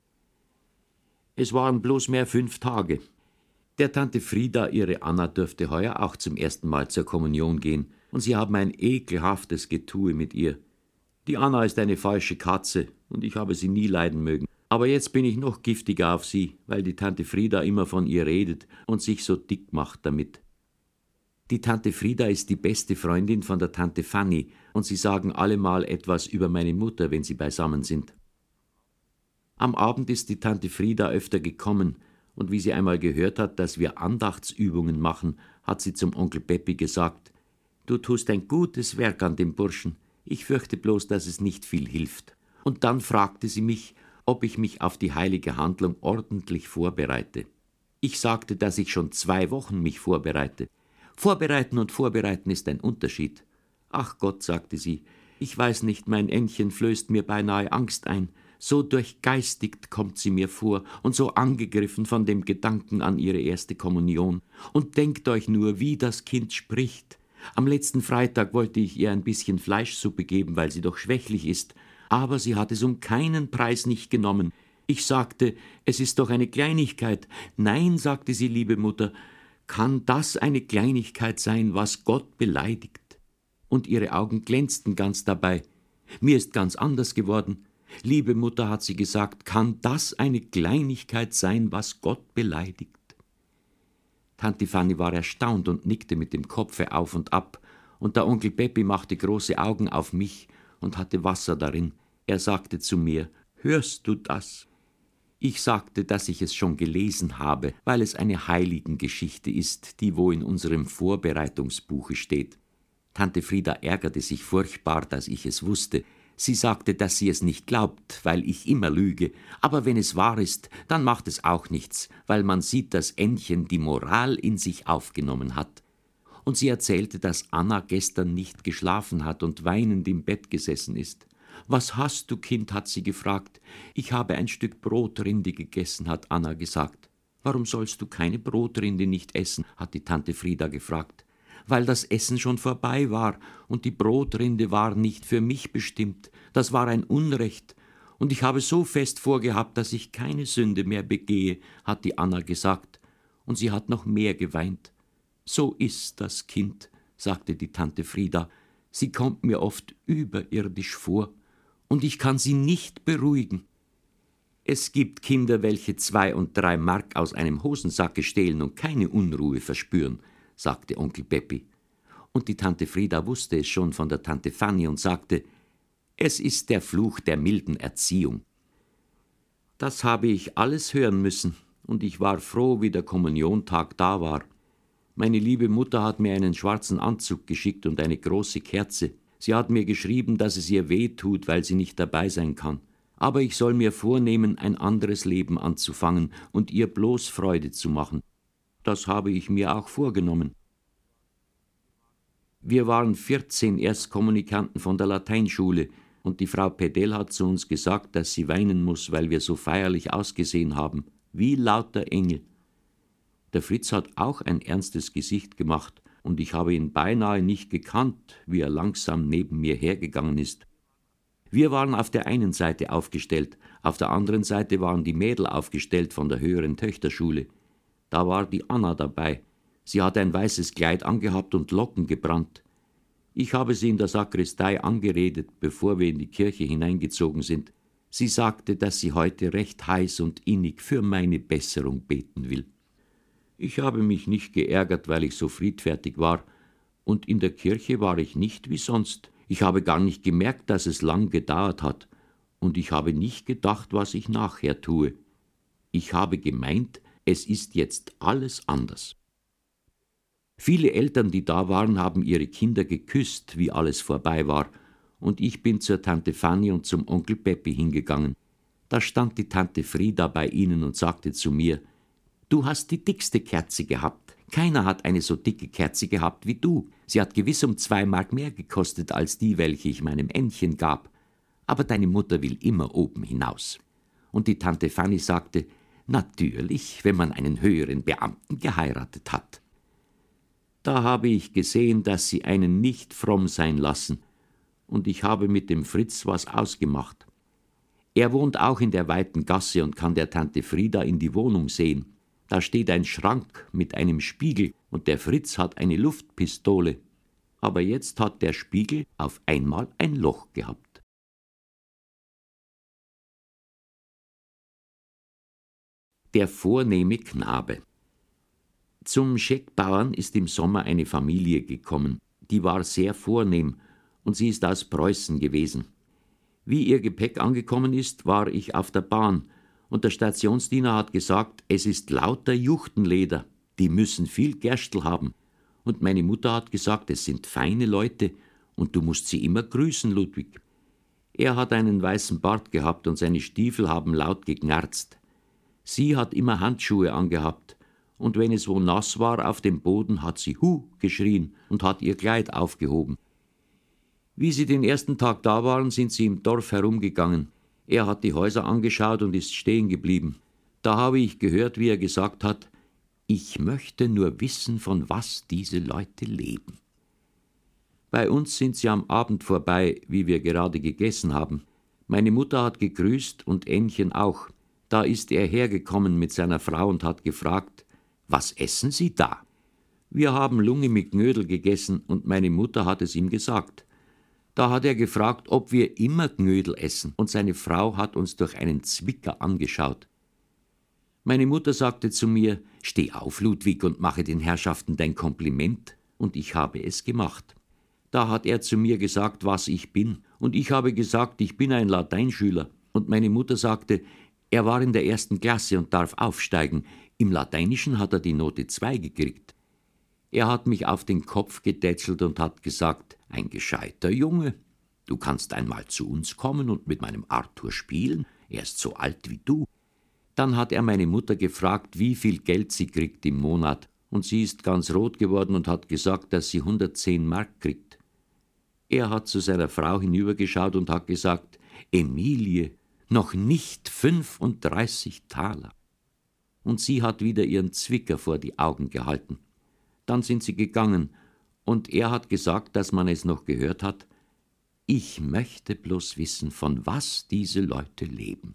Es waren bloß mehr 5 Tage. Der Tante Frieda, ihre Anna, dürfte heuer auch zum ersten Mal zur Kommunion gehen, und sie haben ein ekelhaftes Getue mit ihr. Die Anna ist eine falsche Katze, und ich habe sie nie leiden mögen. Aber jetzt bin ich noch giftiger auf sie, weil die Tante Frieda immer von ihr redet und sich so dick macht damit. Die Tante Frieda ist die beste Freundin von der Tante Fanny, und sie sagen allemal etwas über meine Mutter, wenn sie beisammen sind. Am Abend ist die Tante Frieda öfter gekommen, und wie sie einmal gehört hat, dass wir Andachtsübungen machen, hat sie zum Onkel Peppi gesagt, »Du tust ein gutes Werk an dem Burschen, ich fürchte bloß, dass es nicht viel hilft.« Und dann fragte sie mich, ob ich mich auf die heilige Handlung ordentlich vorbereite. Ich sagte, dass ich schon 2 Wochen mich vorbereite. Vorbereiten und vorbereiten ist ein Unterschied. »Ach Gott«, sagte sie, »ich weiß nicht, mein Ännchen flößt mir beinahe Angst ein. So durchgeistigt kommt sie mir vor und so angegriffen von dem Gedanken an ihre erste Kommunion. Und denkt euch nur, wie das Kind spricht. Am letzten Freitag wollte ich ihr ein bisschen Fleischsuppe geben, weil sie doch schwächlich ist. Aber sie hat es um keinen Preis nicht genommen. Ich sagte, es ist doch eine Kleinigkeit. Nein, sagte sie, liebe Mutter, kann das eine Kleinigkeit sein, was Gott beleidigt? Und ihre Augen glänzten ganz dabei. Mir ist ganz anders geworden. Liebe Mutter, hat sie gesagt, kann das eine Kleinigkeit sein, was Gott beleidigt? Tante Fanny war erstaunt und nickte mit dem Kopfe auf und ab, und der Onkel Peppi machte große Augen auf mich und hatte Wasser darin. Er sagte zu mir: »Hörst du das?« Ich sagte, dass ich es schon gelesen habe, weil es eine Heiligengeschichte ist, die wo in unserem Vorbereitungsbuche steht. Tante Frieda ärgerte sich furchtbar, dass ich es wusste. Sie sagte, dass sie es nicht glaubt, weil ich immer lüge. Aber wenn es wahr ist, dann macht es auch nichts, weil man sieht, dass Ännchen die Moral in sich aufgenommen hat. Und sie erzählte, dass Anna gestern nicht geschlafen hat und weinend im Bett gesessen ist. »Was hast du, Kind?« hat sie gefragt. »Ich habe ein Stück Brotrinde gegessen«, hat Anna gesagt. »Warum sollst du keine Brotrinde nicht essen?« hat die Tante Frieda gefragt. »Weil das Essen schon vorbei war und die Brotrinde war nicht für mich bestimmt. Das war ein Unrecht. Und ich habe so fest vorgehabt, dass ich keine Sünde mehr begehe«, hat die Anna gesagt. Und sie hat noch mehr geweint. »So ist das Kind«, sagte die Tante Frieda. »Sie kommt mir oft überirdisch vor. Und ich kann sie nicht beruhigen.« »Es gibt Kinder, welche 2 und 3 Mark aus einem Hosensacke stehlen und keine Unruhe verspüren«, sagte Onkel Peppi. Und die Tante Frieda wusste es schon von der Tante Fanny und sagte: »Es ist der Fluch der milden Erziehung.« Das habe ich alles hören müssen, und ich war froh, wie der Kommuniontag da war. Meine liebe Mutter hat mir einen schwarzen Anzug geschickt und eine große Kerze. Sie hat mir geschrieben, dass es ihr weh tut, weil sie nicht dabei sein kann. Aber ich soll mir vornehmen, ein anderes Leben anzufangen und ihr bloß Freude zu machen. Das habe ich mir auch vorgenommen. Wir waren 14 Erstkommunikanten von der Lateinschule, und die Frau Pedell hat zu uns gesagt, dass sie weinen muss, weil wir so feierlich ausgesehen haben, wie lauter Engel. Der Fritz hat auch ein ernstes Gesicht gemacht, und ich habe ihn beinahe nicht gekannt, wie er langsam neben mir hergegangen ist. Wir waren auf der einen Seite aufgestellt, auf der anderen Seite waren die Mädel aufgestellt von der höheren Töchterschule. Da war die Anna dabei. Sie hatte ein weißes Kleid angehabt und Locken gebrannt. Ich habe sie in der Sakristei angeredet, bevor wir in die Kirche hineingezogen sind. Sie sagte, dass sie heute recht heiß und innig für meine Besserung beten will. Ich habe mich nicht geärgert, weil ich so friedfertig war, und in der Kirche war ich nicht wie sonst. Ich habe gar nicht gemerkt, dass es lang gedauert hat, und ich habe nicht gedacht, was ich nachher tue. Ich habe gemeint, es ist jetzt alles anders. Viele Eltern, die da waren, haben ihre Kinder geküsst, wie alles vorbei war, und ich bin zur Tante Fanny und zum Onkel Peppi hingegangen. Da stand die Tante Frieda bei ihnen und sagte zu mir: »Du hast die dickste Kerze gehabt. Keiner hat eine so dicke Kerze gehabt wie du. Sie hat gewiss um 2 Mark mehr gekostet als die, welche ich meinem Ännchen gab. Aber deine Mutter will immer oben hinaus.« Und die Tante Fanny sagte: »Natürlich, wenn man einen höheren Beamten geheiratet hat.« Da habe ich gesehen, dass sie einen nicht fromm sein lassen, und ich habe mit dem Fritz was ausgemacht. Er wohnt auch in der weiten Gasse und kann der Tante Frieda in die Wohnung sehen. Da steht ein Schrank mit einem Spiegel, und der Fritz hat eine Luftpistole. Aber jetzt hat der Spiegel auf einmal ein Loch gehabt. Der vornehme Knabe. Zum Scheckbauern ist im Sommer eine Familie gekommen. Die war sehr vornehm, und sie ist aus Preußen gewesen. Wie ihr Gepäck angekommen ist, war ich auf der Bahn, und der Stationsdiener hat gesagt, es ist lauter Juchtenleder, die müssen viel Gerstl haben. Und meine Mutter hat gesagt, es sind feine Leute, und du musst sie immer grüßen, Ludwig. Er hat einen weißen Bart gehabt, und seine Stiefel haben laut geknarzt. Sie hat immer Handschuhe angehabt, und wenn es wo nass war auf dem Boden, hat sie »Hu« geschrien und hat ihr Kleid aufgehoben. Wie sie den ersten Tag da waren, sind sie im Dorf herumgegangen. Er hat die Häuser angeschaut und ist stehen geblieben. Da habe ich gehört, wie er gesagt hat: »Ich möchte nur wissen, von was diese Leute leben.« Bei uns sind sie am Abend vorbei, wie wir gerade gegessen haben. Meine Mutter hat gegrüßt und Ännchen auch. Da ist er hergekommen mit seiner Frau und hat gefragt: »Was essen Sie da?« Wir haben Lunge mit Knödel gegessen, und meine Mutter hat es ihm gesagt. Da hat er gefragt, ob wir immer Knödel essen, und seine Frau hat uns durch einen Zwicker angeschaut. Meine Mutter sagte zu mir: »Steh auf, Ludwig, und mache den Herrschaften dein Kompliment«, und ich habe es gemacht. Da hat er zu mir gesagt, was ich bin Und ich habe gesagt, ich bin ein Lateinschüler. Und meine Mutter sagte, er war in der 1. Klasse und darf aufsteigen. Im Lateinischen hat er die Note 2 gekriegt. Er hat mich auf den Kopf getätschelt und hat gesagt, ein gescheiter Junge, du kannst einmal zu uns kommen und mit meinem Arthur spielen, er ist so alt wie du. Dann hat er meine Mutter gefragt, wie viel Geld sie kriegt im Monat, und sie ist ganz rot geworden und hat gesagt, dass sie 110 Mark kriegt. Er hat zu seiner Frau hinübergeschaut und hat gesagt, Emilie, noch nicht 35 Taler. Und sie hat wieder ihren Zwicker vor die Augen gehalten. Dann sind sie gegangen, und er hat gesagt, dass man es noch gehört hat, ich möchte bloß wissen, von was diese Leute leben.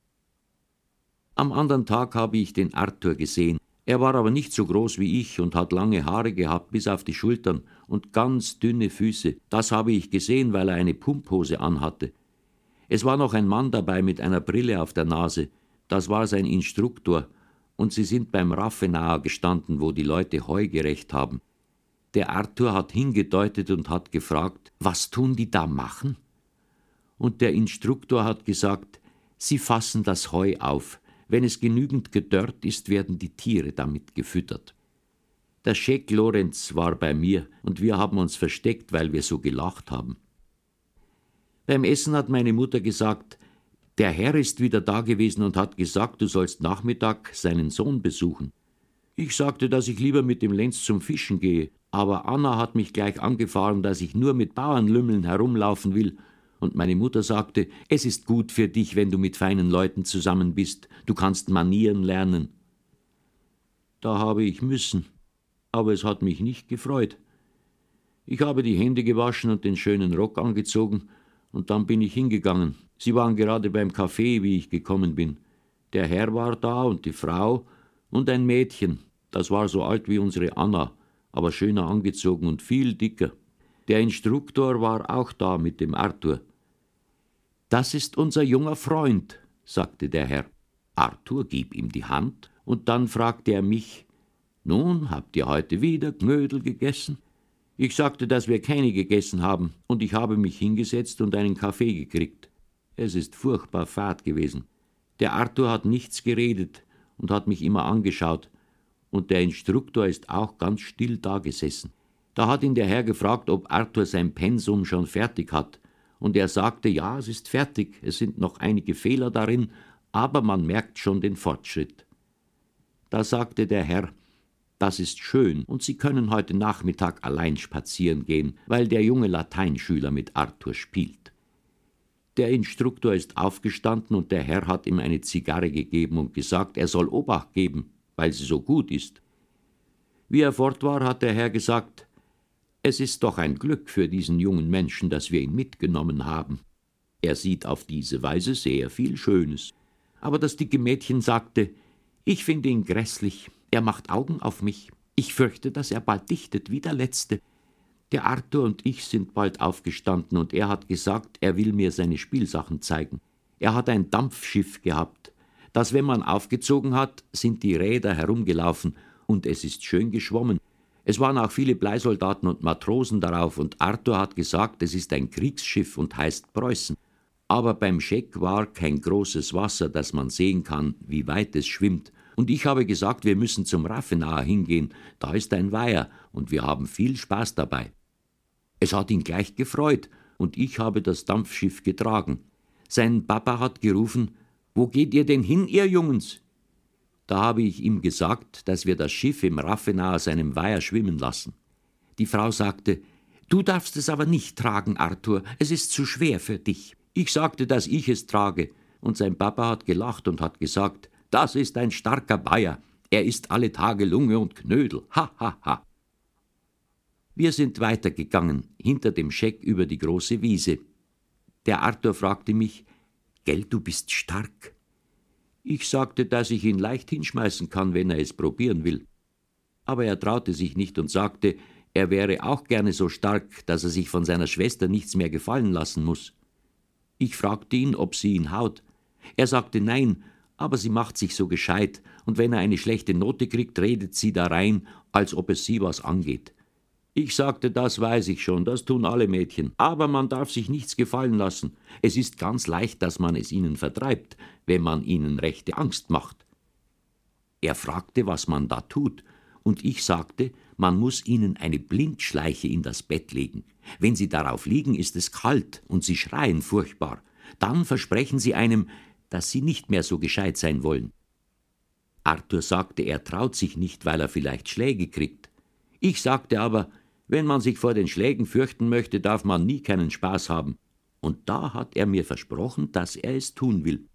Am anderen Tag habe ich den Arthur gesehen. Er war aber nicht so groß wie ich und hat lange Haare gehabt bis auf die Schultern und ganz dünne Füße. Das habe ich gesehen, weil er eine Pumphose anhatte. Es war noch ein Mann dabei mit einer Brille auf der Nase. Das war sein Instruktor. Und sie sind beim Rafenauer gestanden, wo die Leute Heu gerecht haben. Der Arthur hat hingedeutet und hat gefragt, was tun die da machen? Und der Instruktor hat gesagt, sie fassen das Heu auf. Wenn es genügend gedörrt ist, werden die Tiere damit gefüttert. Der Scheck Lorenz war bei mir und wir haben uns versteckt, weil wir so gelacht haben. Beim Essen hat meine Mutter gesagt, der Herr ist wieder da gewesen und hat gesagt, du sollst Nachmittag seinen Sohn besuchen. Ich sagte, dass ich lieber mit dem Lenz zum Fischen gehe, aber Anna hat mich gleich angefahren, dass ich nur mit Bauernlümmeln herumlaufen will. Und meine Mutter sagte, es ist gut für dich, wenn du mit feinen Leuten zusammen bist. Du kannst Manieren lernen. Da habe ich müssen, aber es hat mich nicht gefreut. Ich habe die Hände gewaschen und den schönen Rock angezogen, und dann bin ich hingegangen. Sie waren gerade beim Café, wie ich gekommen bin. Der Herr war da und die Frau und ein Mädchen. Das war so alt wie unsere Anna, aber schöner angezogen und viel dicker. Der Instruktor war auch da mit dem Arthur. »Das ist unser junger Freund«, sagte der Herr. Arthur gib ihm die Hand, und dann fragte er mich, »Nun, habt ihr heute wieder Knödel gegessen?« Ich sagte, dass wir keine gegessen haben, und ich habe mich hingesetzt und einen Kaffee gekriegt. Es ist furchtbar fad gewesen. Der Arthur hat nichts geredet und hat mich immer angeschaut, und der Instruktor ist auch ganz still dagesessen. Da hat ihn der Herr gefragt, ob Arthur sein Pensum schon fertig hat, und er sagte, ja, es ist fertig, es sind noch einige Fehler darin, aber man merkt schon den Fortschritt. Da sagte der Herr, das ist schön, und Sie können heute Nachmittag allein spazieren gehen, weil der junge Lateinschüler mit Arthur spielt. Der Instruktor ist aufgestanden und der Herr hat ihm eine Zigarre gegeben und gesagt, er soll Obacht geben, weil sie so gut ist. Wie er fort war, hat der Herr gesagt, es ist doch ein Glück für diesen jungen Menschen, dass wir ihn mitgenommen haben. Er sieht auf diese Weise sehr viel Schönes. Aber das dicke Mädchen sagte, ich finde ihn grässlich, er macht Augen auf mich. Ich fürchte, dass er bald dichtet wie der Letzte. Der Arthur und ich sind bald aufgestanden und er hat gesagt, er will mir seine Spielsachen zeigen. Er hat ein Dampfschiff gehabt, das, wenn man aufgezogen hat, sind die Räder herumgelaufen und es ist schön geschwommen. Es waren auch viele Bleisoldaten und Matrosen darauf und Arthur hat gesagt, es ist ein Kriegsschiff und heißt Preußen. Aber beim Scheck war kein großes Wasser, dass man sehen kann, wie weit es schwimmt. Und ich habe gesagt, wir müssen zum Rafenauer hingehen, da ist ein Weiher und wir haben viel Spaß dabei. Es hat ihn gleich gefreut und ich habe das Dampfschiff getragen. Sein Papa hat gerufen, wo geht ihr denn hin, ihr Jungens? Da habe ich ihm gesagt, dass wir das Schiff im Rafenauer seinem Weiher schwimmen lassen. Die Frau sagte, du darfst es aber nicht tragen, Arthur, es ist zu schwer für dich. Ich sagte, dass ich es trage, und sein Papa hat gelacht und hat gesagt, das ist ein starker Bayer, er isst alle Tage Lunge und Knödel, ha, ha, ha. Wir sind weitergegangen, hinter dem Scheck über die große Wiese. Der Arthur fragte mich, »Gell, du bist stark?« Ich sagte, dass ich ihn leicht hinschmeißen kann, wenn er es probieren will. Aber er traute sich nicht und sagte, er wäre auch gerne so stark, dass er sich von seiner Schwester nichts mehr gefallen lassen muss. Ich fragte ihn, ob sie ihn haut. Er sagte nein, aber sie macht sich so gescheit, und wenn er eine schlechte Note kriegt, redet sie da rein, als ob es sie was angeht. Ich sagte, das weiß ich schon, das tun alle Mädchen. Aber man darf sich nichts gefallen lassen. Es ist ganz leicht, dass man es ihnen vertreibt, wenn man ihnen rechte Angst macht. Er fragte, was man da tut, und ich sagte, man muss ihnen eine Blindschleiche in das Bett legen. Wenn sie darauf liegen, ist es kalt und sie schreien furchtbar. Dann versprechen sie einem, dass sie nicht mehr so gescheit sein wollen. Arthur sagte, er traut sich nicht, weil er vielleicht Schläge kriegt. Ich sagte aber, wenn man sich vor den Schlägen fürchten möchte, darf man nie keinen Spaß haben. Und da hat er mir versprochen, dass er es tun will.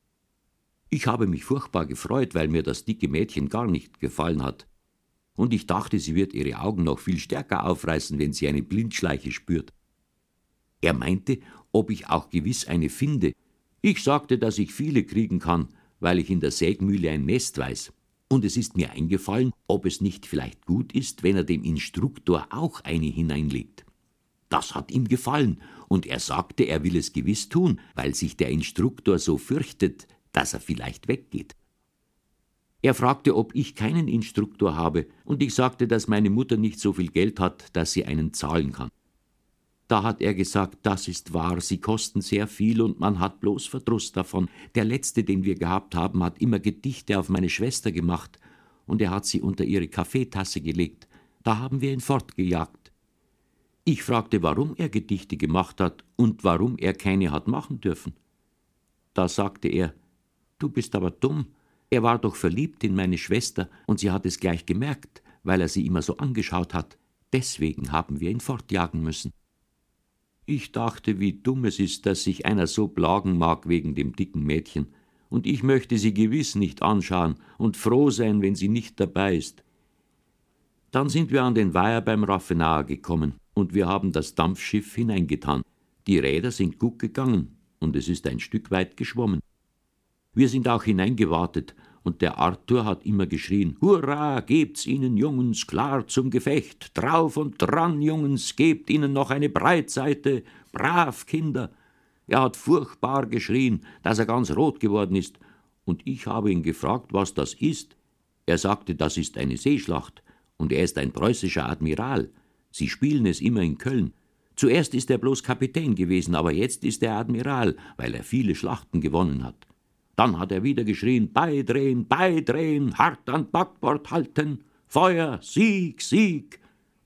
Ich habe mich furchtbar gefreut, weil mir das dicke Mädchen gar nicht gefallen hat. Und ich dachte, sie wird ihre Augen noch viel stärker aufreißen, wenn sie eine Blindschleiche spürt. Er meinte, ob ich auch gewiss eine finde. Ich sagte, dass ich viele kriegen kann, weil ich in der Sägmühle ein Nest weiß. Und es ist mir eingefallen, ob es nicht vielleicht gut ist, wenn er dem Instruktor auch eine hineinlegt. Das hat ihm gefallen, und er sagte, er will es gewiss tun, weil sich der Instruktor so fürchtet, dass er vielleicht weggeht. Er fragte, ob ich keinen Instruktor habe, und ich sagte, dass meine Mutter nicht so viel Geld hat, dass sie einen zahlen kann. Da hat er gesagt, das ist wahr, sie kosten sehr viel und man hat bloß Verdruss davon. Der letzte, den wir gehabt haben, hat immer Gedichte auf meine Schwester gemacht und er hat sie unter ihre Kaffeetasse gelegt. Da haben wir ihn fortgejagt. Ich fragte, warum er Gedichte gemacht hat und warum er keine hat machen dürfen. Da sagte er, du bist aber dumm. Er war doch verliebt in meine Schwester und sie hat es gleich gemerkt, weil er sie immer so angeschaut hat. Deswegen haben wir ihn fortjagen müssen. Ich dachte, wie dumm es ist, dass sich einer so plagen mag wegen dem dicken Mädchen, und ich möchte sie gewiss nicht anschauen und froh sein, wenn sie nicht dabei ist. Dann sind wir an den Weiher beim Raffinage gekommen, und wir haben das Dampfschiff hineingetan. Die Räder sind gut gegangen, und es ist ein Stück weit geschwommen. Wir sind auch hineingewartet, und der Arthur hat immer geschrien, »Hurra, gebt's ihnen, Jungens, klar zum Gefecht! Drauf und dran, Jungens, gebt ihnen noch eine Breitseite! Brav, Kinder!« Er hat furchtbar geschrien, dass er ganz rot geworden ist, und ich habe ihn gefragt, was das ist. Er sagte, das ist eine Seeschlacht, und er ist ein preußischer Admiral. Sie spielen es immer in Köln. Zuerst ist er bloß Kapitän gewesen, aber jetzt ist er Admiral, weil er viele Schlachten gewonnen hat. Dann hat er wieder geschrien, beidrehen, beidrehen, hart an Backbord halten, Feuer, Sieg, Sieg.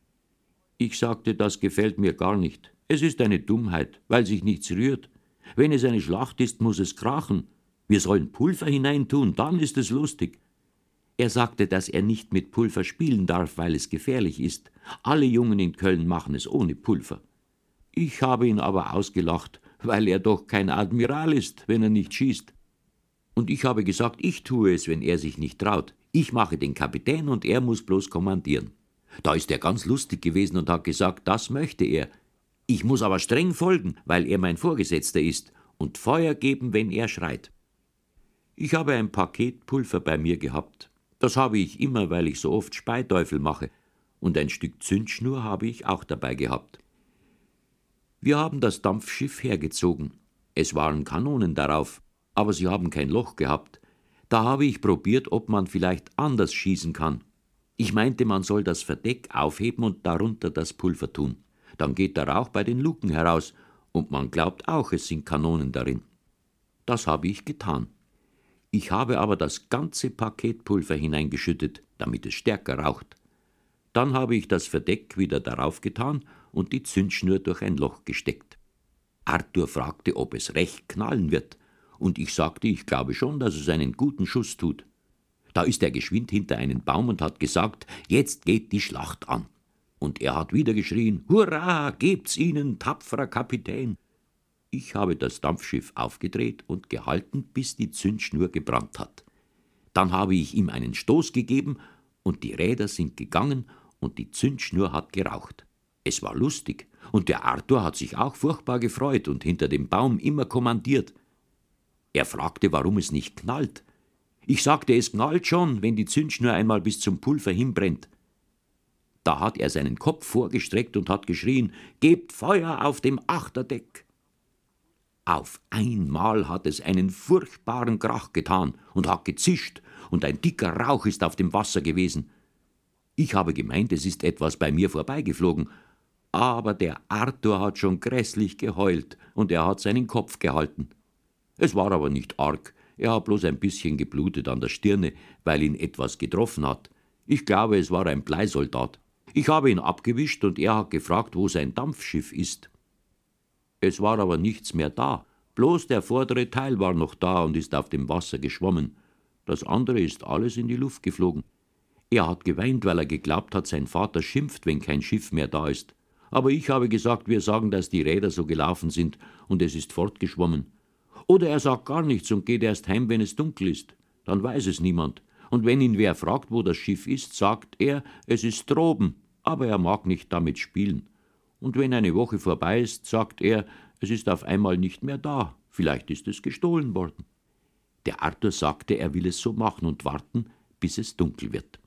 Ich sagte, das gefällt mir gar nicht. Es ist eine Dummheit, weil sich nichts rührt. Wenn es eine Schlacht ist, muss es krachen. Wir sollen Pulver hineintun, dann ist es lustig. Er sagte, dass er nicht mit Pulver spielen darf, weil es gefährlich ist. Alle Jungen in Köln machen es ohne Pulver. Ich habe ihn aber ausgelacht, weil er doch kein Admiral ist, wenn er nicht schießt. Und ich habe gesagt, ich tue es, wenn er sich nicht traut. Ich mache den Kapitän und er muss bloß kommandieren. Da ist er ganz lustig gewesen und hat gesagt, das möchte er. Ich muss aber streng folgen, weil er mein Vorgesetzter ist, und Feuer geben, wenn er schreit. Ich habe ein Paket Pulver bei mir gehabt. Das habe ich immer, weil ich so oft Speiteufel mache. Und ein Stück Zündschnur habe ich auch dabei gehabt. Wir haben das Dampfschiff hergezogen. Es waren Kanonen darauf, aber sie haben kein Loch gehabt. Da habe ich probiert, ob man vielleicht anders schießen kann. Ich meinte, man soll das Verdeck aufheben und darunter das Pulver tun. Dann geht der Rauch bei den Luken heraus und man glaubt auch, es sind Kanonen darin. Das habe ich getan. Ich habe aber das ganze Paket Pulver hineingeschüttet, damit es stärker raucht. Dann habe ich das Verdeck wieder darauf getan und die Zündschnur durch ein Loch gesteckt. Arthur fragte, ob es recht knallen wird. Und ich sagte, ich glaube schon, dass es einen guten Schuss tut. Da ist er geschwind hinter einen Baum und hat gesagt, jetzt geht die Schlacht an. Und er hat wieder geschrien, »Hurra, gebt's ihnen, tapferer Kapitän!« Ich habe das Dampfschiff aufgedreht und gehalten, bis die Zündschnur gebrannt hat. Dann habe ich ihm einen Stoß gegeben und die Räder sind gegangen und die Zündschnur hat geraucht. Es war lustig und der Arthur hat sich auch furchtbar gefreut und hinter dem Baum immer kommandiert. Er fragte, warum es nicht knallt. Ich sagte, es knallt schon, wenn die Zündschnur einmal bis zum Pulver hinbrennt. Da hat er seinen Kopf vorgestreckt und hat geschrien, »Gebt Feuer auf dem Achterdeck!« Auf einmal hat es einen furchtbaren Krach getan und hat gezischt, und ein dicker Rauch ist auf dem Wasser gewesen. Ich habe gemeint, es ist etwas bei mir vorbeigeflogen. Aber der Arthur hat schon grässlich geheult und er hat seinen Kopf gehalten. Es war aber nicht arg, er hat bloß ein bisschen geblutet an der Stirne, weil ihn etwas getroffen hat. Ich glaube, es war ein Bleisoldat. Ich habe ihn abgewischt und er hat gefragt, wo sein Dampfschiff ist. Es war aber nichts mehr da, bloß der vordere Teil war noch da und ist auf dem Wasser geschwommen. Das andere ist alles in die Luft geflogen. Er hat geweint, weil er geglaubt hat, sein Vater schimpft, wenn kein Schiff mehr da ist. Aber ich habe gesagt, wir sagen, dass die Räder so gelaufen sind und es ist fortgeschwommen. Oder er sagt gar nichts und geht erst heim, wenn es dunkel ist. Dann weiß es niemand. Und wenn ihn wer fragt, wo das Schiff ist, sagt er, es ist droben, aber er mag nicht damit spielen. Und wenn eine Woche vorbei ist, sagt er, es ist auf einmal nicht mehr da, vielleicht ist es gestohlen worden. Der Arthur sagte, er will es so machen und warten, bis es dunkel wird.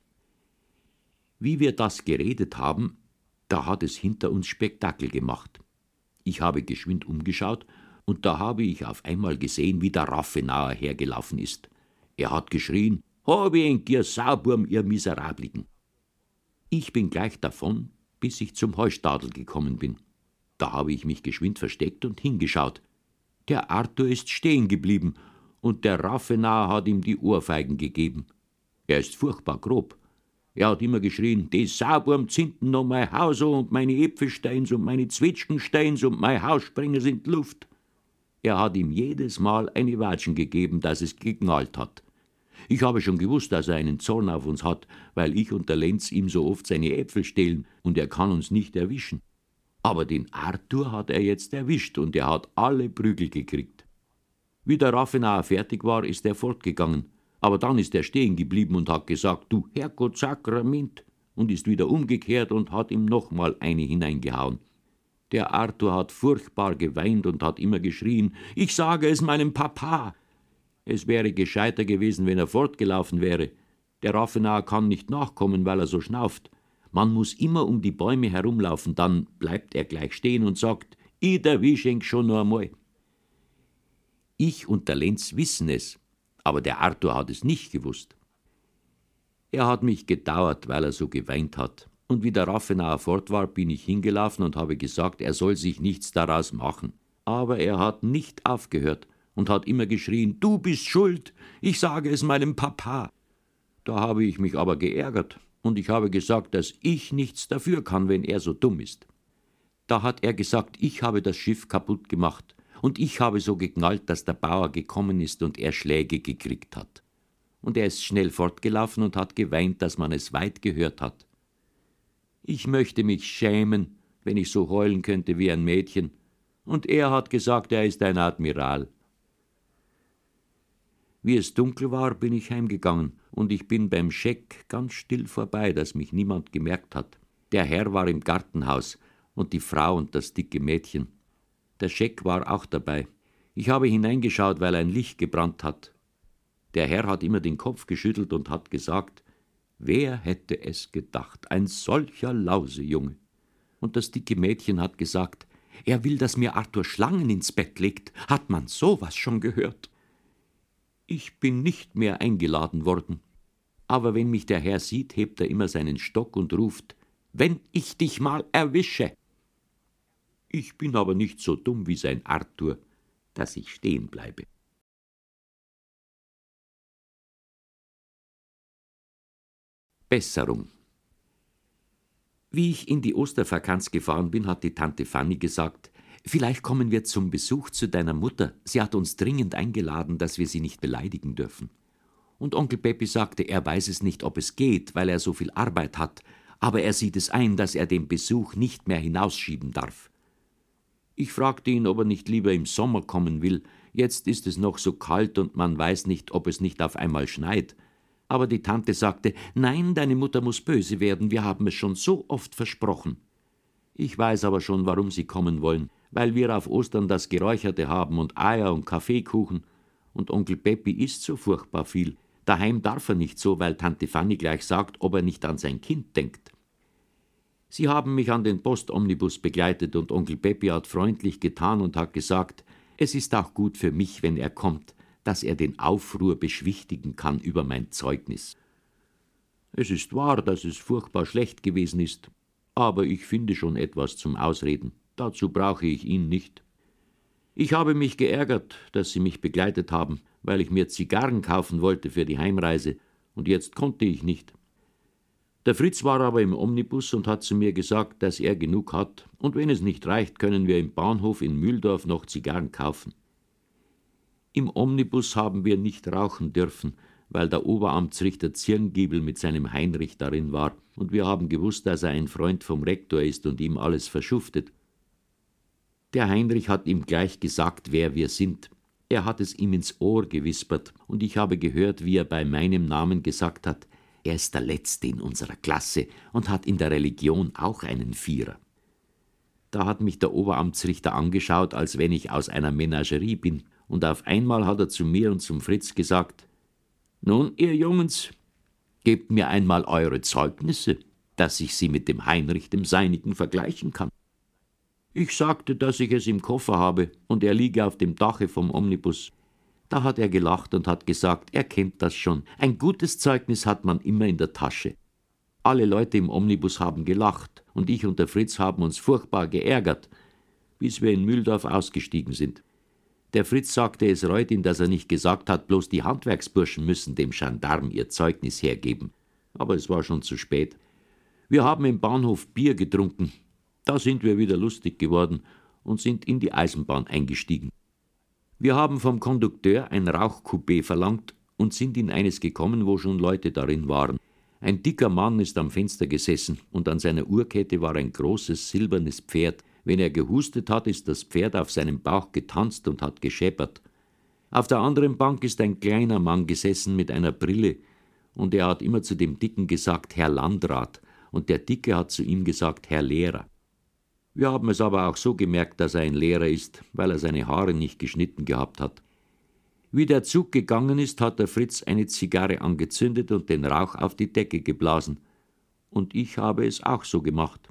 Wie wir das geredet haben, da hat es hinter uns Spektakel gemacht. Ich habe geschwind umgeschaut, und da habe ich auf einmal gesehen, wie der Rafenauer hergelaufen ist. Er hat geschrien, »Hab ich ein Gier Sauburm, ihr Miserabligen!« Ich bin gleich davon, bis ich zum Heustadel gekommen bin. Da habe ich mich geschwind versteckt und hingeschaut. Der Arthur ist stehen geblieben, und der Rafenauer hat ihm die Ohrfeigen gegeben. Er ist furchtbar grob. Er hat immer geschrien, »Die Sauburm zünden noch mein Haus an und meine Äpfelsteins und meine Zwetschgensteins und mein Haussprengers in die Luft.« Er hat ihm jedes Mal eine Watschen gegeben, dass es geknallt hat. Ich habe schon gewusst, dass er einen Zorn auf uns hat, weil ich und der Lenz ihm so oft seine Äpfel stehlen und er kann uns nicht erwischen. Aber den Arthur hat er jetzt erwischt und er hat alle Prügel gekriegt. Wie der Rafenauer fertig war, ist er fortgegangen. Aber dann ist er stehen geblieben und hat gesagt, »Du Herrgott Sakrament«, und ist wieder umgekehrt und hat ihm nochmal eine hineingehauen. Der Arthur hat furchtbar geweint und hat immer geschrien, »Ich sage es meinem Papa!« Es wäre gescheiter gewesen, wenn er fortgelaufen wäre. Der Rafenauer kann nicht nachkommen, weil er so schnauft. Man muss immer um die Bäume herumlaufen, dann bleibt er gleich stehen und sagt, »Ich erwisch ihn schon noch einmal.« Ich und der Lenz wissen es, aber der Arthur hat es nicht gewusst. Er hat mich gedauert, weil er so geweint hat. Und wie der Rafenauer fort war, bin ich hingelaufen und habe gesagt, er soll sich nichts daraus machen. Aber er hat nicht aufgehört und hat immer geschrien, »Du bist schuld, ich sage es meinem Papa.« Da habe ich mich aber geärgert und ich habe gesagt, dass ich nichts dafür kann, wenn er so dumm ist. Da hat er gesagt, ich habe das Schiff kaputt gemacht und ich habe so geknallt, dass der Bauer gekommen ist und er Schläge gekriegt hat. Und er ist schnell fortgelaufen und hat geweint, dass man es weit gehört hat. Ich möchte mich schämen, wenn ich so heulen könnte wie ein Mädchen. Und er hat gesagt, er ist ein Admiral. Wie es dunkel war, bin ich heimgegangen und ich bin beim Scheck ganz still vorbei, dass mich niemand gemerkt hat. Der Herr war im Gartenhaus und die Frau und das dicke Mädchen. Der Scheck war auch dabei. Ich habe hineingeschaut, weil ein Licht gebrannt hat. Der Herr hat immer den Kopf geschüttelt und hat gesagt, wer hätte es gedacht, ein solcher Lausejunge. Und das dicke Mädchen hat gesagt, er will, dass mir Arthur Schlangen ins Bett legt. Hat man sowas schon gehört? Ich bin nicht mehr eingeladen worden. Aber wenn mich der Herr sieht, hebt er immer seinen Stock und ruft, »Wenn ich dich mal erwische!« Ich bin aber nicht so dumm wie sein Arthur, dass ich stehen bleibe. Besserung. Wie ich in die Ostervakanz gefahren bin, hat die Tante Fanny gesagt, »Vielleicht kommen wir zum Besuch zu deiner Mutter. Sie hat uns dringend eingeladen, dass wir sie nicht beleidigen dürfen.« Und Onkel Peppi sagte, er weiß es nicht, ob es geht, weil er so viel Arbeit hat, aber er sieht es ein, dass er den Besuch nicht mehr hinausschieben darf. Ich fragte ihn, ob er nicht lieber im Sommer kommen will. Jetzt ist es noch so kalt und man weiß nicht, ob es nicht auf einmal schneit. Aber die Tante sagte, »Nein, deine Mutter muss böse werden, wir haben es schon so oft versprochen.« Ich weiß aber schon, warum sie kommen wollen, weil wir auf Ostern das Geräucherte haben und Eier und Kaffeekuchen. Und Onkel Peppi isst so furchtbar viel. Daheim darf er nicht so, weil Tante Fanny gleich sagt, ob er nicht an sein Kind denkt. Sie haben mich an den Postomnibus begleitet und Onkel Peppi hat freundlich getan und hat gesagt, es ist auch gut für mich, wenn er kommt, dass er den Aufruhr beschwichtigen kann über mein Zeugnis. Es ist wahr, dass es furchtbar schlecht gewesen ist, aber ich finde schon etwas zum Ausreden. Dazu brauche ich ihn nicht. Ich habe mich geärgert, dass Sie mich begleitet haben, weil ich mir Zigarren kaufen wollte für die Heimreise, und jetzt konnte ich nicht. Der Fritz war aber im Omnibus und hat zu mir gesagt, dass er genug hat, und wenn es nicht reicht, können wir im Bahnhof in Mühldorf noch Zigarren kaufen. Im Omnibus haben wir nicht rauchen dürfen, weil der Oberamtsrichter Zirngiebel mit seinem Heinrich darin war, und wir haben gewusst, dass er ein Freund vom Rektor ist und ihm alles verschuftet. Der Heinrich hat ihm gleich gesagt, wer wir sind. Er hat es ihm ins Ohr gewispert, und ich habe gehört, wie er bei meinem Namen gesagt hat, er ist der Letzte in unserer Klasse und hat in der Religion auch einen Vierer. Da hat mich der Oberamtsrichter angeschaut, als wenn ich aus einer Menagerie bin, und auf einmal hat er zu mir und zum Fritz gesagt, »Nun, ihr Jungens, gebt mir einmal eure Zeugnisse, dass ich sie mit dem Heinrich dem Seinigen vergleichen kann.« Ich sagte, dass ich es im Koffer habe, und er liege auf dem Dache vom Omnibus. Da hat er gelacht und hat gesagt, er kennt das schon. Ein gutes Zeugnis hat man immer in der Tasche. Alle Leute im Omnibus haben gelacht, und ich und der Fritz haben uns furchtbar geärgert, bis wir in Mühldorf ausgestiegen sind. Der Fritz sagte, es reut ihn, dass er nicht gesagt hat, bloß die Handwerksburschen müssen dem Gendarm ihr Zeugnis hergeben. Aber es war schon zu spät. Wir haben im Bahnhof Bier getrunken. Da sind wir wieder lustig geworden und sind in die Eisenbahn eingestiegen. Wir haben vom Kondukteur ein Rauchcoupé verlangt und sind in eines gekommen, wo schon Leute darin waren. Ein dicker Mann ist am Fenster gesessen, und an seiner Uhrkette war ein großes silbernes Pferd. Wenn er gehustet hat, ist das Pferd auf seinem Bauch getanzt und hat gescheppert. Auf der anderen Bank ist ein kleiner Mann gesessen mit einer Brille, und er hat immer zu dem Dicken gesagt, Herr Landrat, und der Dicke hat zu ihm gesagt, Herr Lehrer. Wir haben es aber auch so gemerkt, dass er ein Lehrer ist, weil er seine Haare nicht geschnitten gehabt hat. Wie der Zug gegangen ist, hat der Fritz eine Zigarre angezündet und den Rauch auf die Decke geblasen. Und ich habe es auch so gemacht.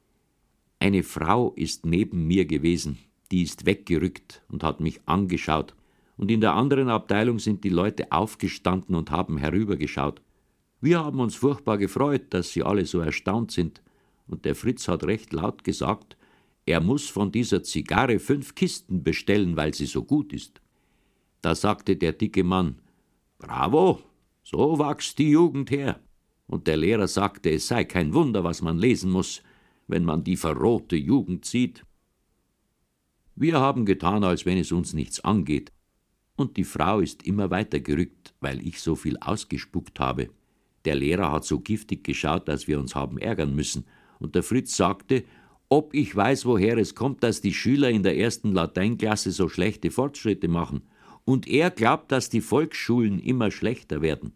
Eine Frau ist neben mir gewesen, die ist weggerückt und hat mich angeschaut. Und in der anderen Abteilung sind die Leute aufgestanden und haben herübergeschaut. Wir haben uns furchtbar gefreut, dass sie alle so erstaunt sind. Und der Fritz hat recht laut gesagt, er muss von dieser Zigarre 5 Kisten bestellen, weil sie so gut ist. Da sagte der dicke Mann, »Bravo, so wächst die Jugend her.« Und der Lehrer sagte, es sei kein Wunder, was man lesen muss, wenn man die verrohte Jugend sieht. Wir haben getan, als wenn es uns nichts angeht. Und die Frau ist immer weiter gerückt, weil ich so viel ausgespuckt habe. Der Lehrer hat so giftig geschaut, dass wir uns haben ärgern müssen. Und der Fritz sagte, ob ich weiß, woher es kommt, dass die Schüler in der 1. Lateinklasse so schlechte Fortschritte machen. Und er glaubt, dass die Volksschulen immer schlechter werden.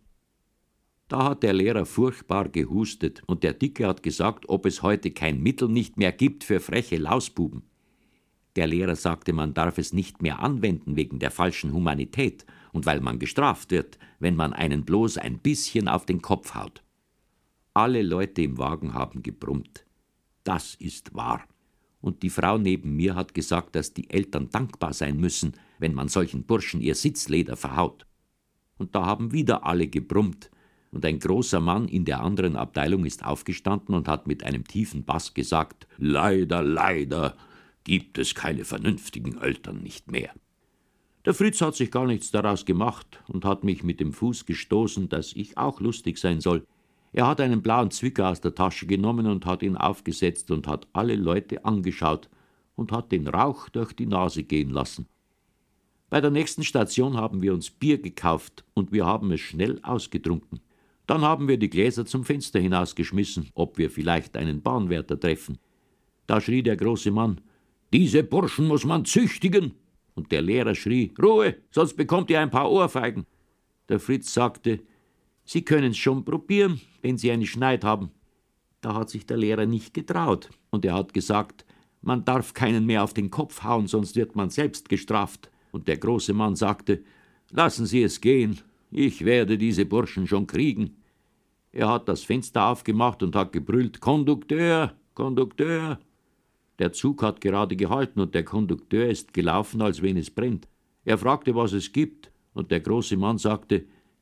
Da hat der Lehrer furchtbar gehustet, und der Dicke hat gesagt, ob es heute kein Mittel nicht mehr gibt für freche Lausbuben. Der Lehrer sagte, man darf es nicht mehr anwenden wegen der falschen Humanität und weil man gestraft wird, wenn man einen bloß ein bisschen auf den Kopf haut. Alle Leute im Wagen haben gebrummt. Das ist wahr. Und die Frau neben mir hat gesagt, dass die Eltern dankbar sein müssen, wenn man solchen Burschen ihr Sitzleder verhaut. Und da haben wieder alle gebrummt. Und ein großer Mann in der anderen Abteilung ist aufgestanden und hat mit einem tiefen Bass gesagt, »Leider, leider gibt es keine vernünftigen Eltern nicht mehr.« Der Fritz hat sich gar nichts daraus gemacht und hat mich mit dem Fuß gestoßen, dass ich auch lustig sein soll. Er hat einen blauen Zwicker aus der Tasche genommen und hat ihn aufgesetzt und hat alle Leute angeschaut und hat den Rauch durch die Nase gehen lassen. Bei der nächsten Station haben wir uns Bier gekauft und wir haben es schnell ausgetrunken. Dann haben wir die Gläser zum Fenster hinausgeschmissen, ob wir vielleicht einen Bahnwärter treffen. Da schrie der große Mann, »Diese Burschen muss man züchtigen!« Und der Lehrer schrie, »Ruhe, sonst bekommt ihr ein paar Ohrfeigen!« Der Fritz sagte, »Sie können's schon probieren, wenn Sie eine Schneid haben.« Da hat sich der Lehrer nicht getraut, und er hat gesagt, man darf keinen mehr auf den Kopf hauen, sonst wird man selbst gestraft. Und der große Mann sagte, »Lassen Sie es gehen, ich werde diese Burschen schon kriegen.« Er hat das Fenster aufgemacht und hat gebrüllt, »Kondukteur, Kondukteur!« Der Zug hat gerade gehalten und der Kondukteur ist gelaufen, als wenn es brennt. Er fragte, was es gibt, und der große Mann sagte,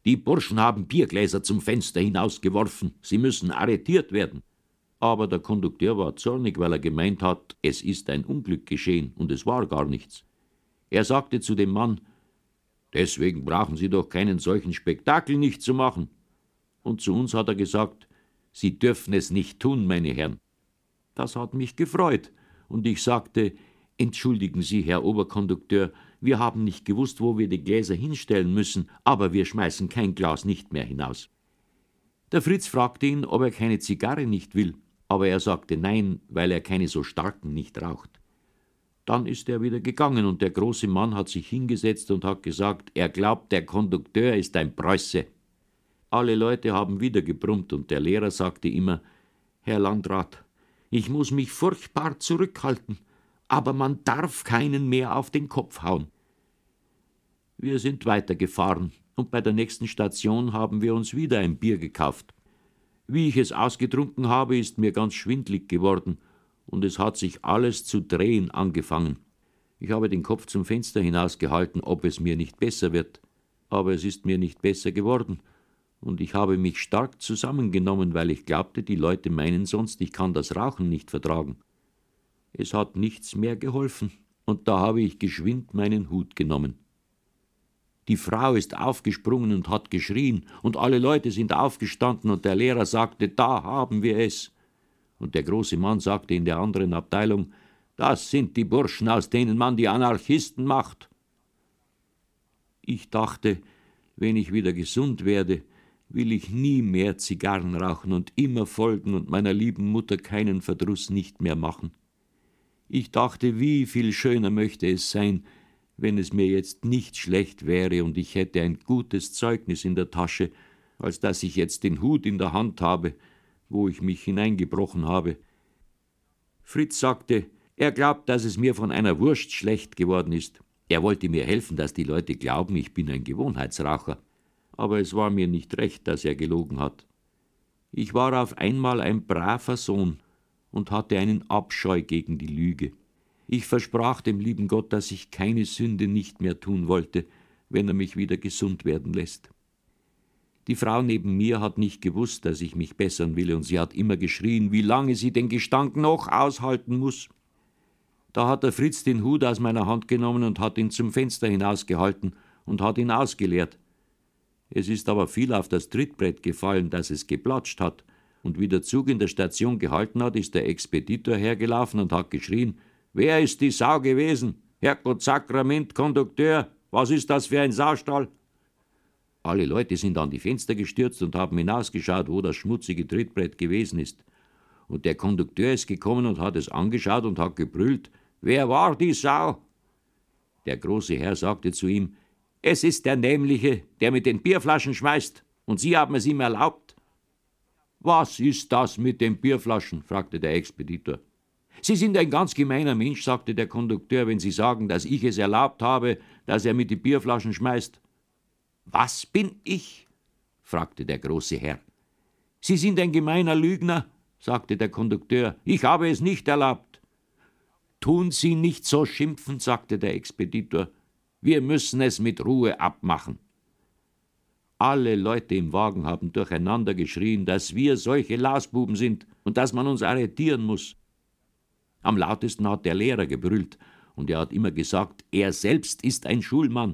Die Burschen haben Biergläser zum Fenster hinausgeworfen. Sie müssen arretiert werden. Aber der Kondukteur war zornig, weil er gemeint hat, es ist ein Unglück geschehen, und es war gar nichts. Er sagte zu dem Mann, deswegen brauchen Sie doch keinen solchen Spektakel nicht zu machen. Und zu uns hat er gesagt, Sie dürfen es nicht tun, meine Herren. Das hat mich gefreut, und ich sagte, entschuldigen Sie, Herr Oberkondukteur, wir haben nicht gewusst, wo wir die Gläser hinstellen müssen, aber wir schmeißen kein Glas nicht mehr hinaus. Der Fritz fragte ihn, ob er keine Zigarre nicht will, aber er sagte nein, weil er keine so starken nicht raucht. Dann ist er wieder gegangen, und der große Mann hat sich hingesetzt und hat gesagt, er glaubt, der Kondukteur ist ein Preuße. Alle Leute haben wieder gebrummt, und der Lehrer sagte immer, Herr Landrat, ich muss mich furchtbar zurückhalten, aber man darf keinen mehr auf den Kopf hauen. Wir sind weitergefahren, und bei der nächsten Station haben wir uns wieder ein Bier gekauft. Wie ich es ausgetrunken habe, ist mir ganz schwindlig geworden, und es hat sich alles zu drehen angefangen. Ich habe den Kopf zum Fenster hinausgehalten, ob es mir nicht besser wird, aber es ist mir nicht besser geworden, und ich habe mich stark zusammengenommen, weil ich glaubte, die Leute meinen sonst, ich kann das Rauchen nicht vertragen. Es hat nichts mehr geholfen, und da habe ich geschwind meinen Hut genommen. Die Frau ist aufgesprungen und hat geschrien, und alle Leute sind aufgestanden, und der Lehrer sagte, da haben wir es. Und der große Mann sagte in der anderen Abteilung, das sind die Burschen, aus denen man die Anarchisten macht. Ich dachte, wenn ich wieder gesund werde, will ich nie mehr Zigarren rauchen und immer folgen und meiner lieben Mutter keinen Verdruss nicht mehr machen. Ich dachte, wie viel schöner möchte es sein, wenn es mir jetzt nicht schlecht wäre und ich hätte ein gutes Zeugnis in der Tasche, als dass ich jetzt den Hut in der Hand habe, wo ich mich hineingebrochen habe. Fritz sagte, er glaubt, dass es mir von einer Wurst schlecht geworden ist. Er wollte mir helfen, dass die Leute glauben, ich bin ein Gewohnheitsraucher. Aber es war mir nicht recht, dass er gelogen hat. Ich war auf einmal ein braver Sohn und hatte einen Abscheu gegen die Lüge. Ich versprach dem lieben Gott, dass ich keine Sünde nicht mehr tun wollte, wenn er mich wieder gesund werden lässt. Die Frau neben mir hat nicht gewusst, dass ich mich bessern will, und sie hat immer geschrien, wie lange sie den Gestank noch aushalten muss. Da hat der Fritz den Hut aus meiner Hand genommen und hat ihn zum Fenster hinausgehalten und hat ihn ausgeleert. Es ist aber viel auf das Trittbrett gefallen, dass es geplatscht hat, und wie der Zug in der Station gehalten hat, ist der Expeditor hergelaufen und hat geschrien, »Wer ist die Sau gewesen? Herrgott Sakrament, Kondukteur, was ist das für ein Saustall?« Alle Leute sind an die Fenster gestürzt und haben hinausgeschaut, wo das schmutzige Trittbrett gewesen ist. Und der Kondukteur ist gekommen und hat es angeschaut und hat gebrüllt, »Wer war die Sau?« Der große Herr sagte zu ihm, »Es ist der Nämliche, der mit den Bierflaschen schmeißt, und Sie haben es ihm erlaubt.« »Was ist das mit den Bierflaschen?« fragte der Expeditor. »Sie sind ein ganz gemeiner Mensch«, sagte der Kondukteur, »wenn Sie sagen, dass ich es erlaubt habe, dass er mit die Bierflaschen schmeißt.« »Was bin ich?« fragte der große Herr. »Sie sind ein gemeiner Lügner«, sagte der Kondukteur, »ich habe es nicht erlaubt.« »Tun Sie nicht so schimpfen«, sagte der Expeditor, »wir müssen es mit Ruhe abmachen.« Alle Leute im Wagen haben durcheinander geschrien, dass wir solche Lausbuben sind und dass man uns arretieren muss. Am lautesten hat der Lehrer gebrüllt, und er hat immer gesagt, er selbst ist ein Schulmann.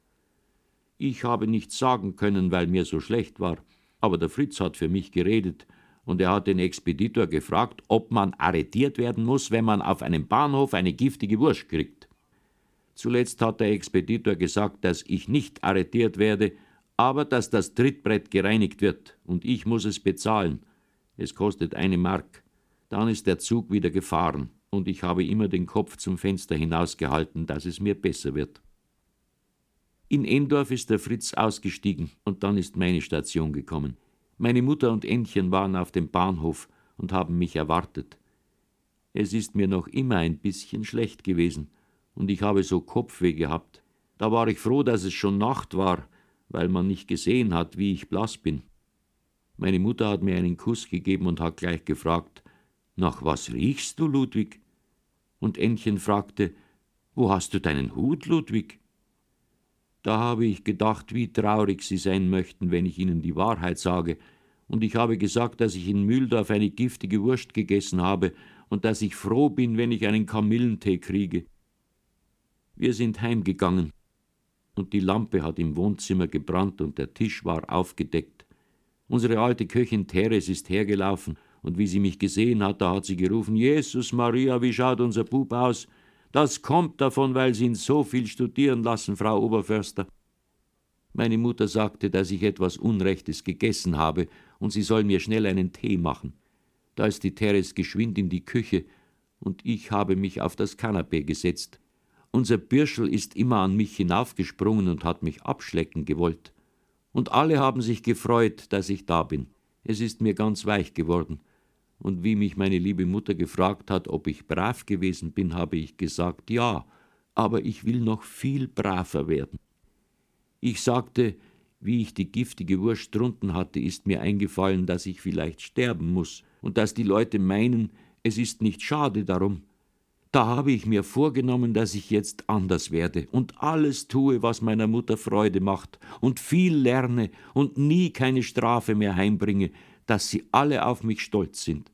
Ich habe nichts sagen können, weil mir so schlecht war, aber der Fritz hat für mich geredet, und er hat den Expeditor gefragt, ob man arretiert werden muss, wenn man auf einem Bahnhof eine giftige Wurst kriegt. Zuletzt hat der Expeditor gesagt, dass ich nicht arretiert werde, aber dass das Trittbrett gereinigt wird, und ich muss es bezahlen. Es kostet 1 Mark. Dann ist der Zug wieder gefahren, und ich habe immer den Kopf zum Fenster hinausgehalten, dass es mir besser wird. In Endorf ist der Fritz ausgestiegen, und dann ist meine Station gekommen. Meine Mutter und Ännchen waren auf dem Bahnhof und haben mich erwartet. Es ist mir noch immer ein bisschen schlecht gewesen, und ich habe so Kopfweh gehabt. Da war ich froh, dass es schon Nacht war, weil man nicht gesehen hat, wie ich blass bin. Meine Mutter hat mir einen Kuss gegeben und hat gleich gefragt, »Nach was riechst du, Ludwig?« Und Ännchen fragte, »Wo hast du deinen Hut, Ludwig?« Da habe ich gedacht, wie traurig Sie sein möchten, wenn ich Ihnen die Wahrheit sage, und ich habe gesagt, dass ich in Mühldorf eine giftige Wurst gegessen habe und dass ich froh bin, wenn ich einen Kamillentee kriege. Wir sind heimgegangen, und die Lampe hat im Wohnzimmer gebrannt und der Tisch war aufgedeckt. Unsere alte Köchin Teres ist hergelaufen, und wie sie mich gesehen hat, da hat sie gerufen: »Jesus Maria, wie schaut unser Bub aus? Das kommt davon, weil Sie ihn so viel studieren lassen, Frau Oberförster.« Meine Mutter sagte, dass ich etwas Unrechtes gegessen habe, und sie soll mir schnell einen Tee machen. Da ist die Teres geschwind in die Küche, und ich habe mich auf das Kanapee gesetzt. Unser Bürschel ist immer an mich hinaufgesprungen und hat mich abschlecken gewollt. Und alle haben sich gefreut, dass ich da bin. Es ist mir ganz weich geworden. Und wie mich meine liebe Mutter gefragt hat, ob ich brav gewesen bin, habe ich gesagt, ja, aber ich will noch viel braver werden. Ich sagte, wie ich die giftige Wurst drunten hatte, ist mir eingefallen, dass ich vielleicht sterben muss und dass die Leute meinen, es ist nicht schade darum. Da habe ich mir vorgenommen, dass ich jetzt anders werde und alles tue, was meiner Mutter Freude macht und viel lerne und nie keine Strafe mehr heimbringe, dass sie alle auf mich stolz sind.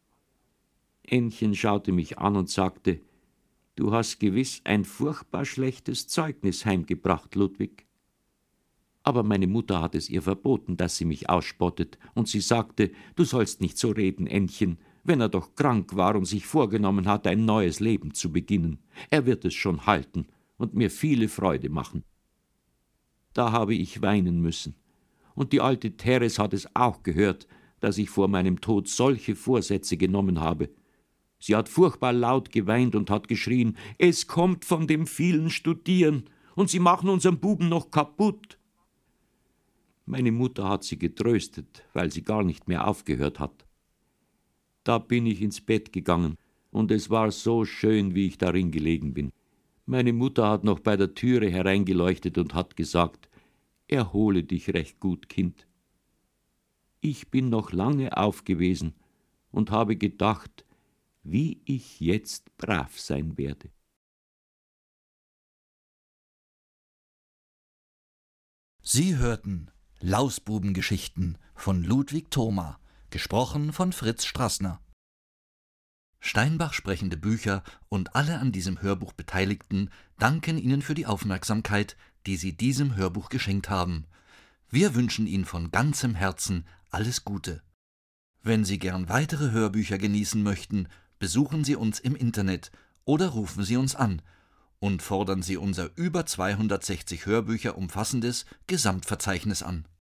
Ännchen schaute mich an und sagte, »Du hast gewiss ein furchtbar schlechtes Zeugnis heimgebracht, Ludwig.« Aber meine Mutter hat es ihr verboten, dass sie mich ausspottet, und sie sagte, »Du sollst nicht so reden, Ännchen, wenn er doch krank war und sich vorgenommen hat, ein neues Leben zu beginnen. Er wird es schon halten und mir viele Freude machen.« Da habe ich weinen müssen. Und die alte Teres hat es auch gehört, dass ich vor meinem Tod solche Vorsätze genommen habe. Sie hat furchtbar laut geweint und hat geschrien, »Es kommt von dem vielen Studieren, und Sie machen unseren Buben noch kaputt.« Meine Mutter hat sie getröstet, weil sie gar nicht mehr aufgehört hat. Da bin ich ins Bett gegangen, und es war so schön, wie ich darin gelegen bin. Meine Mutter hat noch bei der Türe hereingeleuchtet und hat gesagt, »Erhole dich recht gut, Kind.« Ich bin noch lange aufgewesen und habe gedacht, wie ich jetzt brav sein werde. Sie hörten Lausbubengeschichten von Ludwig Thoma, gesprochen von Fritz Strassner. Steinbach sprechende Bücher und alle an diesem Hörbuch Beteiligten danken Ihnen für die Aufmerksamkeit, die Sie diesem Hörbuch geschenkt haben. Wir wünschen Ihnen von ganzem Herzen alles Gute. Wenn Sie gern weitere Hörbücher genießen möchten, besuchen Sie uns im Internet oder rufen Sie uns an und fordern Sie unser über 260 Hörbücher umfassendes Gesamtverzeichnis an.